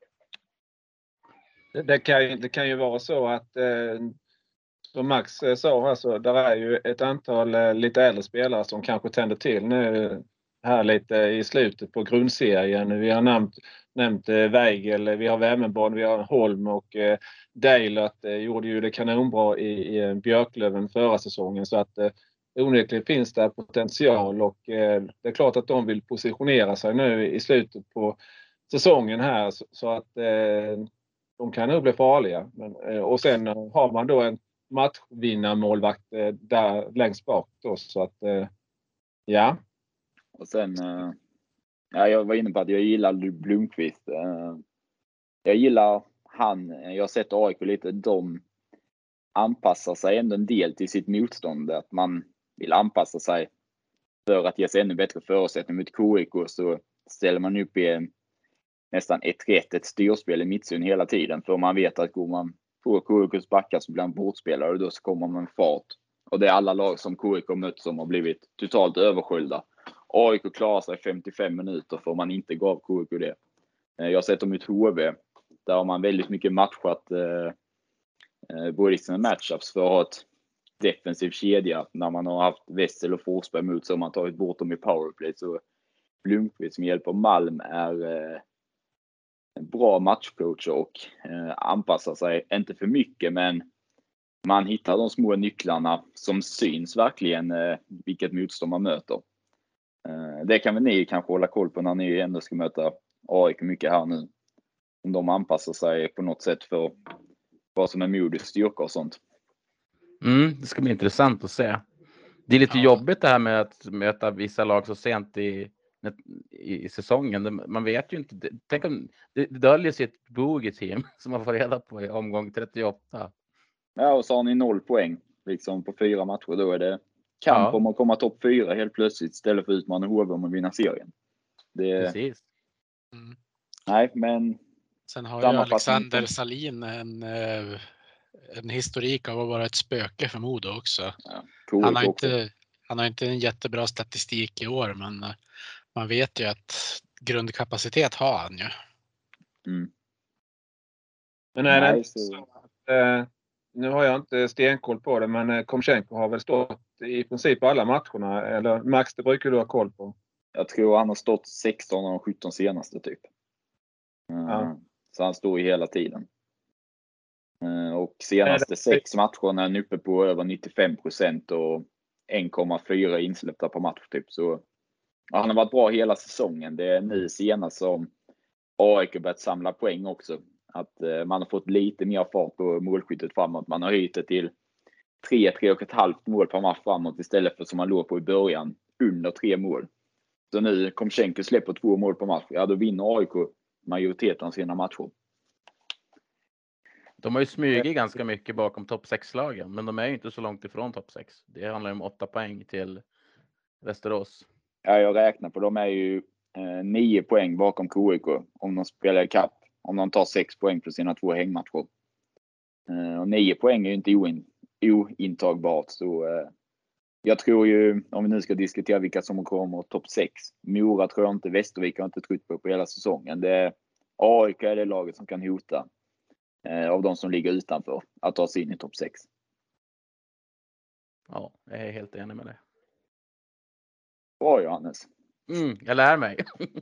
Det, det, kan, ju- det kan ju vara så att eh, som Max eh, sa, alltså, där är ju ett antal eh, lite äldre spelare som kanske tänder till nu här lite i slutet på grundserien. Vi har nämnt, nämnt eh, Weigel, vi har Wemmenborn, vi har Holm och eh, Deilert eh, gjorde ju det kanonbra i, i Björklöven förra säsongen, så att eh, onekligen finns det potential, och eh, det är klart att de vill positionera sig nu i slutet på säsongen här, så, så att eh, de kan nog bli farliga. Men, eh, och sen eh, har man då en matchvinnarmålvakt eh, där längst bak då, så att eh, ja. Och sen, eh, ja, jag var inne på att jag gillar Blomqvist. Eh, jag gillar han, jag har sett A I K lite, de anpassar sig ändå en del till sitt motstånd. Att man vill anpassa sig för att ge sig ännu bättre förutsättningar mot K I K, så ställer man upp i en, nästan ett rätt, ett styrspel i mittzon hela tiden. För man vet att går man på K I Ks backar så blir man bortspelare, och då så kommer man fart. Och det är alla lag som K I K mött som har blivit totalt översköljda. A I K klarar sig femtiofem minuter för man inte gav K I K det. Jag har sett dem i H V. Där har man väldigt mycket matchat eh, både i sina matchups för att ha ett defensiv kedja. När man har haft Wessel och Forsberg mot, så har man tagit bort dem i powerplay. Så Blomqvist som hjälper Malm är eh, en bra matchcoach och eh, anpassar sig inte för mycket, men man hittar de små nycklarna som syns verkligen eh, vilket motstånd man möter. Eh, det kan väl ni kanske hålla koll på när ni ändå ska möta A I K mycket här nu. Om de anpassar sig på något sätt för vad som är Modos styrka och sånt. Mm, det ska bli intressant att se. Det är lite Ja. jobbigt det här med att möta vissa lag så sent i, i, i säsongen. Man vet ju inte. Tänk om det, det döljer sig ett bogey-team som man får reda på i omgång trettioåtta. Ja, och så har ni noll poäng liksom på fyra matcher. Då är det kamp Ja. om att komma topp fyra helt plötsligt istället för utmana H V om att vinna serien. Det, Precis. Mm. nej, men Sen har ju sammanfattning Alexander på- Salin en, eh, en historik av att vara ett spöke för Modo också. ja, Han har, K I K också. inte, han har inte en jättebra statistik i år, men eh, man vet ju att grundkapacitet har han ju. Mm. Men är det Nej, inte så- så att, eh, nu har jag inte stenkoll på det, men eh, Komchenko har väl stått i princip alla matcherna, eller Max, det brukar du ha koll på. Jag tror han har stått sexton av de sjutton senaste typ. Uh, Ja. Så han står ju hela tiden. Uh, och senaste det- sex matcherna är han uppe på över nittiofem procent och en komma fyra insläppta per match typ. Så ja, han har varit bra hela säsongen. Det är nu senast som A I K börjat samla poäng också. Att uh, man har fått lite mer fart på målskyttet framåt. Man har höjt det till tre, tre och ett halvt mål per match framåt istället för som man låg på i början under tre mål. Så nu Komchenko släpper två mål per match. Ja, då vinner A I K majoriteten av sina matcher. De har ju smugit ganska mycket bakom topp sex-lagen, men de är ju inte så långt ifrån topp sex. Det handlar om åtta poäng till Västerås. Ja, jag räknar på de är ju eh, nio poäng bakom K I K om de spelar i kapp. Om de tar sex poäng på sina två hängmatcher. Eh, och nio poäng är ju inte oin, ointagbart. Så eh, jag tror ju, om vi nu ska diskutera vilka som kommer topp sex. Mora tror jag inte, Västervik har inte trott på på hela säsongen. Det är A I K är det laget som kan hota eh, av de som ligger utanför att ta sig in i topp sex. Ja, jag är helt enig med det. Bra Johannes. Mm, jag lär mig.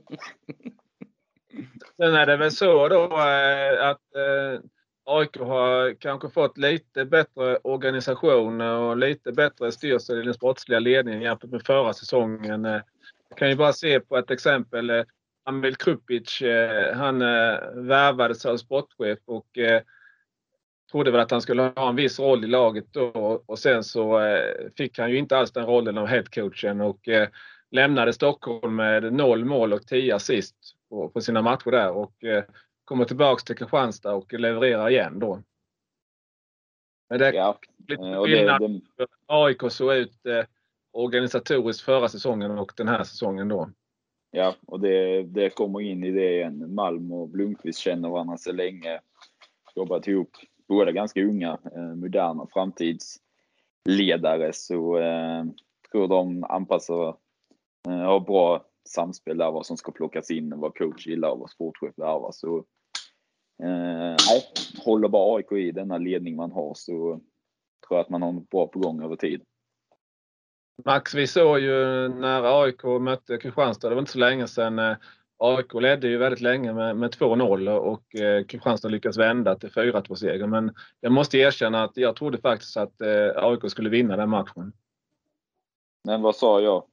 Sen är det väl så då eh, att eh, A I K har kanske fått lite bättre organisation och lite bättre styrsel i den sportsliga ledningen jämfört med förra säsongen. Eh, jag kan ju bara se på ett exempel. Eh, Amil Krupic, eh, han eh, värvades av sportchef och eh, trodde väl att han skulle ha en viss roll i laget då. Och sen så eh, fick han ju inte alls den rollen av headcoachen och eh, lämnade Stockholm med noll mål och tio assist på, på sina matcher där och eh, kommer tillbaks till Kristianstad och levererar igen då. Men det är Ja, lite eh, och det, skillnad. det, A I K såg ut eh, organisatoriskt förra säsongen och den här säsongen då. ja, och det, det kommer in i det igen. Malm och Blomqvist känner varandra så länge. Jobbat ihop. Båda ganska unga, eh, moderna framtidsledare. Så eh, tror de anpassar, eh, har bra samspel där vad som ska plockas in, vad coach gillar och vad sportchef värvar. Så eh, nej, håller bara A I K i denna ledning man har så tror jag att man har något bra på gång över tid. Max, vi såg ju när A I K mötte Kristianstad, det var inte så länge sedan. eh, A I K ledde ju väldigt länge med, med två noll och eh, Kristianstad lyckas vända till fyra två seger. Men jag måste erkänna att jag trodde faktiskt att eh, A I K skulle vinna den matchen. Men vad sa jag?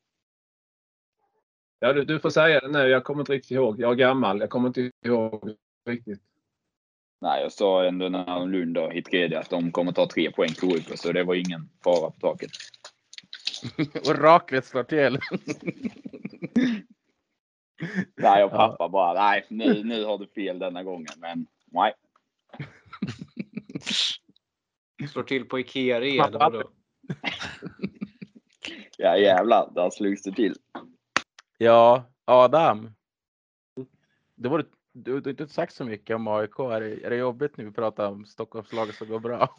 Ja, du, du får säga det nu. Jag kommer inte riktigt ihåg. Jag är gammal. Jag kommer inte ihåg riktigt. Nej, jag sa ändå när Lund och Hitgede att de kommer ta tre poäng K I K, så det var ingen fara på taket. Oraklet slår till. Nej, och pappa bara, nej, nu, nu har du fel denna gången, men nej. Slår till på Ikea eller vadå? Ja jävlar, där slogs det till. Ja, Adam. Det var, du har inte sagt så mycket om A I K. Är det, är det jobbigt nu att prata om Stockholmslaget som går bra?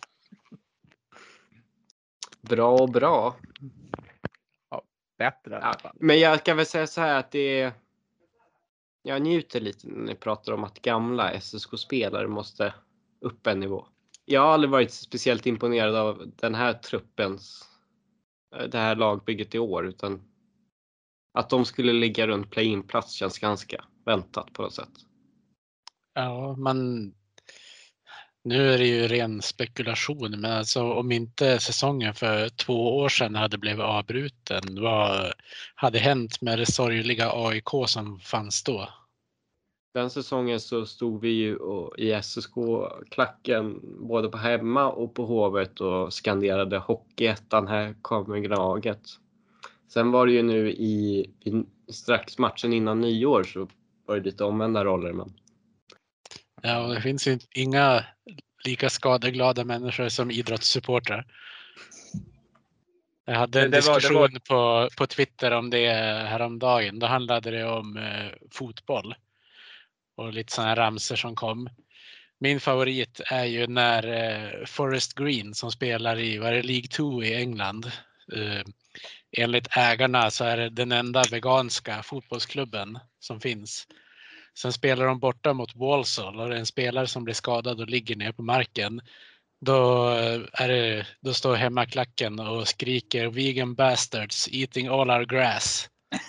Bra och bra. Bättre i alla Ja, fall. men jag kan väl säga så här att det är... Jag njuter lite när ni pratar om att gamla S S K-spelare måste upp en nivå. Jag har aldrig varit speciellt imponerad av den här truppens, det här lagbygget i år, utan att de skulle ligga runt play-in-plats känns ganska väntat på något sätt. Ja, men nu är det ju ren spekulation, men alltså om inte säsongen för två år sedan hade blivit avbruten, vad hade hänt med det sorgliga A I K som fanns då? Den säsongen så stod vi ju i S S K-klacken både på hemma och på Hovet och skanderade Hockeyettan, här kommer Gnaget. Sen var det ju nu i, i strax matchen innan nyår så var det lite omvända roller. Men... Ja, det finns ju inga lika skadeglada människor som idrottssupportrar. Jag hade en Det- det var- det diskussion på, på Twitter om det häromdagen. Då handlade det om eh, fotboll. Och lite sådana ramser som kom. Min favorit är ju när eh, Forest Green som spelar i vad är det, League två i England. Eh, enligt ägarna så är det den enda veganska fotbollsklubben som finns. Sen spelar de borta mot Walsall och det är en spelare som blir skadad och ligger ner på marken. Då, är det, då står hemmaklacken och skriker vegan bastards eating all our grass.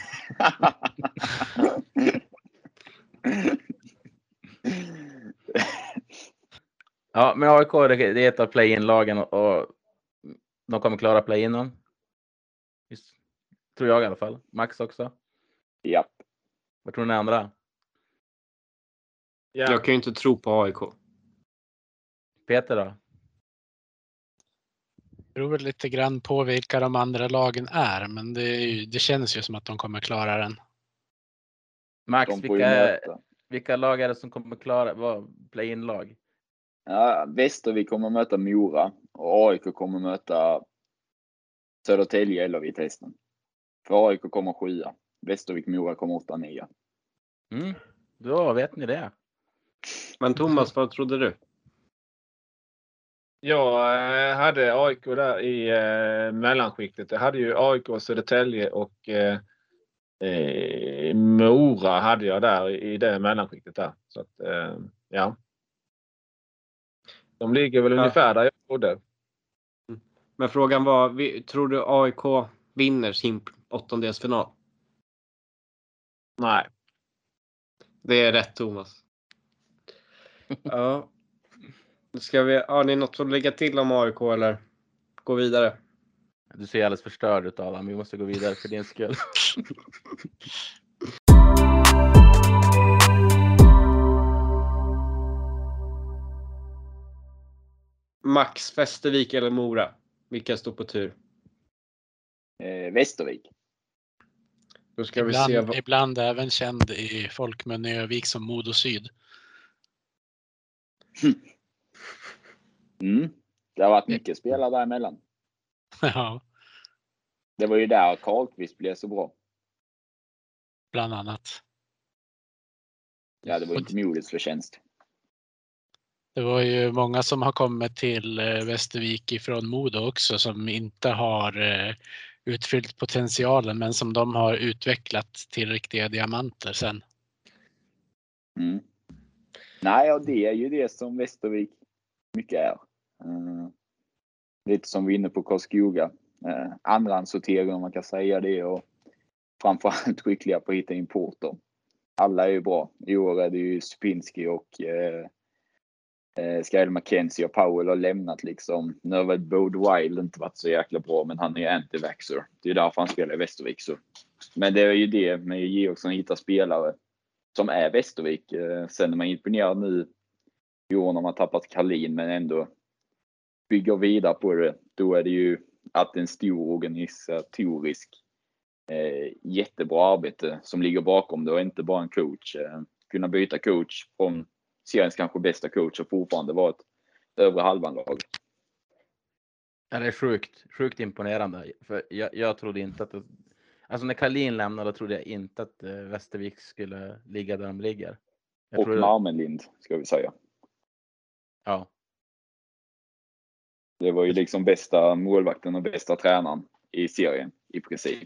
Ja, men A I K det är ett av play-in-lagen och de kommer klara play-inen. Just, tror jag i alla fall. Max också. Ja. Vad tror ni andra? Ja. Jag kan ju inte tro på A I K. Peter då? Det beror väl lite grann på vilka de andra lagen är, men det, är ju, det känns ju som att de kommer klara den. Max, De får ju vilka, möta. vilka lag är det som kommer klara vad play-in-lag? Ja, Västervik kommer möta Mora och A I K kommer möta Södertälje eller Vitesse. För A I K kommer sjua. Västervik Mora kommer åtta nio. Mm, då vet ni det. Men Thomas, vad trodde du? Jag eh, hade A I K där i eh, mellanskiktet. Jag hade ju A I K, Södertälje och eh, eh, Mora hade jag där i, i det mellanskiktet där. Så att, eh, ja. De ligger väl Ja. ungefär där jag trodde. Men frågan var, vi- tror du A I K vinner sin åttondelsfinal? Nej. Det är rätt, Thomas. Ja. Ska vi, har ni något att lägga till om A I K eller gå vidare? Du ser alldeles förstörd ut, Adam. Vi måste gå vidare för din skull. Max, Västervik eller Mora? Vilka står på tur? Eh, Västervik. Då ska vi se. Ibland, vad- ibland även känd i folkmun i Övik som Modo Syd. Mm. Det har varit mycket spelare däremellan. Ja, Det var ju där Karlqvist blev så bra. bland annat. Ja, det var inte Modets förtjänst. Det var ju många som har kommit till eh, Västervik ifrån Modo också som inte har eh, utfyllt potentialen men som de har utvecklat till riktiga diamanter sen. Mm. Nej, och det är ju det som Västervik mycket är. Uh, lite som vi är inne på Karlskoga. Uh, Andrahandssortering om man kan säga det och framförallt skickliga på att hitta importer. Alla är ju bra. I år är det ju Spinski och uh, uh, Skyler McKenzie och Powell har lämnat liksom. Nu har väl Bode Wild inte varit så jäkla bra, men han är ju anti-vaxxer. Det är därför han spelar i Västervik. Så. Men det är ju det med Georgsson hittar spelare som är Västervik. Sen är man imponerad nu i år när man tappat Karlin men ändå bygger vidare på det. Då är det ju att en stor organisatorisk eh, jättebra arbete som ligger bakom det och inte bara en coach. Eh, kunna byta coach från seriens kanske bästa coach och fortfarande vara ett övre halvan lag. Ja, det är sjukt, sjukt imponerande. För jag, jag trodde inte att det, alltså när Karlin lämnade trodde jag inte att eh, Västervik skulle ligga där de ligger. Jag Och trodde, Marmenlind ska vi säga. ja. Det var ju liksom bästa målvakten och bästa tränaren i serien i princip.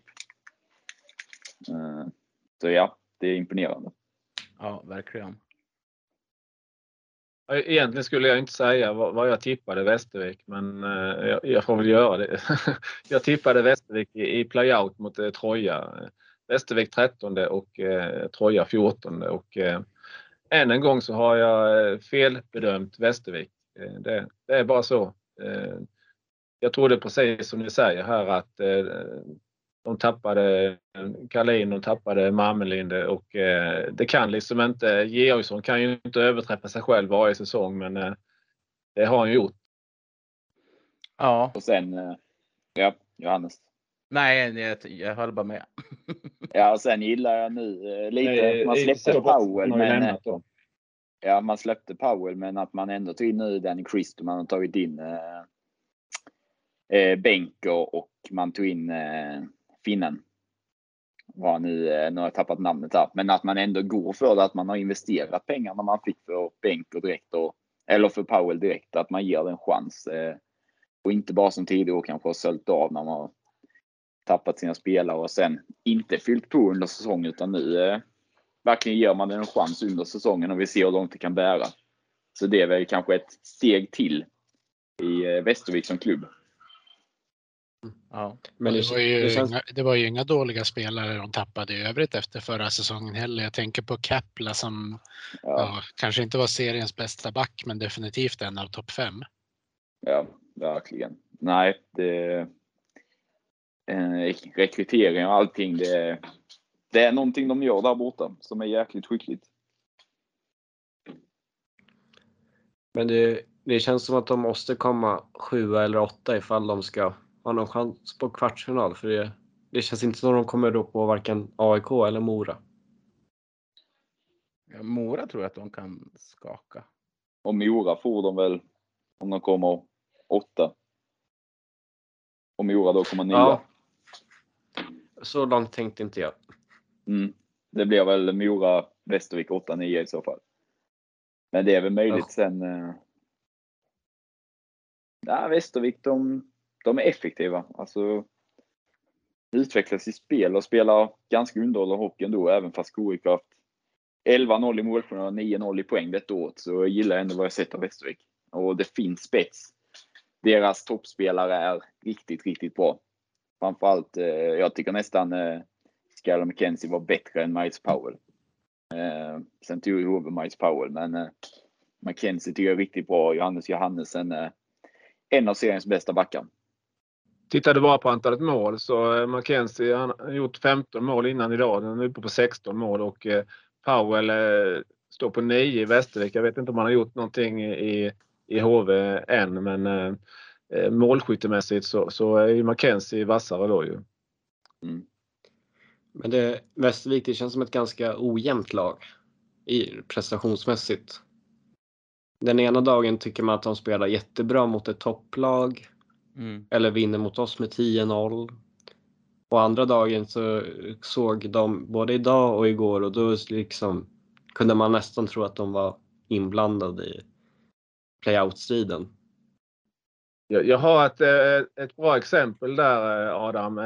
Eh, så ja, det är imponerande. Ja, verkligen. Egentligen skulle jag inte säga vad, vad jag tippade Västervik, men eh, jag, jag får väl göra det. Jag tippade Västervik i, i playout mot eh, Troja. Västervik trettonde och eh, Troja fjortonde och eh, än en gång så har jag eh, felbedömt Västervik. Eh, det, det är bara så. Eh, jag trodde precis som ni säger här att eh, de tappade Karlin, de tappade Marmelinde och eh, det kan liksom inte, Georgsson kan ju inte överträffa sig själv varje säsong, men eh, det har han gjort. Ja, Och sen, eh, ja, Johannes. nej, jag, jag höll bara med. Ja, och sen gillar jag nu eh, lite, Eh, man i- släppte så pass- Powell, han har ju men lämnat då. ja, man släppte Powell, men att man ändå tog in nu Danny Christ och man har tagit in eh, eh, bänker och man tog in eh, finnen. Var nu, eh, nu har jag tappat namnet här. Men att man ändå går för det, att man har investerat pengarna man fick för bänker direkt och, eller för Powell direkt, att man ger den chans. Eh, och inte bara som tidigare kanske har sålt av när man har tappat sina spelare och sen inte fyllt på under säsongen, utan nu eh, verkligen ger man den en chans under säsongen och vi ser hur långt det kan bära. Så det är väl kanske ett steg till i eh, Västervik som klubb. Ja. Men det, det, var ju det känns... inga, det var ju inga dåliga spelare de tappade i övrigt efter förra säsongen heller. Jag tänker på Kapla som Ja. ja, kanske inte var seriens bästa back, men definitivt en av topp fem. Ja, verkligen. Nej, det eh, rekrytering och allting, det, det är någonting de gör där borta som är jäkligt skickligt. Men det, det känns som att de måste komma sjua eller åtta ifall de ska ha någon chans på kvartsfinal. För det, det känns inte som att de kommer då på varken A I K eller Mora. Ja, Mora tror jag att de kan skaka. Och Mora får de väl om de kommer åtta. Och Mora då kommer nia. Ja. Så långt tänkte inte jag. Mm. Det blir väl Mora, Västervik åtta nio i så fall. Men det är väl möjligt Ja. sen. Eh... Ja, Västervik, de, de är effektiva. Alltså utvecklas i spel och spelar ganska underhållande hockey ändå, även fast K I K haft elva noll i målskillnad och nio noll i poäng detta året, så jag gillar ändå vad jag sett av Västervik. Och det finns spets. Deras toppspelare är riktigt, riktigt bra. Framförallt, eh, jag tycker nästan eh, Skyler McKenzie var bättre än Miles Powell. Eh, sen tog jag över Miles Powell, men eh, McKenzie tycker jag är riktigt bra. Johannes Johannesen, eh, en av seriens bästa backar. Tittar du bara på antalet mål så eh, McKenzie han har gjort femton mål innan idag. Den är uppe på sexton mål och eh, Powell eh, står på nio i Västervik. Jag vet inte om han har gjort någonting i, i H V än, men eh, målskyttemässigt så, så är ju McKenzie vassare då ju. Mm. Men det, Västervik, det känns som ett ganska ojämnt lag i prestationsmässigt. Den ena dagen tycker man att de spelar jättebra mot ett topplag. Mm. Eller vinner mot oss med tio noll. Och andra dagen så såg de både idag och igår, och då liksom kunde man nästan tro att de var inblandade i playout-striden. Jag, jag har ett, ett bra exempel där, Adam.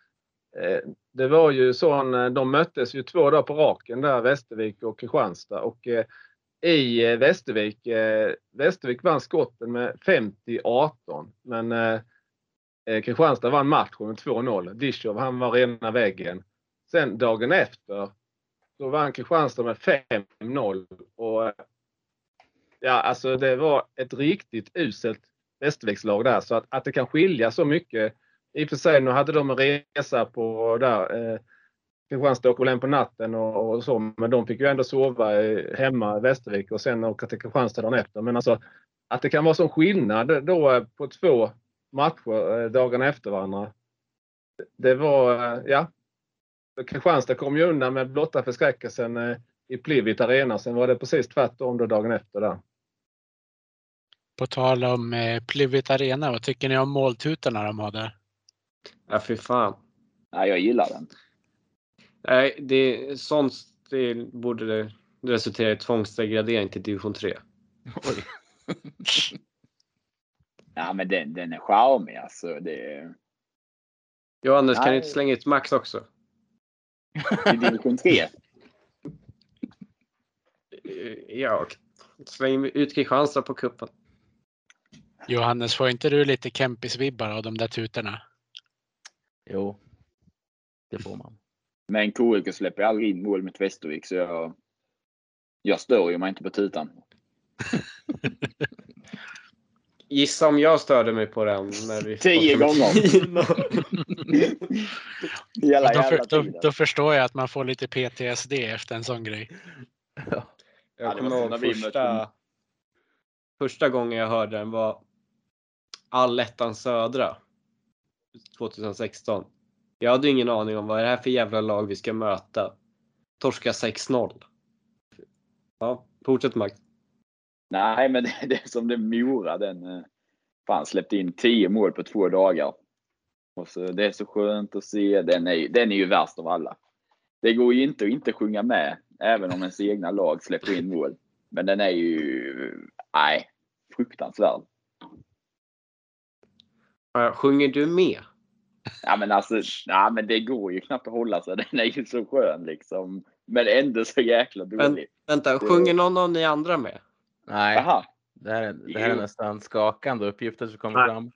Det var ju sån, de möttes ju två dagar på raken där, Västervik och Kristianstad. Och i Västervik, Västervik vann skotten med femtio arton. Men eh, Kristianstad vann matchen med två noll. Dishov, han var rena väggen. Sen dagen efter så vann Kristianstad med fem noll. Och ja, alltså det var ett riktigt uselt Västervikslag där. Så att, att det kan skilja så mycket. I och för sig, nu hade de en resa på där. Eh, Kristianstad åker väl hem på natten och, och så. Men de fick ju ändå sova i, hemma i Västervik och sen åka till Kristianstad dagen efter. Men alltså att det kan vara sån skillnad då på två matcher eh, dagarna efter varandra. Det var, eh, ja. Kristianstad kom ju undan med blotta förskräckelsen eh, i Plivit Arena. Sen var det precis tvärtom då dagen efter där. På tal om eh, Plivit Arena, vad tycker ni om måltutorna de hade? Ja, fy fan. Nej, jag gillar den. Nej, det, sånt det borde det resultera i tvångsdegradering till division tre. Oj. Ja, men den, den är charmig alltså. Det... Johannes, kan Nej. du inte slänga ut Max också? I division tre. Ja, släng ut Kristianstad på kuppen. Johannes, får inte du lite Kempis-vibbar av de där tutorna? Jo, det får man. Men K I K släpper aldrig in mål mot Västervik, så jag, jag stör ju mig inte på tutan. Gissa om jag störde mig på den när vi Tio gånger. Hela då, för, jävla då, tiden. då förstår jag att man får lite P T S D efter en sån grej. Ja. Jag det kommer var så ihåg när vi första, mötte- första gången jag hörde den var Allettan Södra tjugohundrasexton. Jag hade ingen aning om vad är det här för jävla lag vi ska möta. Torska sex noll. Ja, fortsätt Max. Nej, men det, det är som det Mora. Den, fan släppte in tio mål på två dagar. Och så, det är så skönt att se. Den är, den är ju värst av alla. Det går ju inte att inte sjunga med, även om ens egna lag släpper in mål. Men den är ju, nej, fruktansvärd. Sjunger du med? Ja men alltså, ja, men det går ju knappt att hålla sig. Den är ju så skön liksom. Men ändå så jäkla dålig. Men, vänta, sjunger någon av ni andra med? Nej, Aha. det här, det här är Jo. nästan skakande uppgifter som kommer Nej. fram.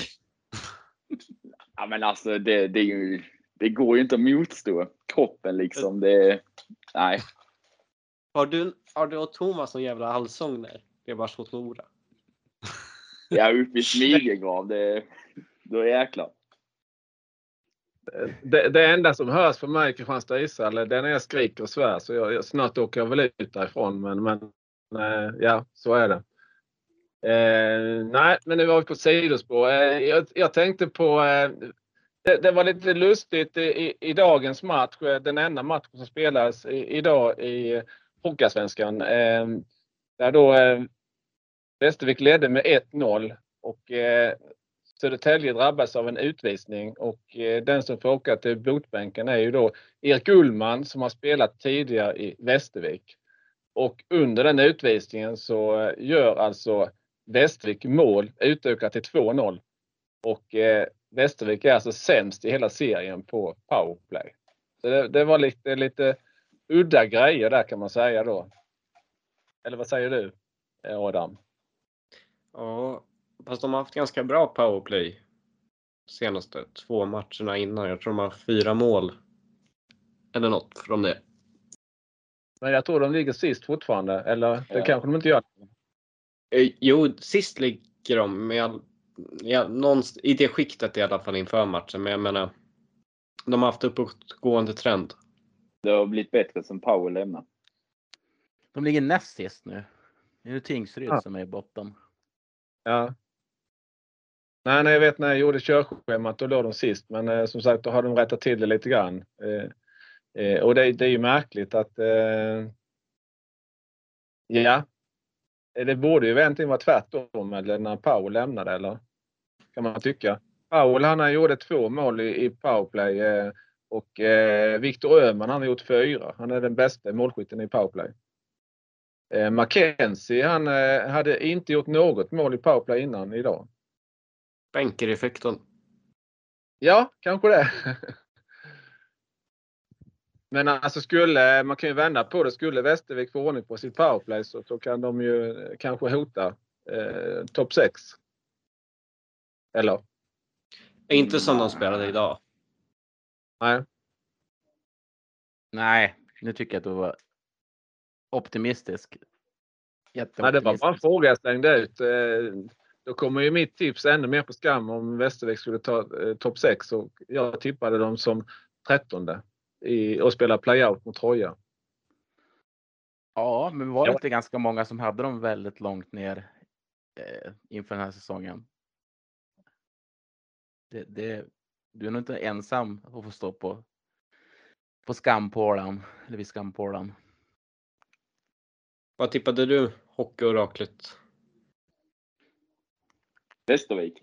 Ja men alltså, det, det, är ju, det går ju inte att motstå kroppen liksom. Det, nej. Har du, har du och Thomas någon jävla allsång där? Det är bara så Nora. Jag är uppe i Smigegrav. Det, då jäklar. Det, det enda som hörs för mig i Kristianstad ishall, det är när jag skriker och svär. Så jag, jag snart åker jag väl ut därifrån. Men, men eh, ja, så är det. Eh, nej, men nu var vi på sidospår. Eh, jag, jag tänkte på... Eh, det, det var lite lustigt i, i, i dagens match. Den enda matchen som spelas i, idag i Hockeyallsvenskan. Eh, där då eh, Västervik ledde med ett noll. Och eh, Södertälje drabbas av en utvisning. Och eh, den som får åka till botbänken är ju då Erik Ullman som har spelat tidigare i Västervik. Och under den utvisningen så gör alltså Västervik mål utökat till två noll. Och eh, Västervik är alltså sämst i hela serien på powerplay. Så det, det var lite, lite udda grejer där kan man säga då. Eller vad säger du, Adam? Ja, fast de har haft ganska bra powerplay senaste två matcherna innan. Jag tror de har fyra mål. Eller något från det. Men jag tror de ligger sist fortfarande. Eller det Ja. kanske de inte gör. Eh, Jo, sist ligger de med, ja, någonstans, i det skiktet i alla fall inför matchen. Men jag menar, de har haft uppåtgående trend. Det har blivit bättre sen Powell lämnar. De ligger näst sist nu. Det är ju Tingsryd Ja. som är i botten. Ja. Nej, nej, jag vet när jag gjorde körschemat då låg de sist. Men eh, som sagt, då har de rättat till det lite grann. Eh, eh, och det, det är ju märkligt att... Eh, ja. Det borde ju egentligen vara tvärtom. Eller när Powell lämnade, eller? Kan man tycka. Powell, han har gjort två mål i, i powerplay. Eh, och eh, Viktor Öhman, han har gjort fyra. Han är den bästa målskytten i powerplay. Eh, Mackenzie, han eh, hade inte gjort något mål i powerplay innan idag. Bänker-effekten. Ja, kanske det. Men alltså skulle, man kan ju vända på det. Skulle Västervik få ordning på sitt powerplay så, så kan de ju kanske hota eh, topp sex. Eller? Inte som de spelade idag. Nej. Nej, nu tycker jag att du var optimistisk. Nej, det var bara en Jätteoptimistisk. fråga jag slängde ut. Eh, då kommer ju mitt tips ännu mer på skam om Västervik skulle ta eh, topp sex. Och jag tippade dem som trettonde i, och spela playout mot Troja. Ja, men var det Ja. inte ganska många som hade dem väldigt långt ner eh, inför den här säsongen? Det, det, du är nog inte ensam att få stå på, på skampålan. Eller vid skampålan. Vad tippade du, hockeyoraklet? Västervik.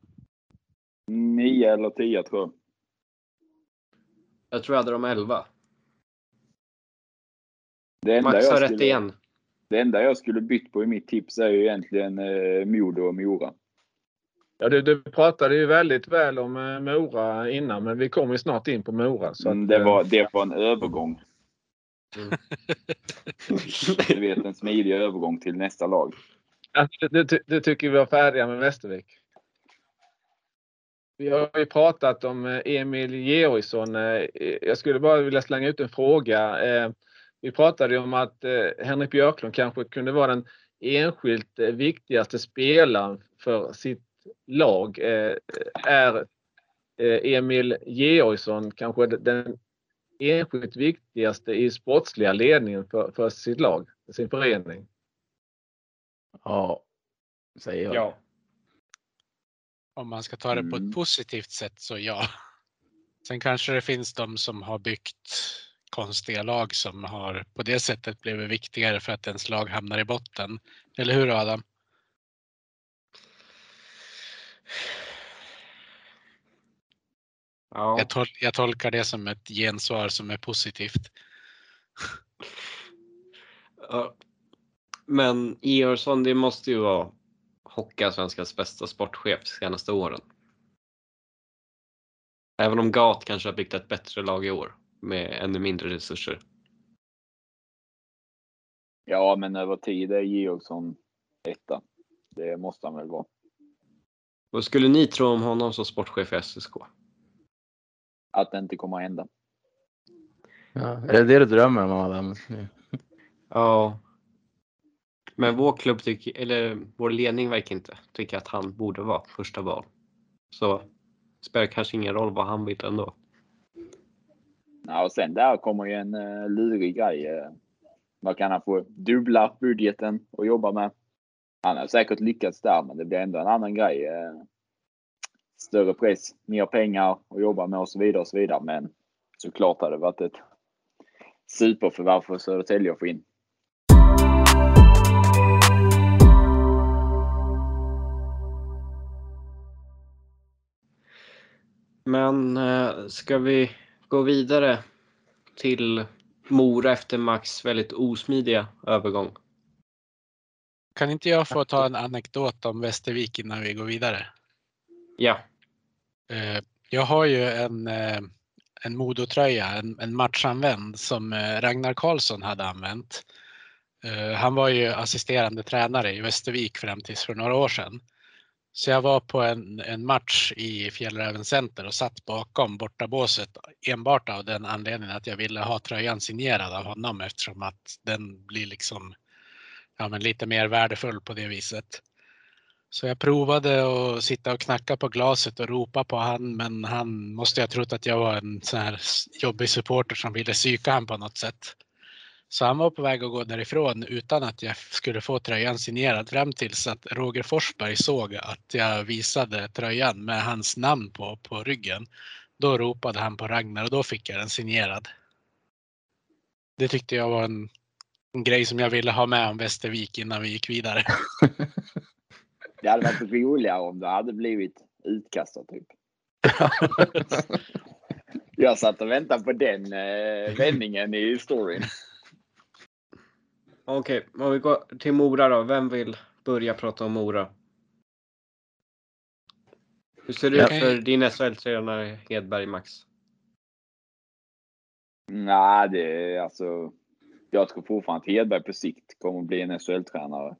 Nio eller tio tror jag. Jag tror jag hade de elva. Det enda, Max har jag rätt skulle, igen. det enda jag skulle bytt på i mitt tips är ju egentligen eh, Modo och Mora. Ja, du, du pratade ju väldigt väl om eh, Mora innan, men vi kommer ju snart in på Mora. Så Mm, att, det, eh, var, det var en övergång. Mm. Du vet, en smidig övergång till nästa lag. Alltså, det, det, det tycker vi var färdiga med Västervik. Vi har ju pratat om eh, Emil Georgsson. Eh, jag skulle bara vilja slänga ut en fråga. Eh, vi pratade ju om att eh, Henrik Björklund kanske kunde vara den enskilt eh, viktigaste spelaren för sitt lag. Eh, är eh, Emil Georgsson kanske den enskilt viktigaste i sportsliga ledningen för, för sitt lag, för sin förening? Ja, säger jag. Ja. Om man ska ta det på Mm. ett positivt sätt så ja. Sen kanske det finns de som har byggt konstiga lag som har på det sättet blivit viktigare för att ens lag hamnar i botten. Eller hur Adam? Ja. Jag, tol- jag tolkar det som ett gensvar som är positivt. Ja. Men Georgsson, det måste ju vara Hockeyallsvenskans bästa sportchef de senaste åren. Även om Gat kanske har byggt ett bättre lag i år med ännu mindre resurser. Ja, men över tid är Georgsson etta. Det måste han väl vara. Vad skulle ni tro om honom som sportchef i S S K? Att det inte kommer att hända. Ja, är det det du drömmer om, Adam? Ja. Men vår klubb tycker, eller vår ledning verkar inte tycka att han borde vara första val. Så spelar kanske ingen roll vad han vill ändå. Ja, och sen där kommer ju en uh, lurig grej. Uh, vad kan han få dubbla budgeten och jobba med? Han har säkert lyckats där, men det blir ändå en annan grej. Uh, större press, mer pengar att jobba med och så vidare och så vidare. Men såklart hade det varit ett superförvärv för Södertälje att få in. Men eh, ska vi gå vidare till Mora efter Max väldigt osmidiga övergång? Kan inte jag få ta en anekdot om Västervik innan vi går vidare? Ja. Eh, Jag har ju en, eh, en Modo-tröja, en, en matchanvänd som eh, Ragnar Karlsson hade använt. Eh, Han var ju assisterande tränare i Västervik fram tills för några år sedan. Så jag var på en, en match i Fjällräven Center och satt bakom bortabåset enbart av den anledningen att jag ville ha tröjan signerad av honom, eftersom att den blir liksom ja, men lite mer värdefull på det viset. Så jag provade att sitta och knacka på glaset och ropa på han, men han måste ha trott att jag var en sån här jobbig supporter som ville psyka han på något sätt. Så han var på väg att gå därifrån utan att jag skulle få tröjan signerad, fram tills att Roger Forsberg såg att jag visade tröjan med hans namn på, på ryggen. Då ropade han på Ragnar och då fick jag den signerad. Det tyckte jag var en, en grej som jag ville ha med om Västervik innan vi gick vidare. Det hade varit roligare om det hade blivit utkastad typ. Jag satt och väntade på den eh, vändningen i storyn. Okej, om vi går till Mora då. Vem vill börja prata om Mora? Hur ser det Jag ut kan för ju- din S H L-tränare Hedberg, Max? Nej, det är alltså... Jag tror fortfarande att Hedberg på sikt kommer att bli en S H L-tränare.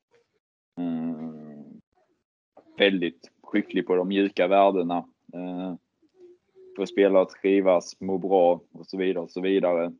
Mm, väldigt skicklig på de mjuka värdena. Eh, får spelare att trivas, må bra och så vidare och så vidare.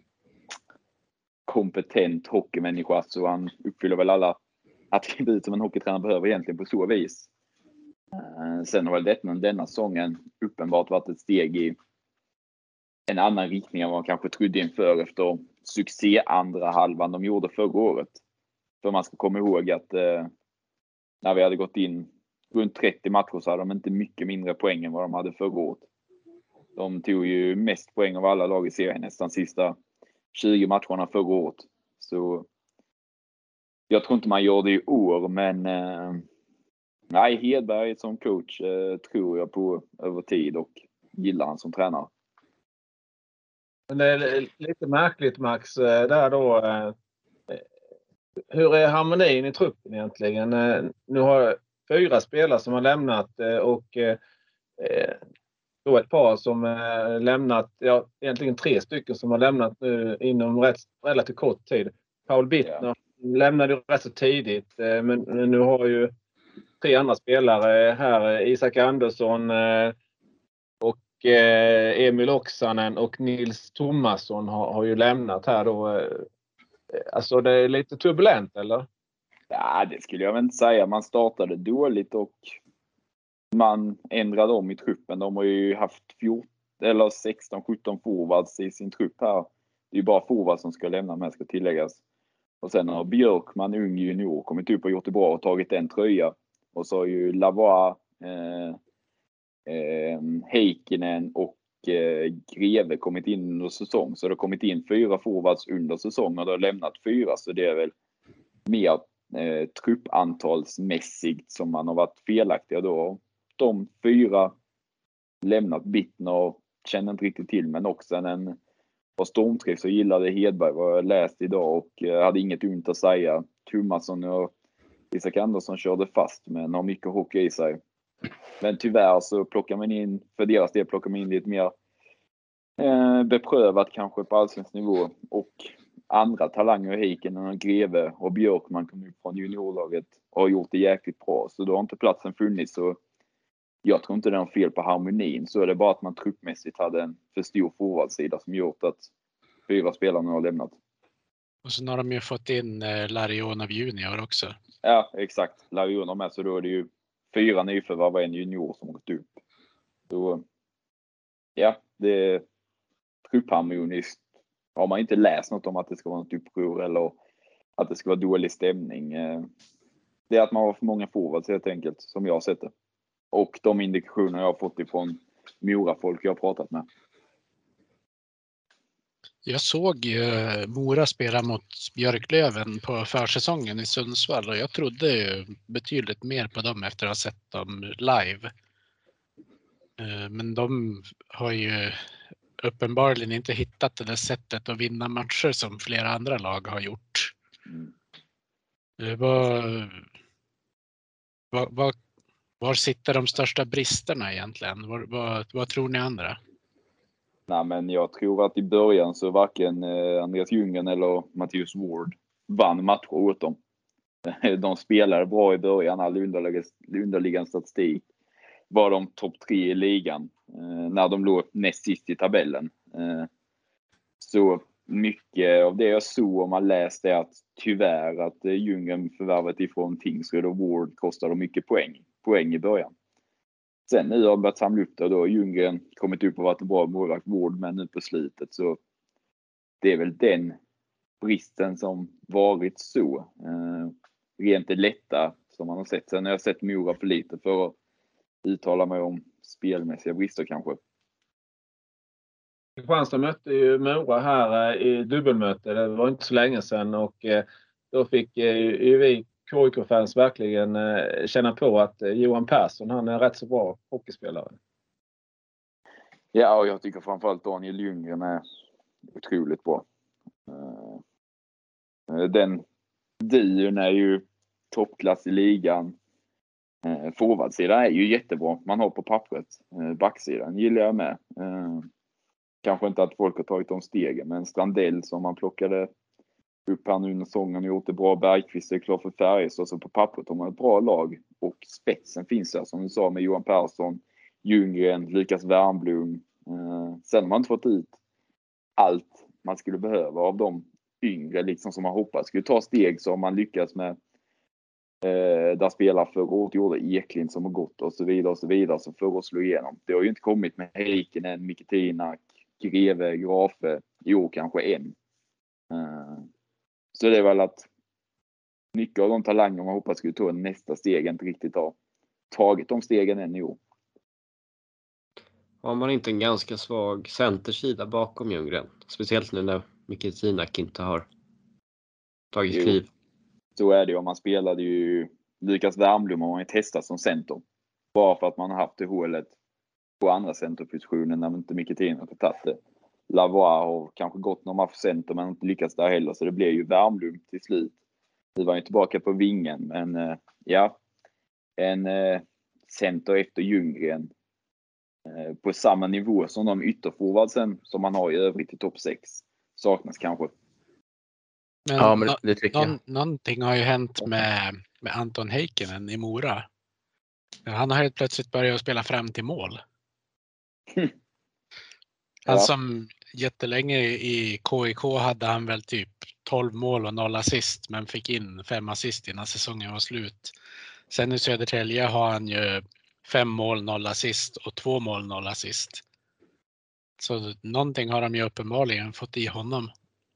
Kompetent hockeymänniska, så han uppfyller väl alla attribut som en hockeytränare behöver egentligen på så vis. Eh, sen har väl detta, denna säsongen uppenbart varit ett steg i en annan riktning än vad man kanske trodde inför efter succé andra halvan de gjorde förra året. För man ska komma ihåg att eh, när vi hade gått in runt trettio matcher så hade de inte mycket mindre poäng än vad de hade förra året. De tog ju mest poäng av alla lag i serien nästan sista tjugo matcherna förra året. Så jag tror inte man gör det i år, men eh, nej, Hedberg som coach eh, tror jag på över tid och gillar han som tränare. Men det är lite märkligt, Max, där då. Eh, hur är harmonin i truppen egentligen? Eh, nu har fyra spelare som har lämnat eh, och eh, då ett par som eh, lämnat, ja egentligen tre stycken som har lämnat nu inom rätt, relativt kort tid. Paul Bittner Ja. lämnade ju rätt så tidigt, eh, men nu har ju tre andra spelare här, Isak Andersson eh, och eh, Emil Oksanen och Nils Thomasson har, har ju lämnat här då. Eh, alltså det är lite turbulent, eller? Ja, det skulle jag väl inte säga. Man startade dåligt och man ändrade om i truppen. De har ju haft fjorton eller sexton sjutton forwards i sin trupp här. Det är ju bara forwards som ska lämna med, ska tilläggas. Och sen har Björkman, ung junior, kommit upp och gjort det bra och tagit en tröja. Och så har ju Lavois, eh, eh, Heikkinen och eh, Greve kommit in under säsong. Så det har kommit in fyra forwards under säsong och det har lämnat fyra. Så det är väl mer eh, truppantalsmässigt som man har varit felaktiga då. De fyra lämnat Bittner och känner inte riktigt till, men också en var stormtrivs och gillade Hedberg vad jag läst idag och eh, hade inget ont att säga. Thomasson och Isak Andersson körde fast men har mycket hockey i sig. Men tyvärr så plockar man in, för deras del plockar man in lite mer eh, beprövat kanske på allsvensk nivå och andra talanger i Heiken och Greve och Björkman kom upp från juniorlaget och har gjort det jäkligt bra. Så då har inte platsen funnits så jag tror inte det är någon fel på harmonin. Så är det bara att man truppmässigt hade en för stor forwardsida som gjort att fyra spelarna har lämnat. Och så har de ju fått in eh, Larionov junior också. Ja, exakt. Larionov med, så då är det ju fyra nyförvärv och en junior som har gått upp. Så ja, det är truppharmoniskt. Har man inte läst något om att det ska vara något uppror eller att det ska vara dålig stämning. Det är att man har för många forwards helt enkelt, som jag har sett det. Och de indikationer jag har fått ifrån Mora-folk jag har pratat med. Jag såg ju Mora spela mot Björklöven på försäsongen i Sundsvall och jag trodde ju betydligt mer på dem efter att ha sett dem live. Men de har ju uppenbarligen inte hittat det där sättet att vinna matcher som flera andra lag har gjort. Mm. Vad, vad, vad, var sitter de största bristerna egentligen? Vad, vad, vad tror ni andra? Nej, men jag tror att i början så varken eh, Andreas Ljunggren eller Mattias Ward vann matcher åt dem. De spelade bra i början, all underliggande statistik. Var de topp tre i ligan eh, när de låg näst sist i tabellen. Eh, så mycket av det jag såg om man läste är att tyvärr att eh, Ljunggren förvärvat ifrån Tingsryd och Ward kostade mycket poäng, poäng i början. Sen nu har jag börjat samla upp det och då har Ljunggren kommit upp och varit bra målvakt Ward men nu på slutet så det är väl den bristen som varit så. Eh, rent det lätta som man har sett. Sen har jag sett Mora för lite för att uttala mig om spelmässiga brister kanske. Kristianstad mötte ju Mora här i dubbelmöte. Det var inte så länge sedan och då fick ju vi K I K-fans verkligen känna på att Johan Persson, han är rätt så bra hockeyspelare. Ja, och jag tycker framförallt Daniel Ljunggren är otroligt bra. Den duon är ju toppklass i ligan. Forwardsidan är ju jättebra. Man har på pappret. Backsidan gillar jag med. Kanske inte att folk har tagit de stegen, men Strandell som man plockade upp här nu under säsongen och gjort det bra. Bergqvist är klar för Färjestad, så på pappret har man ett bra lag. Och spetsen finns där som du sa med Johan Persson, Ljunggren, Lukas Wernbloom. Sen har man inte fått ut allt man skulle behöva av de yngre liksom som man hoppas skulle ta steg som man lyckas med. Eh, där spelar förra året gjorde Eklind som har gått och så vidare och så vidare som förra året slog igenom. Det har ju inte kommit med Heikkinen, Miketina, Greve, Grafe, i år kanske en. Eh, så det är väl att mycket av de talanger man hoppas skulle ta nästa steg inte riktigt har tagit de stegen än i år. Har man inte en ganska svag centersida bakom Ljunggren? Speciellt nu när Miketina inte har tagit Jo. kliv. Så är det om man spelade ju Lukas Wernbloom har man ju testat som center. Bara för att man har haft det hålet på andra centerpositionen när man inte Miketina har tagit det. Lavoie har kanske gått någon match center men inte lyckats där heller. Så det blev ju Wernbloom till slut. Vi var ju tillbaka på vingen. Men eh, ja, en eh, center efter Ljunggren eh, på samma nivå som de ytterforwardsen som man har i övrigt i topp sex saknas kanske. Men, ja, men det tycker någon, jag. Någonting har ju hänt med, med Anton Heikkinen i Mora. Han har helt plötsligt börjat spela fram till mål. Han Ja. som jättelänge i K I K hade han väl typ tolv mål och noll assist men fick in fem assist innan säsongen var slut. Sen i Södertälje har han ju fem mål, noll assist och två mål, noll assist. Så någonting har de ju uppenbarligen fått i honom.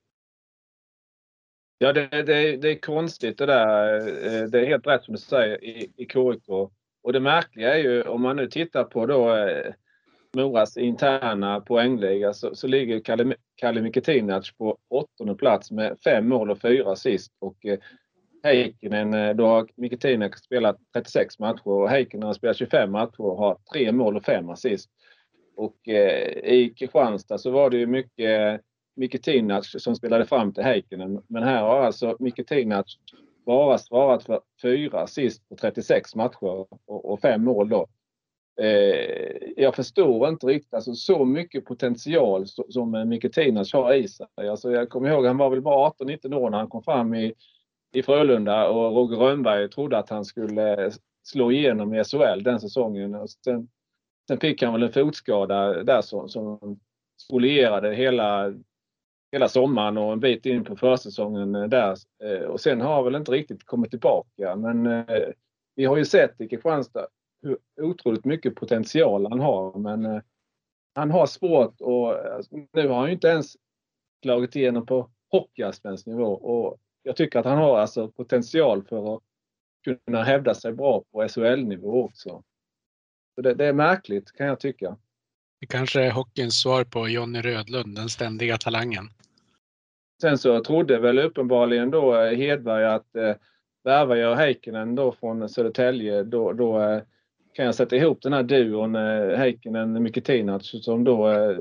Ja, det, det, det är konstigt det där. Det är helt rätt som du säger i, i K I K. Och det märkliga är ju om man nu tittar på då eh, Moras interna poängliga så, så ligger Kalle, Kalle Miketinac på åttonde plats med fem mål och fyra assist. Och eh, Heikkinen, då har Mikitinac spelat trettiosex matcher och Heikkinen har spelat tjugofem matcher och har tre mål och fem assist. Och eh, i Kristianstad så var det ju mycket Mikitinac som spelade fram till Heikkinen. Men här har alltså Mikitinac bara svarat för fyra assist på trettiosex matcher och, och fem mål då. Eh, jag förstår inte riktigt alltså, så mycket potential så, som Mikitinac har i sig. Alltså, jag kommer ihåg han var väl bara arton nitton år när han kom fram i, i Frölunda och Roger Rönnberg trodde att han skulle slå igenom i S H L den säsongen. Och sen, sen fick han väl en fotskada där som, som spolierade hela, hela sommaren och en bit in på försäsongen där. Eh, och sen har väl inte riktigt kommit tillbaka. Men eh, vi har ju sett i Kristianstad hur otroligt mycket potential han har. Men eh, han har svårt och alltså, nu har han ju inte ens slagit igenom på hockeyallsvensk nivå. Och jag tycker att han har alltså potential för att kunna hävda sig bra på S H L-nivå också. Så det, det är märkligt kan jag tycka. Det kanske är hockeyns svar på Johnny Rödlund, den ständiga talangen. Sen så trodde väl uppenbarligen då Hedberg att eh, värvar jag Heikkinen då från Södertälje då, då eh, kan jag sätta ihop den här duon eh, Heikkinen Mikitinac som då eh,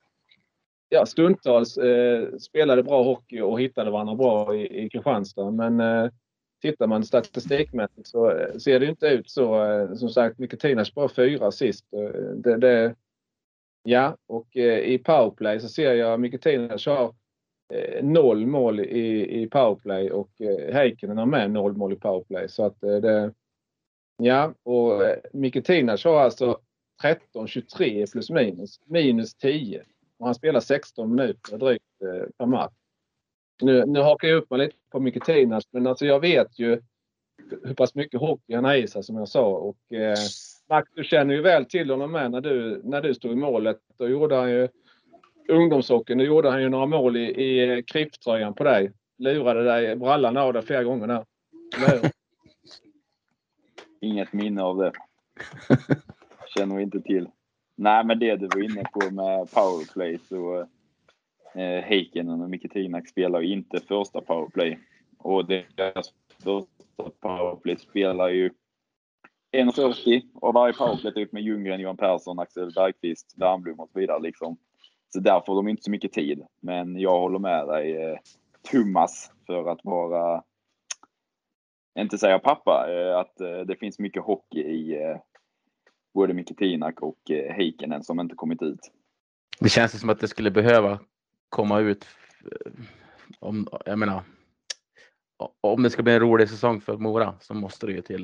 ja, stundtals eh, spelade bra hockey och hittade varandra bra i, i Kristianstad. Men eh, tittar man statistikmässigt så eh, ser det inte ut så. Eh, som sagt, Mikitinac bara fyra sist. Eh, det, det, ja, och eh, i powerplay så ser jag Mikitinac har eh, noll mål i, i powerplay och eh, Heikkinen har med noll mål i powerplay. Så att eh, det, ja, och eh, Mikitinac har alltså tretton tjugotre plus minus, minus tio. Och han spelar sexton minuter drygt eh, per match. Nu, nu hakar jag upp mig lite på Mikitinac, men alltså jag vet ju hur pass mycket hockey han har i sig som jag sa. Och eh, Max, du känner ju väl till honom med när du, när du stod i målet. Då gjorde han ju ungdomshockeyn, då gjorde han ju några mål i, i krifttröjan på dig. Lurade dig brallan av dig flera gånger där. Eller? Inget minne av det. Känner vi inte till. Nej, men det du var inne på med powerplay så eh, Heikkinen och Mikitinac spelar ju inte första powerplay. Och deras första powerplay spelar ju en fyrtio och varje powerplay ut med Ljunggren, Johan Persson, Axel Bergqvist, Värmblom och så vidare liksom. Så där får de inte så mycket tid. Men jag håller med dig eh, Thomas för att vara inte säga pappa eh, att eh, det finns mycket hockey i eh, både Mikitinac och eh, Heikkinen som inte kommit ut. Det känns som att det skulle behöva komma ut om, jag menar, om det ska bli en rolig säsong för Mora så måste det ju till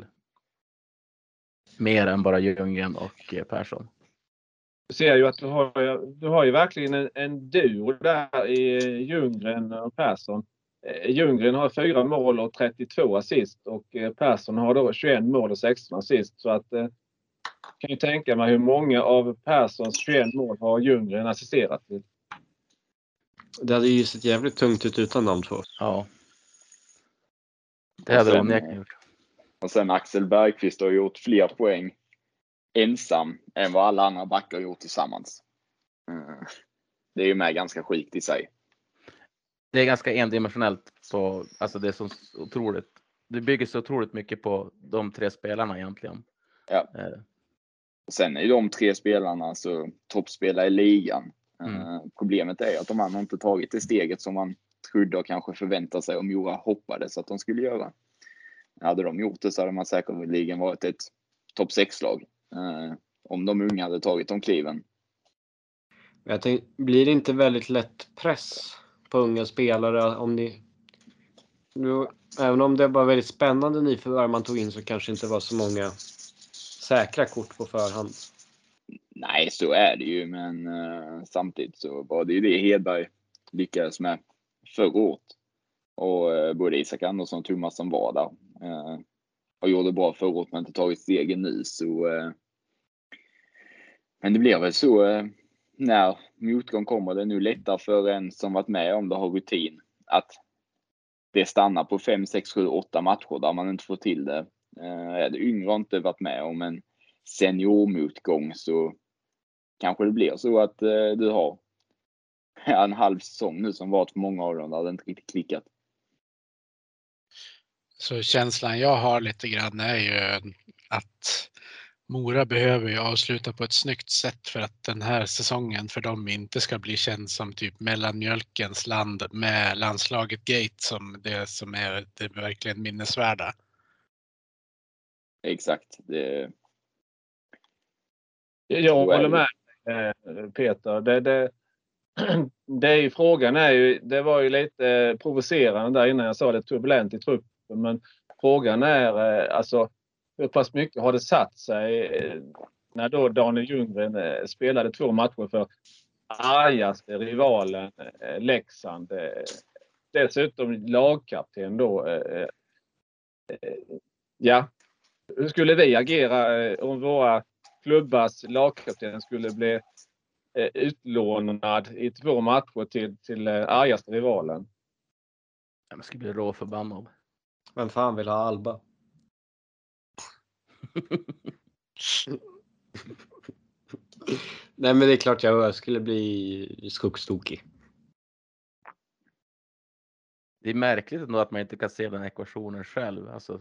mer än bara Ljunggren och Persson. Du ser ju att du har, du har ju verkligen en, en duo där i Ljunggren och Persson. Ljunggren har fyra mål och trettiotvå assist och Persson har då tjugoett mål och sexton assist. Så att kan ju tänka mig hur många av Perssons tjugoett mål har Ljunggren assisterat till. Det hade ju sett jävligt tungt ut utan de två. Ja. Det hade de onekligen gjort. Och sen Axel Bergqvist har gjort fler poäng ensam än vad alla andra backar har gjort tillsammans. Mm. Det är ju med ganska sjukt i sig. Det är ganska endimensionellt. Så, alltså det är så otroligt. Det bygger så otroligt mycket på de tre spelarna egentligen. Ja. Eh. Sen är ju de tre spelarna så toppspelare i ligan. Mm. Uh, problemet är att de andra inte tagit det steget som man trodde och kanske förväntade sig om Mora hoppades att de skulle göra. Hade de gjort det så hade man säkerligen varit ett topp sex-lag. Uh, om de unga hade tagit de kliven. Jag tänkte, blir det inte väldigt lätt press på unga spelare om ni... Nu, även om det var väldigt spännande nyförvärv man tog in så kanske inte var så många säkra kort på förhand. Nej, så är det ju, men uh, samtidigt så var det ju det Hedberg lyckades med förra året. Och uh, både Isak Andersson och Thomas som var där uh, och gjorde bra förra året men inte tagit stegen nu. Så, uh, men det blir väl så uh, när motgång kommer det nu lättare för en som varit med om det har rutin att det stannar på fem, sex, sju, åtta matcher där man inte får till det. Uh, är det yngre har inte varit med om en seniormotgång så kanske det blir så att uh, du har en halv säsong nu som varit för många av dem där det inte riktigt klickat. Så känslan jag har lite grann är ju att Mora behöver ju avsluta på ett snyggt sätt för att den här säsongen för dem inte ska bli känd som typ mellanmjölkens land med landslaget Gate som det som är det verkligen minnesvärda. Exakt. Det, Jag håller med Peter. Det, det, det är ju, frågan är ju, det var ju lite provocerande där innan jag sa det, turbulent i truppen, men frågan är alltså hur pass mycket har det satt sig när då Daniel Ljunggren spelade två matcher för argaste rivalen Leksand, dessutom lagkapten då. Ja, hur skulle vi agera om våra klubbars lagkapten skulle bli utlånad i två matcher till, till argaste rivalen? Jag skulle bli råförbannad. Vem fan vill ha Alba? Nej, men det är klart jag skulle bli skogstokig. Det är märkligt ändå att man inte kan se den ekvationen själv. Alltså,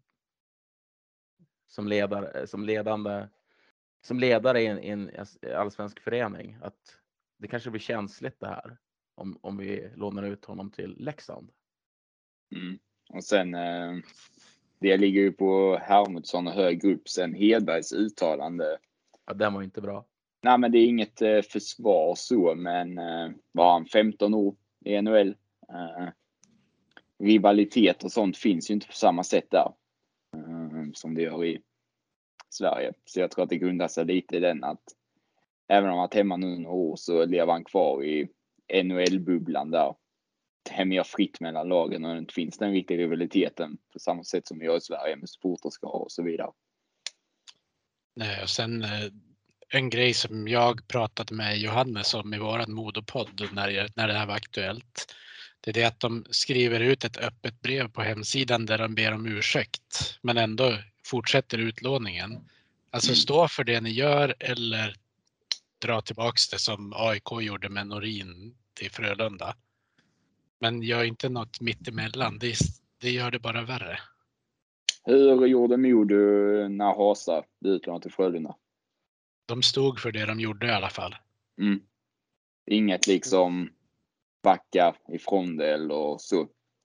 som, ledare, som, ledande, som ledare i en, i en allsvensk förening. Att det kanske blir känsligt det här. Om, om vi lånar ut honom till Leksand. Mm. Och sen eh, det ligger ju på Hermundsson och hög upp sen Hedbergs uttalande. Ja, den var inte bra. Nej, men det är inget eh, försvar så, men eh, var han femton år i N H L. Eh, rivalitet och sånt finns ju inte på samma sätt där eh, som det gör i Sverige. Så jag tror att det grundar sig lite i den att även om han varit hemma nu några år så lever han kvar i N H L-bubblan där. Det är mer fritt mellan lagen och det inte finns den riktiga rivaliteten på samma sätt som vi gör i Sverige med supporterskap och så vidare. Nej, och sen en grej som jag pratade med Johannes om i våran Modopodd när, när det här var aktuellt. Det är det att de skriver ut ett öppet brev på hemsidan där de ber om ursäkt men ändå fortsätter utlåningen. Alltså stå för det ni gör eller dra tillbaks det som A I K gjorde med Norin till Frölunda. Men gör inte något mittemellan. Det, det gör det bara värre. Hur gjorde Modo när Hasa blev utlånad till Frölunda? De stod för det de gjorde i alla fall. Mm. Inget liksom backa ifrån det eller så.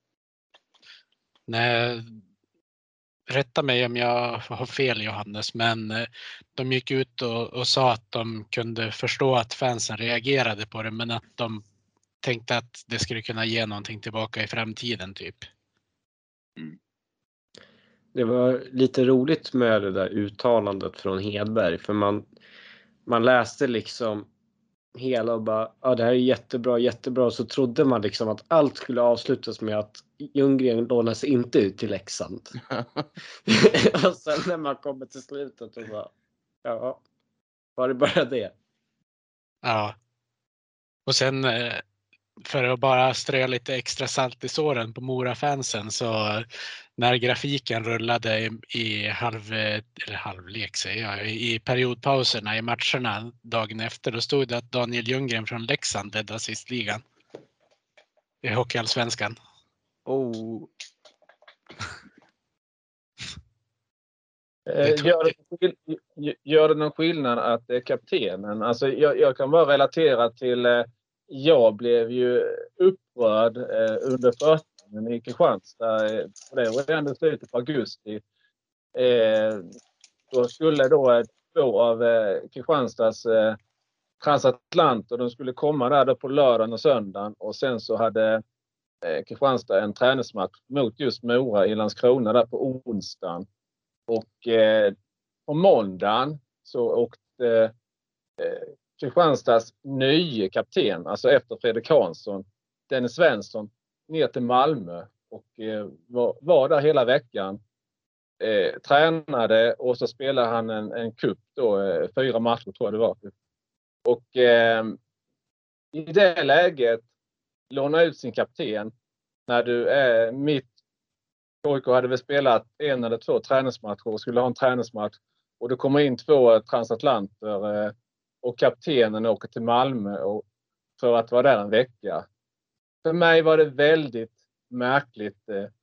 Nej, rätta mig om jag har fel Johannes, men de gick ut och, och sa att de kunde förstå att fansen reagerade på det, men att de tänkte att det skulle kunna ge någonting tillbaka i framtiden typ. Mm. Det var lite roligt med det där uttalandet från Hedberg, för man, man läste liksom hela och bara, ja det här är jättebra, jättebra. Så trodde man liksom att allt skulle avslutas med att Ljunggren lånas inte ut till Leksand. Och sen när man kommer till slutet och bara, ja, var det bara det? Ja. Och sen för att bara strö lite extra salt i såren på Mora-fansen, så när grafiken rullade i, i halv, eller halvlek säger jag, i periodpauserna i matcherna dagen efter, då stod det att Daniel Ljunggren från Leksand ledde assistligan i Hockeyallsvenskan. Oh. Det gör, det, gör det någon skillnad att det är kaptenen? Alltså jag, jag kan bara relatera till, eh, jag blev ju upprörd eh, under försäsongen i Kristianstad. Eh, det var ändå slutet på augusti. Eh, då skulle då två av eh, Kristianstads eh, transatlanter, de skulle komma där då på lördagen och söndagen, och sen så hade eh, Kristianstad en träningsmatch mot just Mora i Landskrona där på onsdagen. Och eh, på måndagen så åkte eh, Kristianstads nye kapten, alltså efter Fredrik Hansson, Dennis Svensson, ner till Malmö och eh, var, var där hela veckan. Eh, tränade och så spelade han en, en cup då, eh, fyra matcher tror jag det var. Och eh, i det läget låna ut sin kapten när du är mitt. K I K hade väl spelat en eller två träningsmatcher och skulle ha en träningsmatch. Och det kommer in två transatlanter eh, och kaptenen åker till Malmö och, för att vara där en vecka. För mig var det väldigt märkligt. Eh,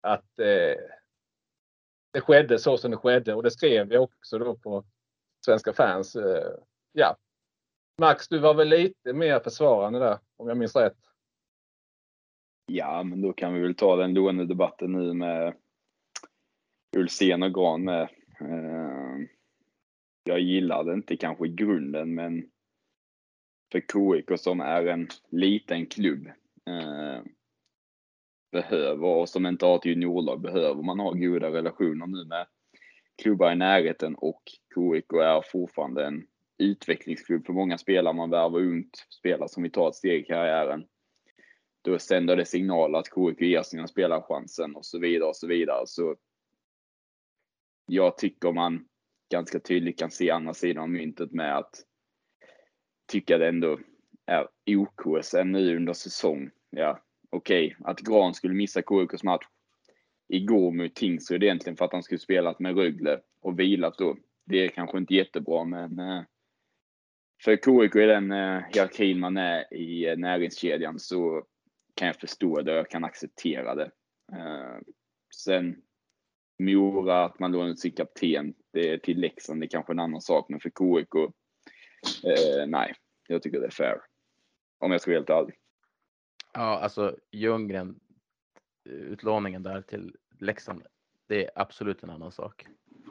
att eh, det skedde så som det skedde. Och det skrev jag också då på Svenska Fans. Eh, ja. Max, du var väl lite mer försvarande där, om jag minns rätt. Ja, men då kan vi väl ta den lånedebatten nu med Ulsen och Gran med. Eh, jag gillade inte kanske i grunden, men för K I K som är en liten klubb eh, behöver, och som inte har ett juniorlag, behöver man ha goda relationer nu med klubbar i närheten, och K I K är fortfarande en utvecklingsklubb för många spelare. Man värvar ungt spelare som vill ta ett steg i karriären. Då sänder det signal att K I K ger sina spelare chansen och så vidare och så vidare. Så jag tycker man ganska tydligt kan se andra sidan av myntet med att tycka det ändå är OK sen nu under säsong. Ja, okej. Okay. Att Gran skulle missa K I K:s match igår mot Tingsryd egentligen för att han skulle spelat med Rögle och vilat då. Det är kanske inte jättebra, men eh, för K I K är den eh, hierarkin man är i eh, näringskedjan, så kan jag förstå det och jag kan acceptera det. Eh, sen Mora, att man lånar ut sin kapten det är till Leksand, det är kanske en annan sak, men för K I K eh, nej, jag tycker det är fair. Om jag ska vara helt ärlig. Ja, alltså Ljunggren, utlåningen där till Leksand, det är absolut en annan sak.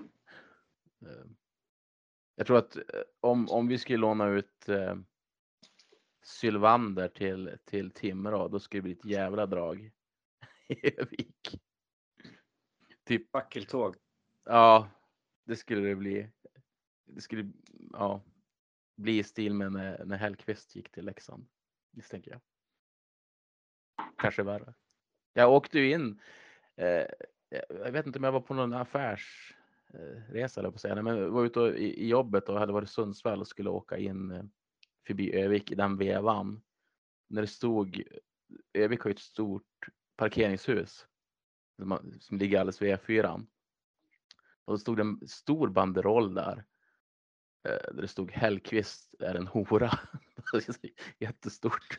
Jag tror att om, om vi skulle låna ut eh, Sylvander till, till Timrå, då skulle det bli ett jävla drag i Övik. Typ fackeltåg. Ja, det skulle det bli. Det skulle ja, bli i stil med när, när Hellqvist gick till Leksand, misstänker jag. Kanske värre. Jag åkte ju in, eh, jag vet inte om jag var på någon affärsresa eller på att säga, men jag var ute i, i jobbet och hade varit i Sundsvall och skulle åka in eh, förbi Övik i den vevan. När det stod, Övik har ju ett stort parkeringshus som, som ligger alldeles vid E fyra. Och då stod det en stor banderoll där. Eh, där det stod Hellqvist är en hora. Jättestort.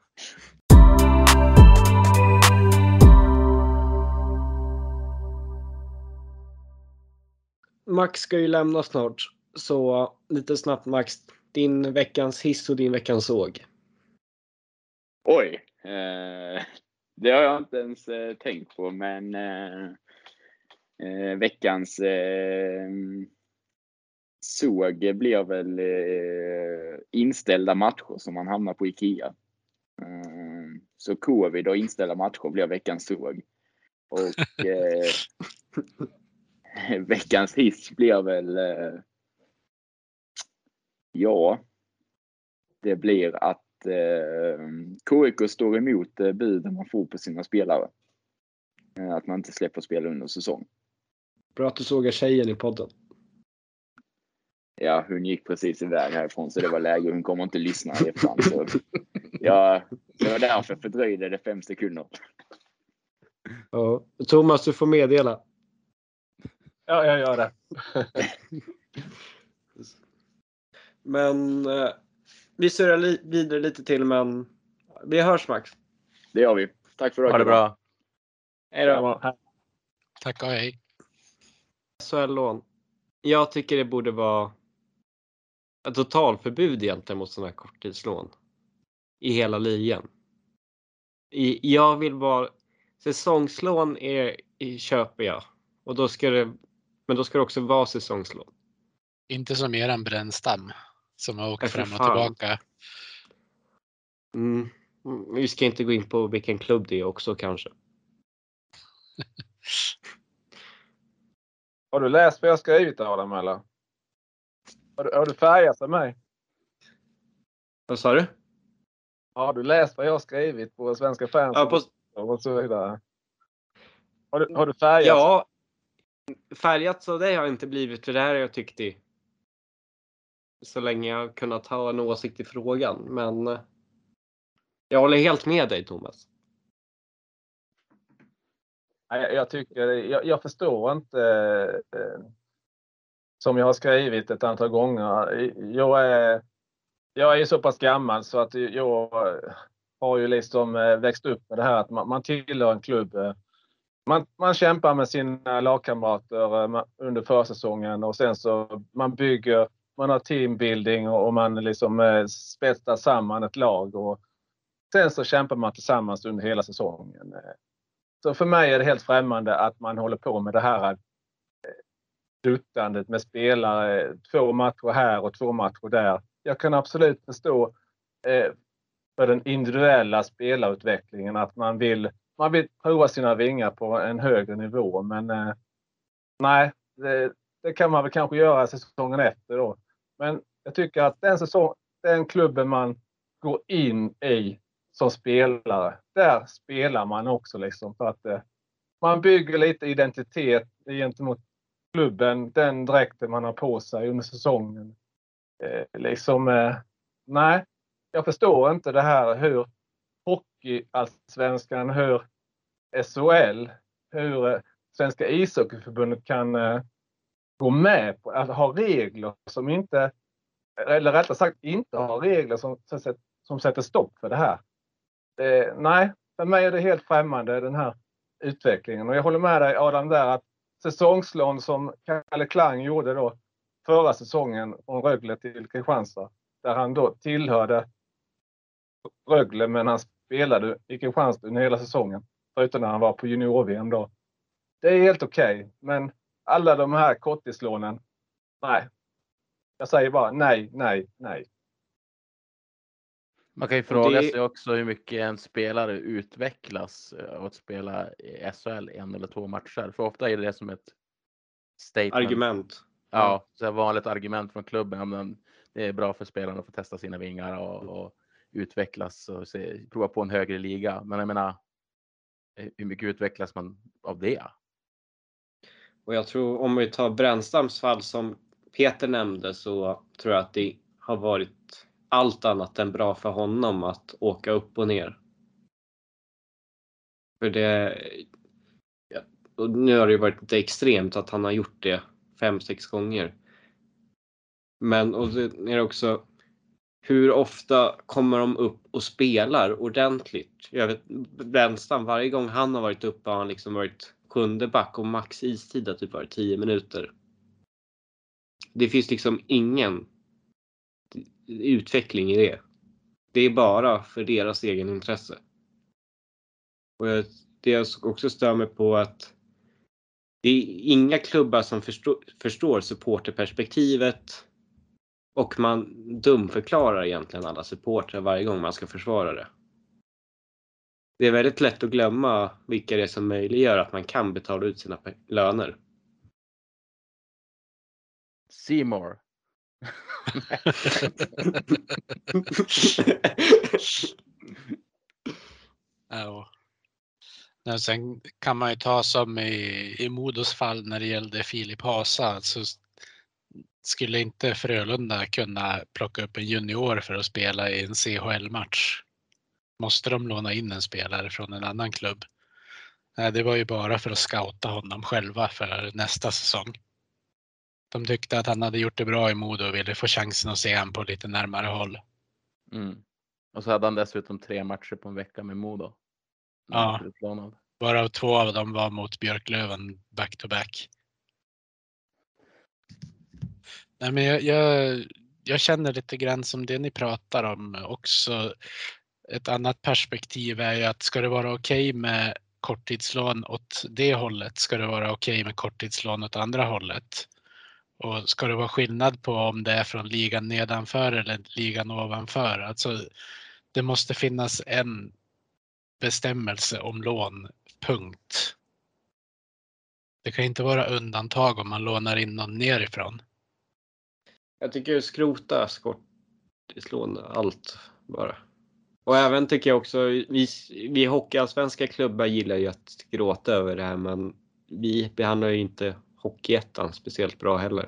Max ska ju lämna snart, så lite snabbt Max, din veckans hiss och din veckans såg. Oj, eh, det har jag inte ens eh, tänkt på, men eh, eh, veckans eh, såg blir väl eh, inställda matcher som man hamnar på Ikea. Eh, så covid och inställda matcher blir veckans såg. Och eh, veckans hiss blir väl eh, ja, det blir att eh, K I K står emot eh, buden man får på sina spelare. Eh, att man inte släpper spela under säsong. Bra att du såg tjejen i podden. Ja, hon gick precis iväg härifrån så det var läge. Hon kommer inte lyssna i efterhand. Så ja, det var därför jag fördröjde det fem sekunder. Ja. Thomas, du får meddela. Ja, jag gör det. Men eh, vi surrar li- vidare lite till, men vi hörs Max. Det gör vi. Tack för det. Ha det bra. Hej då. Tack och hej. S H L-lån. Jag tycker det borde vara ett totalförbud egentligen mot sådana här korttidslån i hela ligan. I, jag vill vara säsongslån är i köper jag, och då ska det, men då ska det också vara säsongslån. Inte som eran Brännstam som har åkt Nej, för fram och fan. tillbaka. Mm. Vi ska inte gå in på vilken klubb det är också kanske. Har du läst vad jag skrivit Adam eller? Har du, har du färgat av mig? Vad sa du? Har du läst vad jag har skrivit på Svenska Fans Ja, på... och så vidare? Har du, har du färgat? Ja, färgat så det har jag inte blivit, för det här har jag tyckt i så länge jag har kunnat ha en åsikt i frågan. Men jag håller helt med dig Thomas. Jag, jag tycker, jag, jag förstår inte eh, som jag har skrivit ett antal gånger. Jag är, jag är så pass gammal så att jag har ju liksom växt upp med det här att man, man tillhör en klubb man, man kämpar med sina lagkamrater under försäsongen och sen så man bygger, man har teambuilding och, och man liksom eh, spetsar samman ett lag och sen så kämpar man tillsammans under hela säsongen. Så för mig är det helt främmande att man håller på med det här duttandet med spelare, två matcher här och två matcher där. Jag kan absolut förstå eh, för den individuella spelarutvecklingen att man vill, man vill prova sina vingar på en högre nivå. Men eh, nej, det, det kan man väl kanske göra säsongen efter då. Men jag tycker att den, säsong, den klubben man går in i som spelare, där spelar man också liksom för att eh, man bygger lite identitet gentemot klubben, den dräkten man har på sig under säsongen. Eh, liksom, eh, nej, jag förstår inte det här hur hockeyallsvenskan, hur S H L, hur eh, Svenska ishockeyförbundet kan eh, gå med på att ha regler som inte, eller rättare sagt inte ha regler som, som sätter stopp för det här. Eh, nej, för mig är det helt främmande den här utvecklingen. Och jag håller med dig Adam där att säsongslån som Kalle Klang gjorde då förra säsongen från Rögle till Kristianstad, där han då tillhörde Rögle men han spelade i Kristianstad under hela säsongen förutom när han var på junior-V M då. Det är helt okej, okay, men alla de här korttidslånen, nej. Jag säger bara nej, nej, nej. Man kan ju fråga det... sig också hur mycket en spelare utvecklas av att spela i S H L en eller två matcher. För ofta är det som ett statement. Argument. Ja, så ett vanligt argument från klubben. Men det är bra för spelarna att få testa sina vingar och, och utvecklas och se, prova på en högre liga. Men jag menar, hur mycket utvecklas man av det? Och jag tror om vi tar Brännstams fall som Peter nämnde så tror jag att det har varit allt annat än bra för honom att åka upp och ner. För det, och nu har det ju varit lite extremt att han har gjort det fem, sex gånger. Men och det är också hur ofta kommer de upp och spelar ordentligt? Jag vet, Bränstam, varje gång han har varit uppe har han liksom varit sjunde back och max istid har typ varit tio minuter. Det finns liksom ingen utveckling i det. Det är bara för deras egen intresse. Och jag, det jag också stör mig på att det är inga klubbar som förstår, förstår supporterperspektivet och man dumförklarar egentligen alla supportrar varje gång man ska försvara det. Det är väldigt lätt att glömma vilka det är som möjliggör att man kan betala ut sina löner. Seymour. Ja. Men sen kan man ju ta som i, i Modos fall när det gällde Filip Hasa, så skulle inte Frölunda kunna plocka upp en junior för att spela i en C H L-match. Måste de låna in en spelare från en annan klubb? Nej, det var ju bara för att scouta honom själva för nästa säsong. De tyckte att han hade gjort det bra i Modo och ville få chansen att se han på lite närmare håll. Mm. Och så hade han dessutom tre matcher på en vecka med Modo. Ja, varav två av dem var mot Björklöven back to back. Nej, men jag, jag, jag känner lite grann som det ni pratar om också. Ett annat perspektiv är ju att ska det vara okej okay med korttidslån åt det hållet, ska det vara okej okay med korttidslån åt andra hållet. Och ska det vara skillnad på om det är från ligan nedanför eller ligan ovanför. Alltså det måste finnas en bestämmelse om lån, punkt. Det kan inte vara undantag om man lånar in någon nerifrån. Jag tycker skrota korttidslån allt bara. Och även tycker jag också, vi, vi hockeyallsvenska klubbar gillar ju att gråta över det här, men vi behandlar ju inte hockeyettan speciellt bra heller.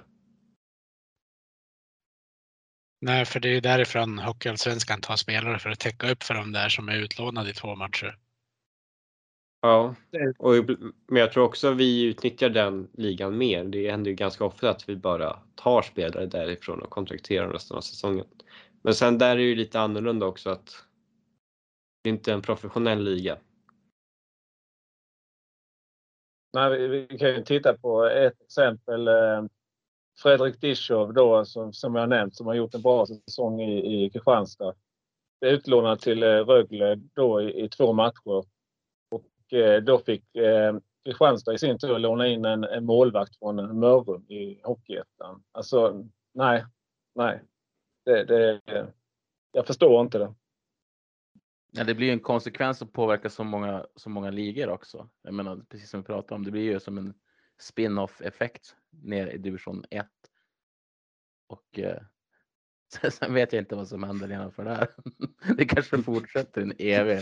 Nej, för det är ju därifrån hockeyallsvenskan tar spelare för att täcka upp för de där som är utlånade i två matcher. Ja, och, men jag tror också vi utnyttjar den ligan mer. Det händer ju ganska ofta att vi bara tar spelare därifrån och kontrakterar resten av säsongen. Men sen där är det ju lite annorlunda också att det inte är en professionell liga. nej, vi, vi kan ju titta på ett exempel. Eh, Fredrik Dischow då, som, som jag nämnt, som har gjort en bra säsong i, i Kristianstad. Utlånad till eh, Rögle då i, i två matcher. Och eh, då fick eh, Kristianstad i sin tur låna in en, en målvakt från Mörrum i Hockeyettan. Alltså, nej, nej. Det, det, jag förstår inte det. Ja, det blir ju en konsekvens som påverkar så många, så många ligor också. Jag menar, precis som vi pratade om, det blir ju som en spin-off effekt ner i division ett. Och eh, sen vet jag inte vad som händer innanför det här. Det kanske fortsätter en evig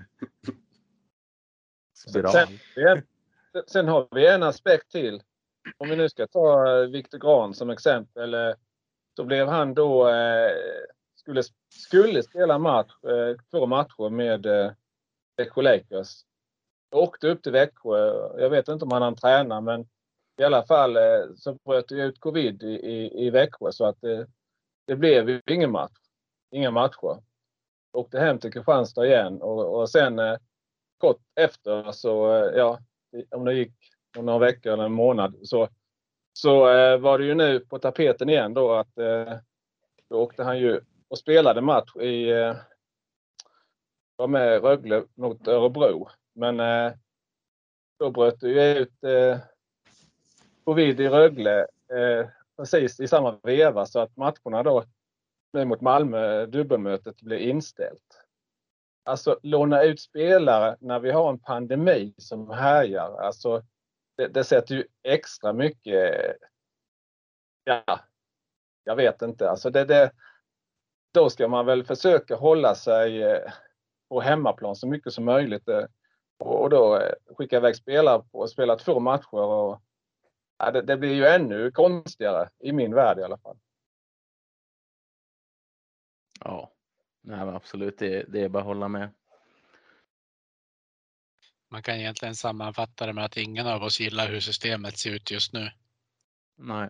spiral. Sen, sen har vi en aspekt till. Om vi nu ska ta Viktor Grahn som exempel, så blev han då eh, skulle, skulle spela match, eh, två matcher med eh, Växjö Lakers. Jag åkte upp till Växjö. Jag vet inte om han hann träna, men i alla fall eh, så bröt det ut covid i, i, i Växjö, så att eh, det blev ju ingen match. Inga matcher. Åkte hem till Kristianstad igen och, och sen eh, kort efter så, eh, ja, om det gick några veckor eller en månad så, så eh, var det ju nu på tapeten igen då att eh, då åkte han ju och spelade match i eh, var med Rögle mot Örebro. Men eh, då bröt det ju ut eh, covid i Rögle eh, precis i samma veva, så att matcherna då nu mot Malmö, dubbelmötet, blev inställt. Alltså låna ut spelare när vi har en pandemi som härjar. Alltså det, det sätter ju extra mycket, ja, jag vet inte. Alltså det, det, då ska man väl försöka hålla sig på hemmaplan så mycket som möjligt. Och då skicka iväg spelare på och spela två matcher. Och, ja, det, det blir ju ännu konstigare i min värld i alla fall. Ja, nej, men absolut. Det, det är bara att hålla med. Man kan egentligen sammanfatta det med att ingen av oss gillar hur systemet ser ut just nu. Nej.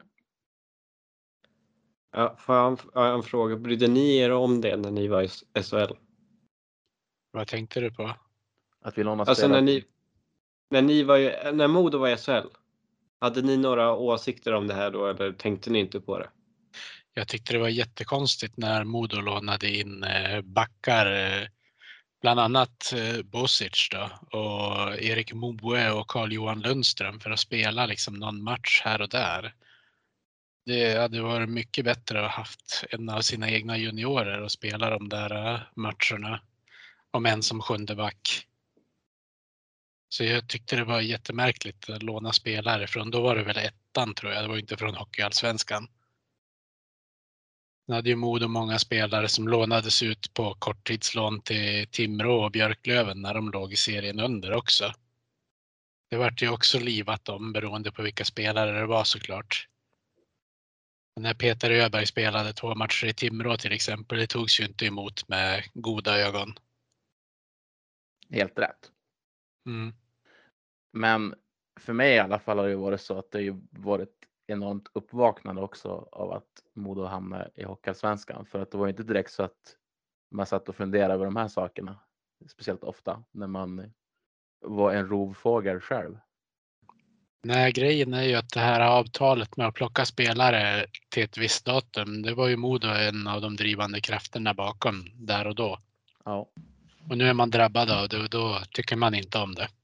Ja, får jag en, en fråga? Brydde ni er om det när ni var i S H L? Vad tänkte du på? Att vi lånar Alltså spelare. när ni, när ni var i, när Modo var i S H L, hade ni några åsikter om det här då, eller tänkte ni inte på det? Jag tyckte det var jättekonstigt när Modo lånade in backar, bland annat Bosic då, och Erik Moe och Carl-Johan Lundström för att spela liksom någon match här och där. Det hade varit mycket bättre att ha haft en av sina egna juniorer och spela de där matcherna, om en som sjunde back. Så jag tyckte det var jättemärkligt att låna spelare från, då var det väl ettan tror jag, det var inte från Hockeyallsvenskan. Det hade ju Modo många spelare som lånades ut på korttidslån till Timrå och Björklöven när de låg i serien under också. Det vart ju också livat om beroende på vilka spelare det var såklart. När Peter Öberg spelade två matcher i Timrå till exempel, det togs ju inte emot med goda ögon. Helt rätt. Mm. Men för mig i alla fall har det varit så att det har ju varit enormt uppvaknande också av att Modo hamnade i Hockeyallsvenskan. För att det var ju inte direkt så att man satt och funderade över de här sakerna. Speciellt ofta när man var en rovfågel själv. Nej, grejen är ju att det här avtalet med att plocka spelare till ett visst datum, det var ju Modo en av de drivande krafterna bakom där och då. Ja. Och nu är man drabbad av det och då tycker man inte om det.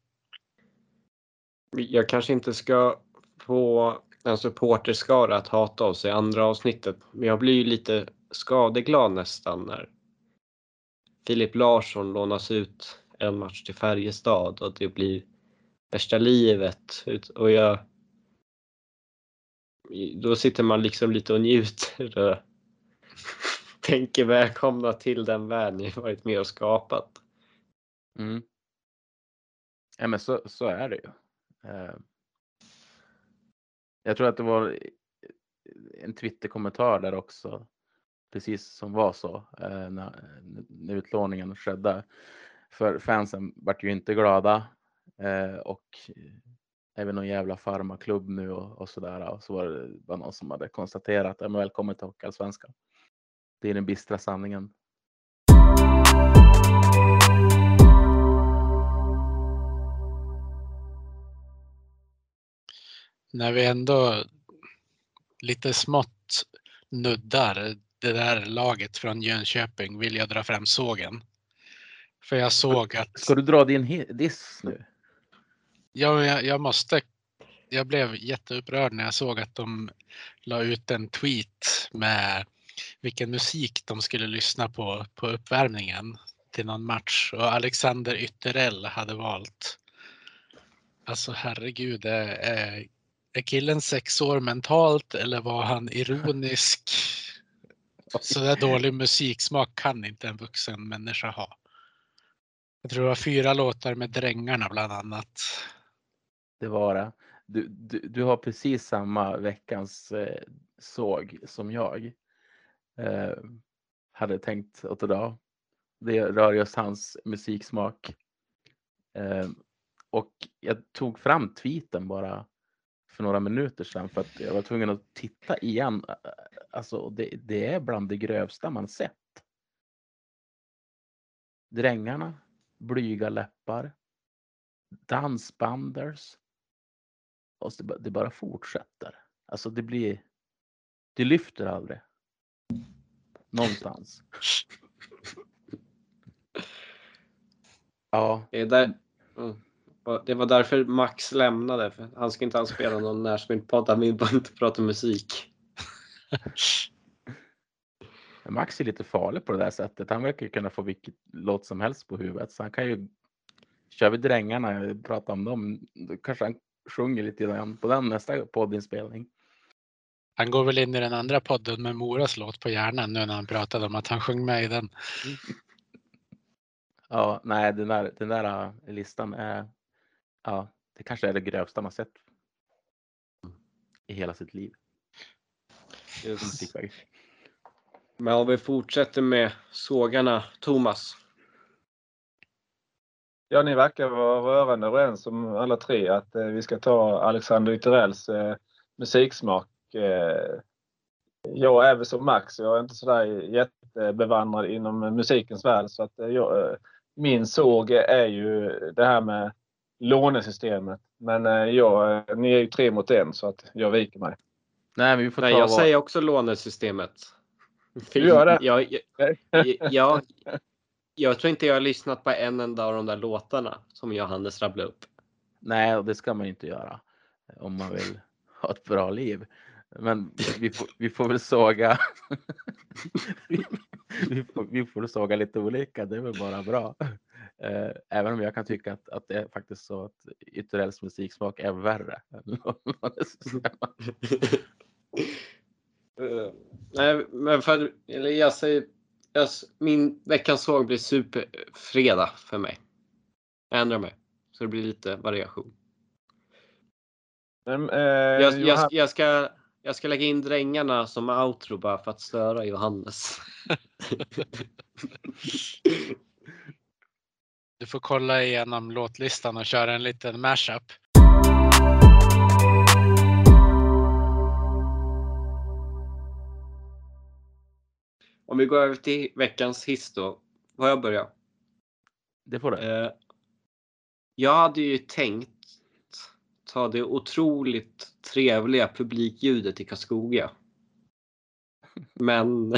Jag kanske inte ska få en supporterskara att hata oss i andra avsnittet, men jag blir ju lite skadeglad nästan när Filip Larsson lånas ut en match till Färjestad och det blir värsta livet. Och jag, då sitter man liksom lite och njuter och tänker välkomna till den värld ni varit med och skapat. Mm. Ja, men så, så är det ju. Jag tror att det var en Twitter-kommentar där också, precis som var så när, när utlåningen skedde. För fansen vart ju inte glada och även någon jävla farmaklubb nu och, och sådär. Och så var det bara någon som hade konstaterat att välkommen till Hockeyallsvenskan. Det är den bistra sanningen. när vi ändå lite smått nuddar det där laget från Jönköping vill jag dra fram sågen. För jag såg att... Ska du dra din he- diss nu? Ja, jag, jag måste... Jag blev jätteupprörd när jag såg att de la ut en tweet med vilken musik de skulle lyssna på på uppvärmningen till någon match. Och Alexander Ytterell hade valt. Alltså herregud, är, är killen sex år mentalt eller var han ironisk? Så där dålig musiksmak kan inte en vuxen människa ha. Jag tror det var fyra låtar med Drängarna bland annat. Det var det. Du, du, du har precis samma veckans eh, såg som jag eh, hade tänkt att dra. Det rör just hans musiksmak. Eh, och jag tog fram tweeten bara för några minuter sedan för att jag var tvungen att titta igen. Alltså det, det är bland det grövsta man sett. Drängarna, blyga läppar, dansbanders. Och det, det bara fortsätter. Alltså det blir, det lyfter aldrig. Någonstans. Ja. Det, är där, mm. det var därför Max lämnade. För han ska inte alls spela någon närspelpodd. Han vill bara inte prata musik. Max är lite farlig på det där sättet. Han verkar kunna få vilket låt som helst på huvudet. Så han kan ju, kör vi Drängarna och prata om dem, då kanske han sjunger lite grann på den nästa poddinspelning. Han går väl in i den andra podden med Moras låt på hjärnan nu när han pratade om att han sjöng med i den. Ja, nej, den där, den där listan är, ja, det kanske är det grövsta man sett i hela sitt liv. Just. Men om vi fortsätter med sågarna, Thomas. Ja, ni verkar vara rörande överens om alla tre att eh, vi ska ta Alexander Ytterells eh, musiksmak. Eh, jag är väl som Max, jag är inte sådär jättebevandrad inom musikens värld. Så att eh, jag, eh, min såg är ju det här med lånesystemet. Men eh, jag, ni är ju tre mot en så att jag viker mig. Nej, men vi får Nej, ta jag vad... säger också lånesystemet. Du gör det? Jag, jag, jag, jag tror inte jag har lyssnat på en enda av de där låtarna som Johannes rabblade upp. Nej, och det ska man inte göra om man vill ha ett bra liv. Men vi får, vi får väl såga vi, vi, får, vi får såga lite olika, det är väl bara bra. Även om jag kan tycka att, att det är faktiskt så att Ytterells musiksmak är värre. uh, nej, men för eller jag säger jag, min veckans såg blir superfredag för mig. Jag ändrar mig så det blir lite variation. Men, eh, jag, jag, Johan... jag ska jag ska lägga in Drängarna som outro bara för att störa Johannes. Du får kolla igenom låtlistan och köra en liten mashup. Om vi går över till veckans hiss då. Får jag börja? Det får du. Eh, jag hade ju tänkt ta det otroligt trevliga publikljudet i Karlskoga. Men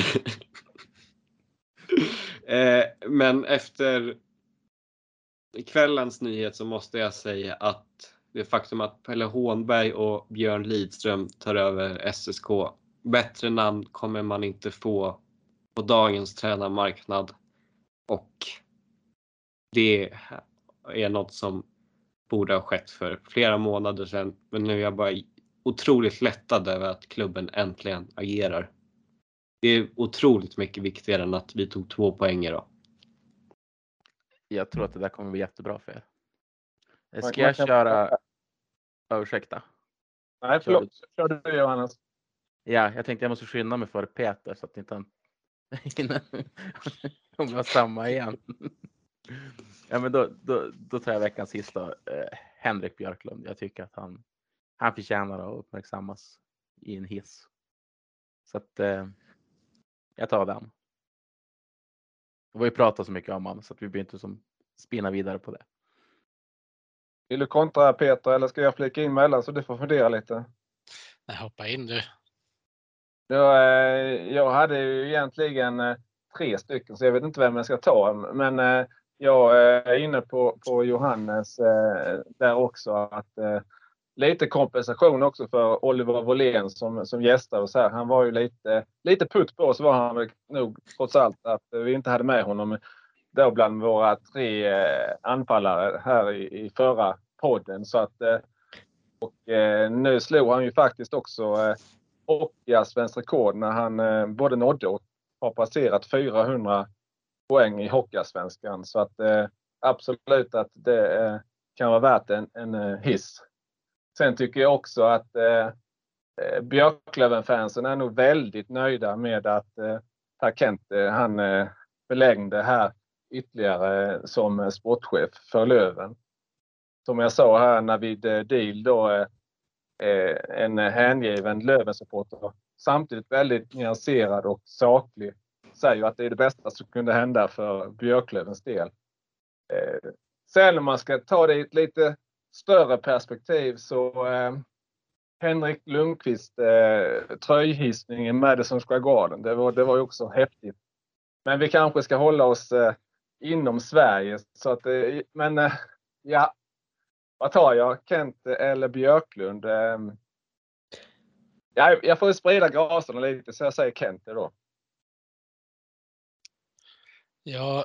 eh, men efter kvällens nyhet så måste jag säga att det faktum att Pelle Hånberg och Björn Lidström tar över S S K, bättre namn kommer man inte få på dagens tränarmarknad, och det är något som borde ha skett för flera månader sedan, men nu är jag bara otroligt lättad över att klubben äntligen agerar. Det är otroligt mycket viktigare än att vi tog två poäng idag. Jag tror att det där kommer bli jättebra för er. Ska Man jag kan... köra... Oh, ursäkta. Nej, förlåt. Kör du, Johannes. Ja, jag tänkte jag måste skynda mig för Peter så att inte han om vi har samma igen. Ja, men då, då, då tar jag veckans sista. Eh, Henrik Björklund. Jag tycker att han, han förtjänar att uppmärksammas i en hiss. Så att eh, jag tar den. Vi har ju pratat så mycket om honom så att vi blir inte som spinna vidare på det. Vill du kontra Peter eller ska jag flika in mellan så du får fundera lite? Nej, hoppa in du. Då, eh, jag hade ju egentligen eh, tre stycken så jag vet inte vem jag ska ta. Men eh, jag är inne på, på Johannes eh, där också. Att, eh, lite kompensation också för Oliver Wåhlén som, som gästade oss här. Han var ju lite, lite putt på oss var han väl nog trots allt att vi inte hade med honom då bland våra tre eh, anfallare här i, i förra podden. Så att, eh, och eh, nu slog han ju faktiskt också eh, Hockeyallsvenskt rekord när han eh, både nådde och har passerat fyrahundra poäng i Hockeyallsvenskan. Så att eh, absolut att det eh, kan vara värt en, en eh, hiss. Sen tycker jag också att eh, Björklöven-fansen är nog väldigt nöjda med att eh, Per Kent, eh, han eh, förlängde här ytterligare som sportchef för Löven. Som jag sa här när vi deal då eh, en hängiven Löven-supporter. Samtidigt väldigt nyanserad och saklig. Säger att det är det bästa som kunde hända för Björklövens del. Eh, sen om man ska ta det i ett lite större perspektiv så eh, Henrik Lundqvist eh, tröjhissningen med det som Square Garden. Det var, det var ju också häftigt. Men vi kanske ska hålla oss eh, inom Sverige. Så att, eh, men eh, ja, vad tar jag? Kent eller Björklund? Eh, ja, jag får sprida graserna lite så jag säger Kent då. Ja,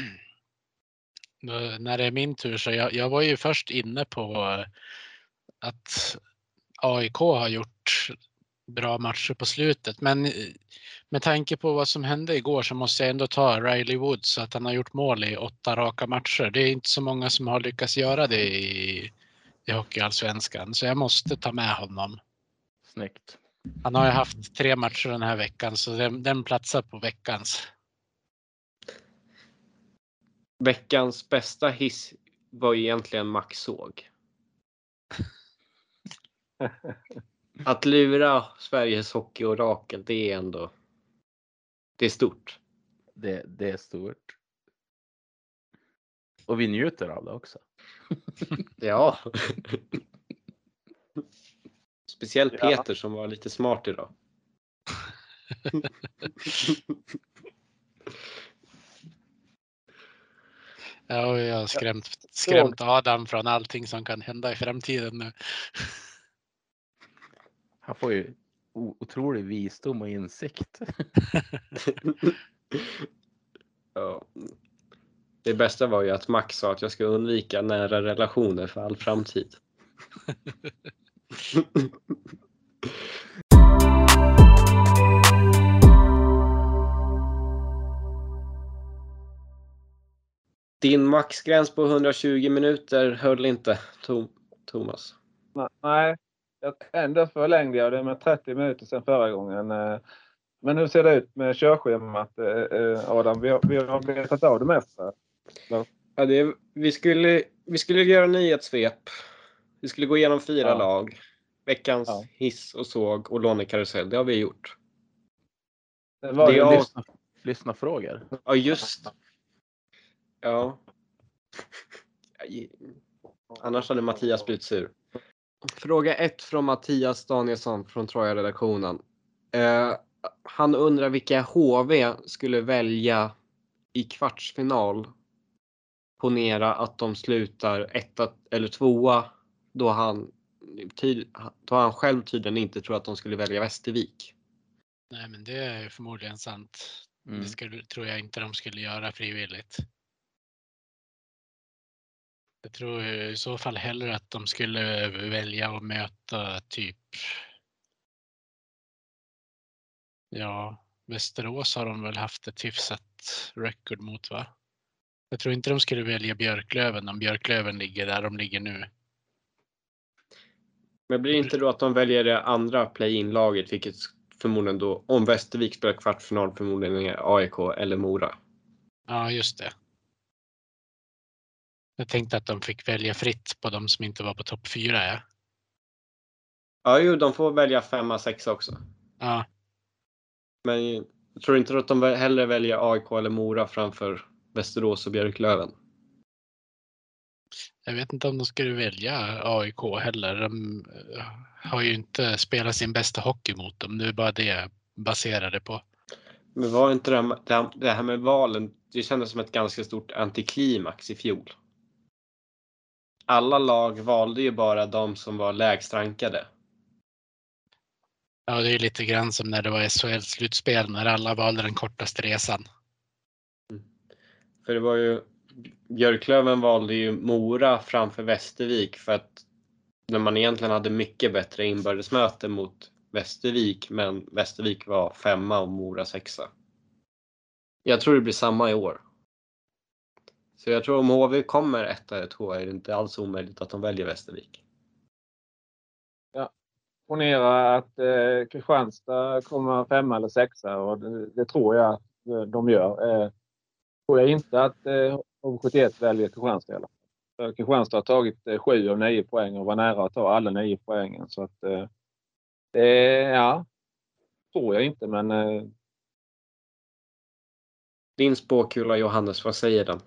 när det är min tur så jag, jag var ju först inne på att A I K har gjort bra matcher på slutet. Men med tanke på vad som hände igår så måste jag ändå ta Riley Woods så att han har gjort mål i åtta raka matcher. Det är inte så många som har lyckats göra det i, i Hockeyallsvenskan. Så jag måste ta med honom. Snyggt. Han har ju haft tre matcher den här veckan så den, den platsar på veckans. Veckans bästa hiss var egentligen Max Såg. Att lura Sveriges hockeyorakel, det är ändå det är stort. Det, det är stort. Och vi njuter av det också. Ja. Speciellt Ja. Peter som var lite smart idag. Ja, jag har skrämt, skrämt Adam från allting som kan hända i framtiden nu. Han får ju otrolig visdom och insikt. Ja. Det bästa var ju att Max sa att jag ska undvika nära relationer för all framtid. Din maxgräns på hundratjugo minuter höll inte, Tom, Thomas. Nej, jag ändå förlängde jag det med trettio minuter sedan förra gången. Men hur ser det ut med körschemat, Adam? Vi har, vi har betat av det mesta. Ja, det, vi, skulle, vi skulle göra nyhetssvep. Vi skulle gå igenom fyra Ja. lag. Veckans Ja. hiss och såg och lånekarusell. Det har vi gjort. Det var Det ju är- Lyssna, lyssna frågor. Ja, just. Ja. Annars hade Mattias blivit sur. Fråga ett från Mattias Danielsson från Troja-redaktionen. Eh, han undrar vilka H V skulle välja i kvartsfinal. Ponera att de slutar etta eller tvåa då han, tid, då han själv tydligen inte tror att de skulle välja Västervik. Nej, men det är förmodligen sant. Mm. Det skulle, tror jag inte de skulle göra frivilligt. Jag tror i så fall hellre att de skulle välja att möta typ. Ja, Västerås har de väl haft ett hyfsat record mot, va? Jag tror inte de skulle välja Björklöven om Björklöven ligger där de ligger nu. Men blir det inte då att de väljer det andra play-in-laget, vilket förmodligen då, om Västervik spelar kvartsfinal, förmodligen är A I K eller Mora. Ja, just det. Jag tänkte att de fick välja fritt på de som inte var på topp fyra. Ja, Ja, jo, de får välja femma, sexa också. ja. Men jag tror inte att de hellre väljer A I K eller Mora framför Västerås och Björklöven. Jag vet inte om de skulle välja A I K heller. De har ju inte spelat sin bästa hockey mot dem. Det är bara det baserade på. Men var inte det här, det här med valen, det kändes som ett ganska stort antiklimax i fjol. Alla lag valde ju bara de som var lägst rankade. Ja, det är lite grann som när det var S H L-slutspel när alla valde den kortaste resan. Mm. För det var ju, Björklöven valde ju Mora framför Västervik för att när man egentligen hade mycket bättre inbördesmöte mot Västervik, men Västervik var femma och Mora sexa. Jag tror det blir samma i år. Så jag tror om H V kommer etta eller två är det inte alls omöjligt att de väljer Västervik. Ja. Ponera att eh, Kristianstad kommer femma eller sexa och det, det tror jag att de gör. Eh, tror jag inte att eh, H V sjuttioett väljer Kristianstad. Eller? För Kristianstad har tagit eh, sju av nio poäng och var nära att ta alla nio poängen. Så att eh, det, ja, tror jag inte, men eh, Din spåkula, Johannes, vad säger den?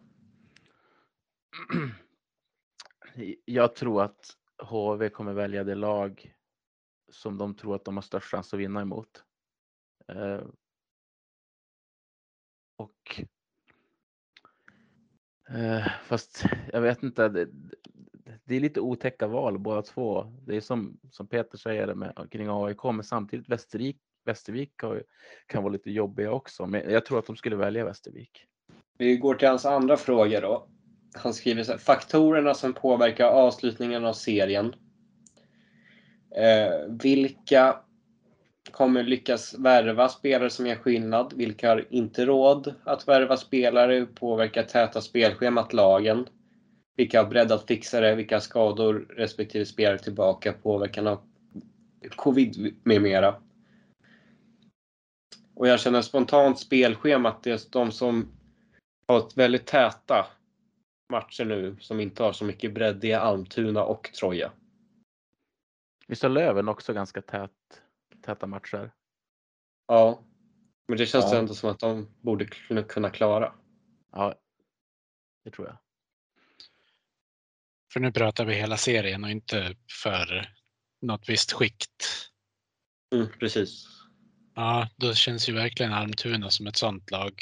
Jag tror att H V kommer välja det lag som de tror att de har störst chans att vinna emot. Eh, och eh, fast jag vet inte, det, det är lite otäcka val båda två. Det är som, som Peter säger med, kring A I K, men samtidigt Västervik, Västervik har, kan vara lite jobbiga också. Men jag tror att de skulle välja Västervik. Vi går till hans andra fråga då. Han skriver så här: faktorerna som påverkar avslutningen av serien. Eh, vilka kommer lyckas värva spelare som gör skillnad? Vilka har inte råd att värva spelare? Påverkar täta spelschemat lagen? Vilka har bredd att fixa det? Vilka skador respektive spelare tillbaka? Påverkan av covid med mera. Och jag känner spontant spelschemat, det är de som har ett väldigt täta matcher nu som inte har så mycket bredd, det är Almtuna och Troja. Visst har Löven också ganska tät, täta matcher? Ja, men det känns Ja. ändå som att de borde kunna klara. Ja, det tror jag. För nu pratar vi hela serien och inte för något visst skikt. Mm, precis. Ja, då känns ju verkligen Almtuna som ett sånt lag.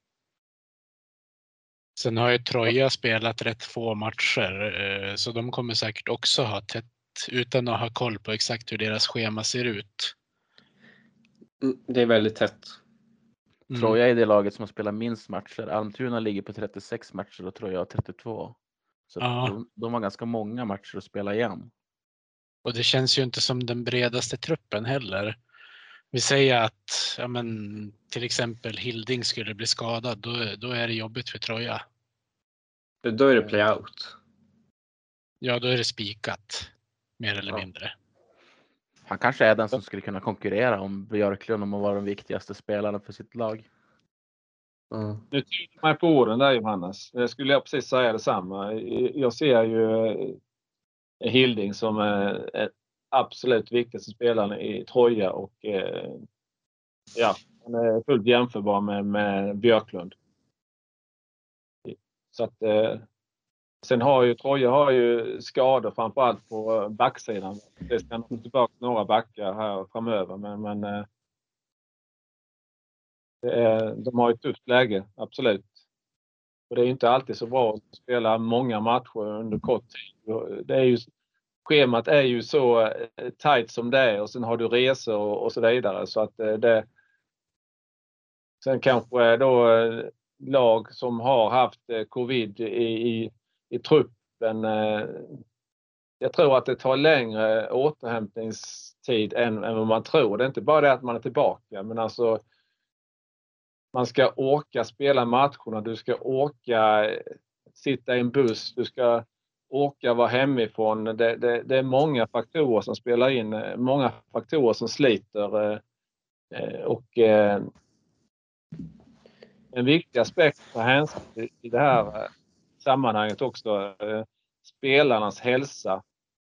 Sen har ju Troja spelat rätt få matcher, så de kommer säkert också ha tätt utan att ha koll på exakt hur deras schema ser ut. Mm, det är väldigt tätt. Mm. Troja är det laget som har spelat minst matcher. Almtuna ligger på trettiosex matcher och Troja har trettiotvå. Så Ja. de, de har ganska många matcher att spela igen. Och det känns ju inte som den bredaste truppen heller. Vi säger att ja, men, till exempel Hilding skulle bli skadad, då, då är det jobbigt för Troja. Då är det playout. Ja, då är det spikat. Mer eller Ja. mindre. Han kanske är den som skulle kunna konkurrera om Björklund om att vara de viktigaste spelarna för sitt lag. Mm. Nu tycker man på orden där, Johannes. Det skulle jag precis säga detsamma. Jag ser ju Hilding som är absolut viktigaste spelaren i Troja och ja, han är fullt jämförbar med, med Björklund. Så att sen har ju Troja har ju skador framförallt på backsidan. Det ska nog tillbaka några backar här framöver, men, men det är, de har ett tufft läge, absolut. Och det är inte alltid så bra att spela många matcher under kort tid. Det är ju, schemat är ju så tajt som det är och sen har du resor och, och så vidare. Så att det, sen kanske då lag som har haft covid i, i, i truppen. Jag tror att det tar längre återhämtningstid än, än vad man tror. Det är inte bara det att man är tillbaka, men alltså man ska orka spela matcherna, du ska orka sitta i en buss, du ska orka vara hemifrån. Det, det, det är många faktorer som spelar in, många faktorer som sliter. Och en viktig aspekt för hänsyn i det här sammanhanget också, spelarnas hälsa.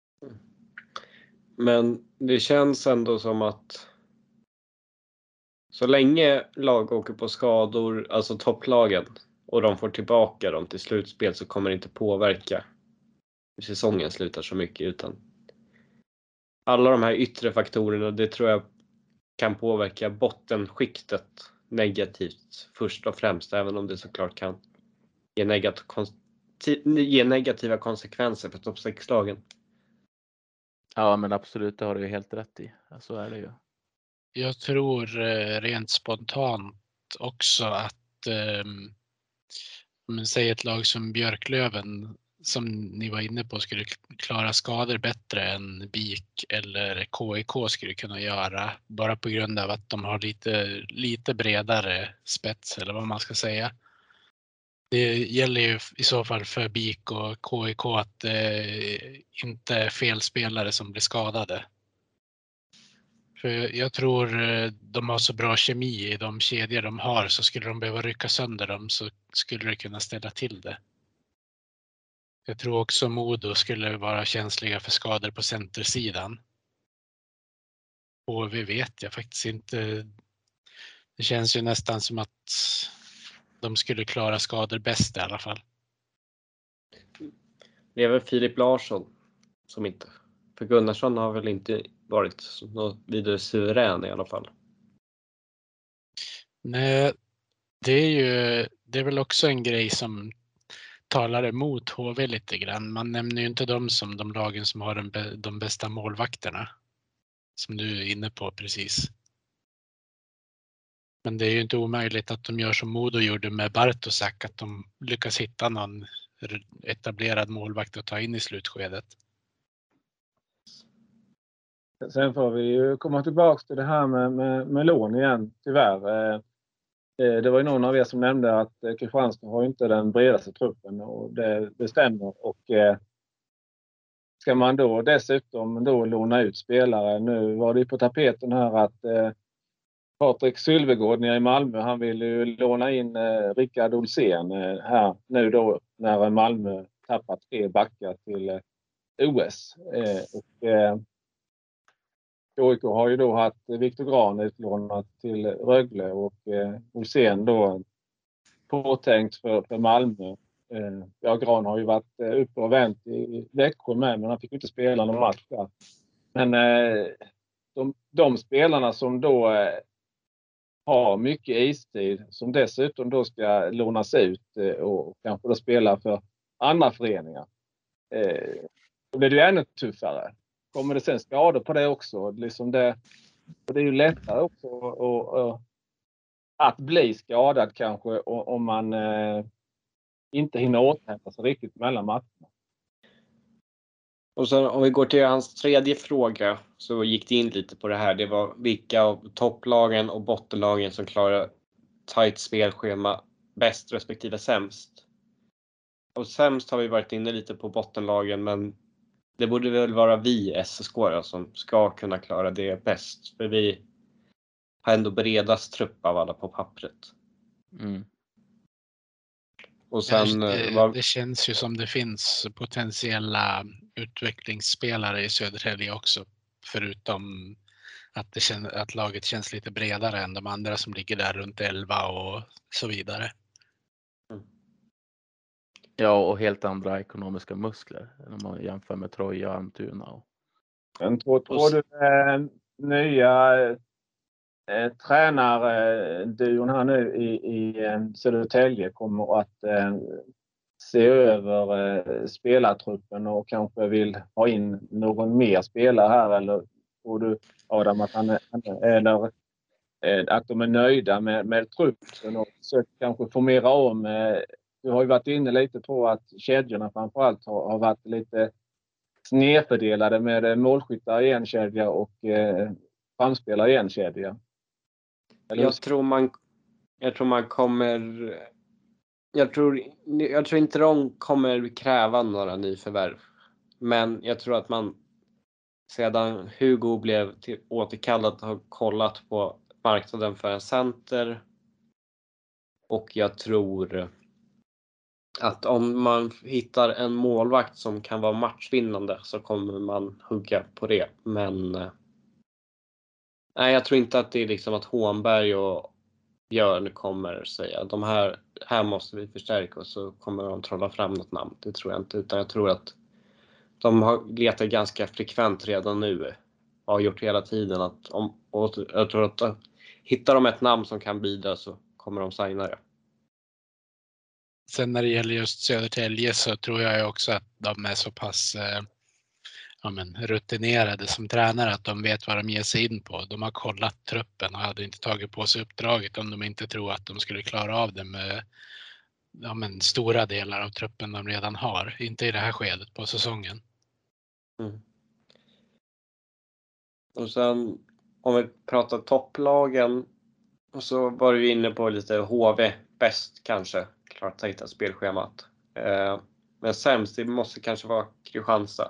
Men det känns ändå som att så länge lag åker på skador, alltså topplagen, och de får tillbaka dem till slutspel, så kommer det inte påverka säsongen slutar så mycket, utan alla de här yttre faktorerna, det tror jag kan påverka bottenskiktet negativt först och främst, även om det såklart kan ge, negat- ge negativa konsekvenser för topp sex-lagen. Ja, men absolut, det har du ju helt rätt i. Så är det ju. Jag tror eh, rent spontant också att eh, om man säger ett lag som Björklöven, som ni var inne på, skulle klara skador bättre än BIK eller K I K skulle kunna göra, bara på grund av att de har lite, lite bredare spets, eller vad man ska säga. Det gäller ju i så fall för BIK och K I K att det inte är fel spelare som blir skadade. För jag tror de har så bra kemi i de kedjor de har, så skulle de behöva rycka sönder dem så skulle det kunna ställa till det. Jag tror också Modo skulle vara känsliga för skador på centersidan. Och vi vet jag faktiskt inte. Det känns ju nästan som att de skulle klara skador bäst i alla fall. Det är väl Filip Larsson som inte. För Gunnarsson har väl inte varit något vidare suverän i alla fall. Nej, det är ju det är väl också en grej som talar emot H V lite grann. Man nämner ju inte dem som de lagen som har de, de bästa målvakterna. Som du är inne på precis. Men det är ju inte omöjligt att de gör som Modo gjorde med Bartosak, att de lyckas hitta någon etablerad målvakt att ta in i slutskedet. Sen får vi ju komma tillbaka till det här med, med, med lån igen, tyvärr. Eh, det var ju någon av er som nämnde att Kristianstad har inte den bredaste truppen, och det, det stämmer. Och eh, ska man då dessutom då låna ut spelare, nu var det ju på tapeten här att eh, Patrik Sylvegård nere i Malmö, han ville ju låna in eh, Rickard Olsén eh, här nu då när Malmö tappat tre backar till eh, O S. Eh, och eh, K I K har ju då haft Viktor Gran utlånat till Rögle, och eh, Olsén då påtänkt för, för Malmö. Eh, ja, Gran har ju varit eh, uppe och vänt i Växjö med, men han fick inte spela någon match där. Men eh, de, de spelarna som då eh, har mycket istid, som dessutom då ska lånas ut eh, och kanske då spela för andra föreningar. Eh, då blir det ju ännu tuffare. Kommer det sen skador på det också? Liksom det, och det är ju lättare också och, och, att bli skadad kanske om man eh, inte hinner återhämta sig riktigt mellan matcherna. Och så om vi går till hans tredje fråga, så gick det in lite på det här. Det var vilka av topplagen och bottenlagen som klarar tajt spelschema bäst respektive sämst. Och sämst har vi varit inne lite på bottenlagen, men det borde väl vara vi S S K som ska kunna klara det bäst. För vi har ändå bredast trupp av alla på pappret. Mm. Och sen, det, var... det känns ju som det finns potentiella utvecklingsspelare i Södertälje också. Förutom att, det kän, att laget känns lite bredare än de andra som ligger där runt elva och så vidare. Ja, och helt andra ekonomiska muskler om man jämför med Troja och Almtuna. Och... Men tror, tror du eh, nya eh, tränarduon här nu i, i eh, Södertälje kommer att eh, se över eh, spelartruppen och kanske vill ha in någon mer spelare här, eller tror du, Adam, att, han är, eller, eh, att de är nöjda med, med truppen och försöker kanske formera om? Eh, du har ju varit inne lite på att kedjorna framförallt har, har varit lite snedfördelade med målskyttar i en kedja och eh, framspelare i en kedja. Eller jag tror man jag tror man kommer jag tror jag tror inte de kommer kräva några nyförvärv. Men jag tror att man sedan Hugo blev till, återkallad har kollat på marknaden för en center. Och jag tror att om man hittar en målvakt som kan vara matchvinnande så kommer man hugga på det. Men nej, jag tror inte att det är liksom att Hånberg och Björn kommer säga de här, här måste vi förstärka, och så kommer de trolla fram något namn. Det tror jag inte, utan jag tror att de har letat ganska frekvent redan nu. Har gjort hela tiden. Att om, och jag tror att uh, hittar de ett namn som kan bidra så kommer de signa det. Sen när det gäller just Södertälje så tror jag ju också att de är så pass eh, ja, men, rutinerade som tränare att de vet vad de ger sig in på. De har kollat truppen och hade inte tagit på sig uppdraget om de inte tror att de skulle klara av det med ja, men, stora delar av truppen de redan har. Inte i det här skedet på säsongen. Mm. Och sen om vi pratar topplagen så var vi inne på lite H V bäst kanske. Klart att hitta spelschemat. Eh, men sämst det måste kanske vara Kristianstad.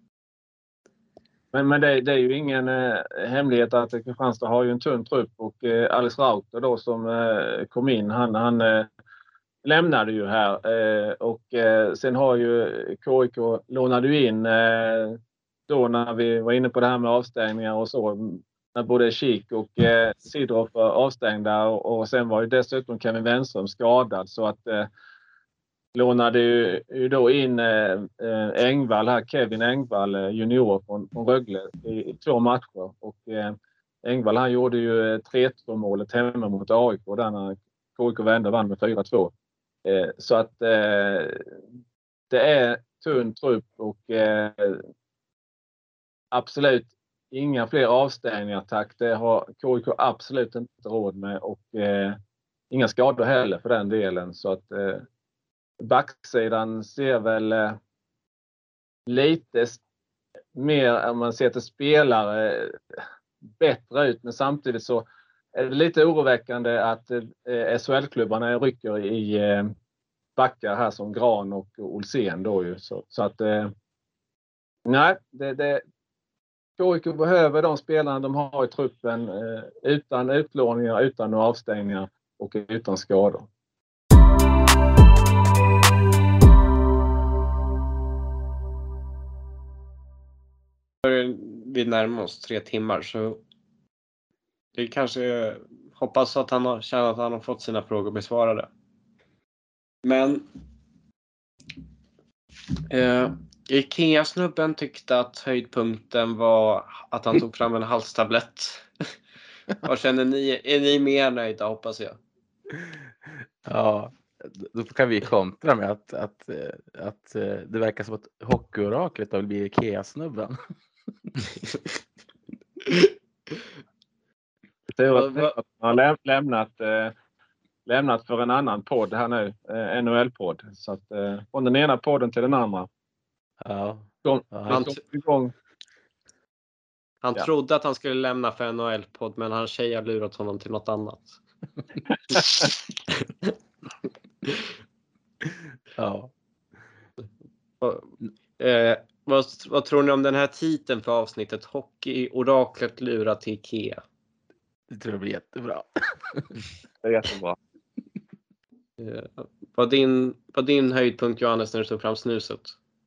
Men, men det, det är ju ingen eh, hemlighet att Kristianstad har ju en tunn trupp och eh, Alice Rauter då som eh, kom in, han, han eh, lämnade ju här eh, och eh, sen har ju K I K lånade ju in eh, då när vi var inne på det här med avstängningar och så, när både Kik och eh, Sidorf var avstängda och, och sen var ju dessutom Kevin Wenström skadad så att eh, lånade ju, ju då in eh, Engvall här, Kevin Engvall eh, junior från, från Rögle i, i två matcher och eh, Engvall han gjorde ju tre två målet hemma mot A I K där när K I K vände vann med fyra två. Eh, så att eh, det är tunn trupp och eh, absolut inga fler avstängningar tack. Det har K I K absolut inte råd med och eh, inga skador heller för den delen så att eh, backsidan ser väl eh, lite mer om man ser till spelare eh, bättre ut men samtidigt så är det lite oroväckande att eh, S H L-klubbarna rycker i eh, backar här som Gran och Olsen då ju så, så att eh, nej det, det K I K behöver de spelarna de har i truppen eh, utan utlåningar, utan avstängningar och utan skador. Vi närmar oss tre timmar så vi kanske hoppas att han har känner att han har fått sina frågor besvarade. Men eh, IKEA-snubben tyckte att höjdpunkten var att han tog fram en halstablett. Vad känner ni? Är ni mer nöjda hoppas jag? Ja, då kan vi kontra med att, att, att det verkar som att hockeyoraklet har blivit IKEA-snubben. Tur att han har lämnat, äh, lämnat för en annan podd här nu, äh, N H L-podd. Så att äh, från den ena podden till den andra. Ja. Kom, ja han igång. han ja. trodde att han skulle lämna för N H L-podd men hans tjej har lurat honom till något annat. Ja. Eh, vad, vad tror ni om den här titeln för avsnittet? Hockey-oraklet lurar till IKEA. Det tror jag blir jättebra. Det är jättebra. Eh, vad, din, vad din höjdpunkt Johannes när du tog fram snuset?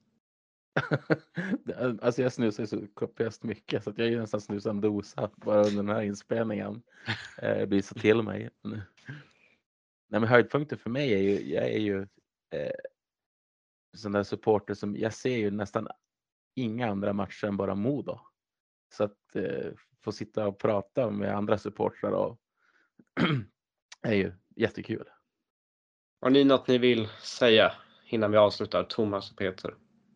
Alltså jag snusar så kopiöst mycket så att jag är ju nästan snusar en dosa bara under den här inspelningen. Det blir så till mig. Nej, men höjdpunkten för mig är ju, jag är ju eh, sån där supporter som, jag ser ju nästan inga andra matcher än bara Modo. Så att eh, få sitta och prata med andra supportrar och är ju jättekul. Har ni något ni vill säga innan vi avslutar, Thomas och Peter?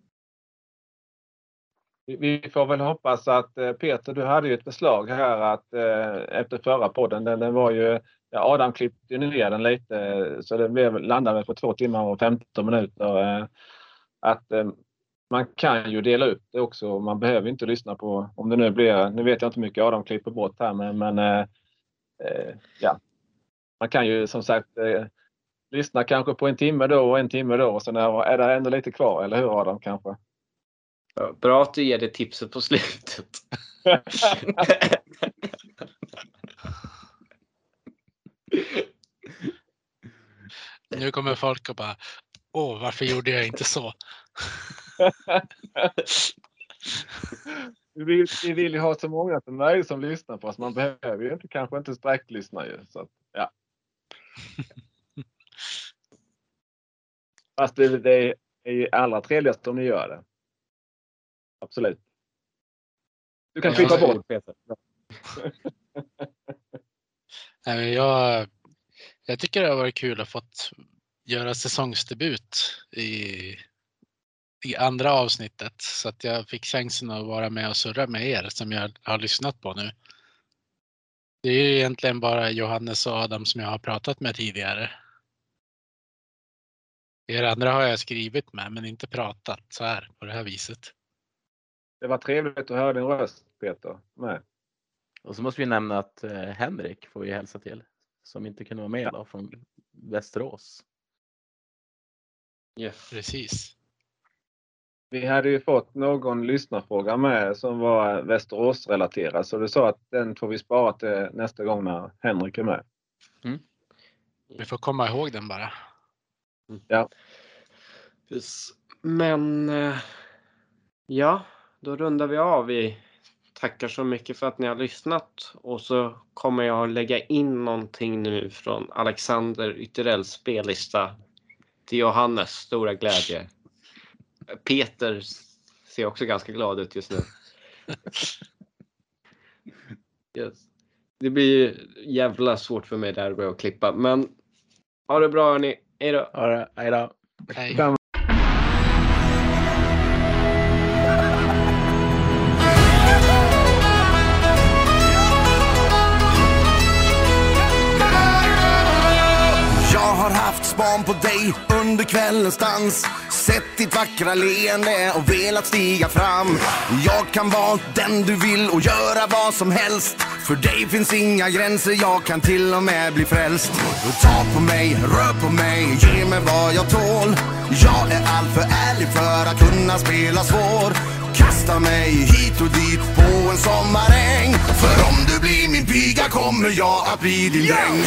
Vi får väl hoppas att Peter, du hade ju ett förslag här att efter förra podden, den, den var ju, ja, Adam klippte ner den lite så det blev, landade på två timmar och femton minuter. Att man kan ju dela upp det också, man behöver inte lyssna på, om det nu blir, nu vet jag inte mycket Adam klipper bort här men, men eh, ja, man kan ju som sagt eh, lyssna kanske på en timme då och en timme då och sen är, är det ändå lite kvar, eller hur Adam kanske? Bra att du ger det tipset på slutet. Nu kommer folk och bara, åh, varför gjorde jag inte så? vi, vill, vi vill ju ha så många som möjligt som lyssnar på oss. Man behöver ju inte, kanske inte sträcklyssna ju. Så, ja. Fast det, det är ju allra trevligast om ni gör det. Absolut. Du kan Ja, klippa så- bort Peter. Nej, men jag, jag tycker det har varit kul att fått göra säsongsdebut i, i andra avsnittet. Så att jag fick chansen att vara med och surra med er som jag har lyssnat på nu. Det är ju egentligen bara Johannes och Adam som jag har pratat med tidigare. Er andra har jag skrivit med men inte pratat så här på det här viset. Det var trevligt att höra din röst, Peter. Nej. Och så måste vi nämna att eh, Henrik får vi hälsa till. Som inte kunde vara med idag från Västerås. Yes. Precis. Vi hade ju fått någon lyssnarfråga med som var Västerås-relaterad. Så du sa att den får vi spara till nästa gång när Henrik är med. Vi får komma ihåg den bara. Ja. Precis. Men eh, ja, då rundar vi av. Vi tackar så mycket för att ni har lyssnat. Och så kommer jag lägga in någonting nu från Alexander Ytterells spellista till Johannes stora glädje. Peter ser också ganska glad ut just nu. Yes. Det blir jävla svårt för mig där att klippa. Men ha det bra hörni. Hej då. Ja, det- hej då. Hej. Kan- Jag har haft span på dig under kvällens dans. Sett ditt vackra leende och velat stiga fram. Jag kan vara den du vill och göra vad som helst. För dig finns inga gränser, jag kan till och med bli frälst. Ta på mig, rör på mig, ge mig vad jag tål. Jag är allt för ärlig för att kunna spela svår. Kasta mig hit och dit på en sommaräng. För om du blir min piga kommer jag att bli din dräng.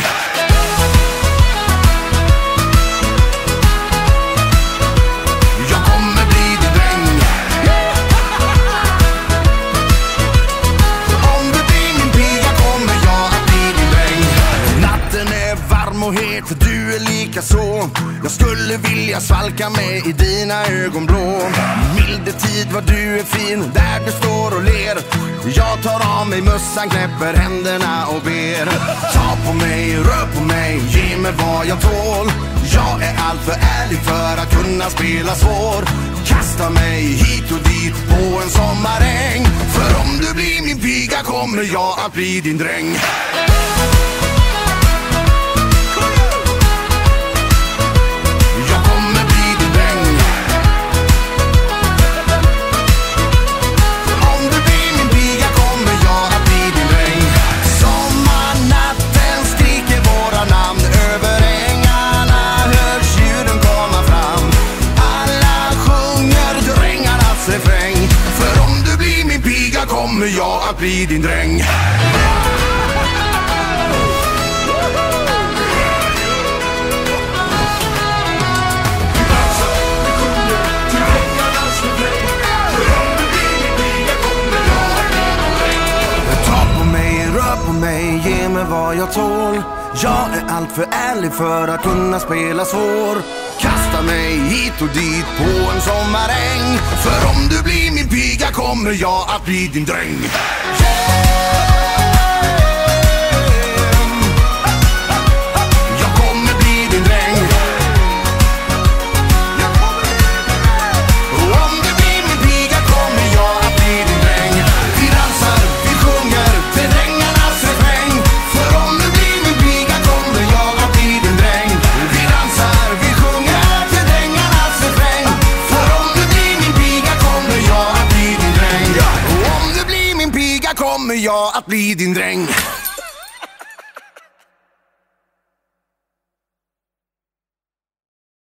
Jag kommer bli din dräng. Om du blir min piga kommer jag att bli din dräng. Natten är varm och het, du är lika så. Jag skulle vilja svalka mig i dina ögonblå. Milde tid vad du är fin, där du står och ler. Jag tar av mig mössan, knäpper händerna och ber. Ta på mig, rör på mig, ge mig vad jag tål. Jag är allt för ärlig för att kunna spela svår. Kasta mig hit och dit på en sommaräng. För om du blir min piga kommer jag att bli din dräng. Jag kommer bli din dräng. Om du blir min piga kommer jag att bli din dräng. Sommarnatten skriker våra namn över ängarna, hörs ljuden komma fram. Alla sjunger drängarnas refräng. För om du blir min piga kommer jag att bli din dräng. Ge mig vad jag tål. Jag är allt för ärlig för att kunna spela svår. Kasta mig hit och dit på en sommaräng. För om du blir min piga kommer jag att bli din dräng. Jag kommer bli din dräng. Och om du blir min piga kommer jag att bli din dräng. Vi dansar, vi sjunger till drängarnas refräng. För om du blir min piga kommer jag att bli din dräng. Vi dansar, vi sjunger till drängarnas refräng. För om du blir min piga kommer jag att bli din dräng. Och om du blir min piga kommer jag att bli din dräng.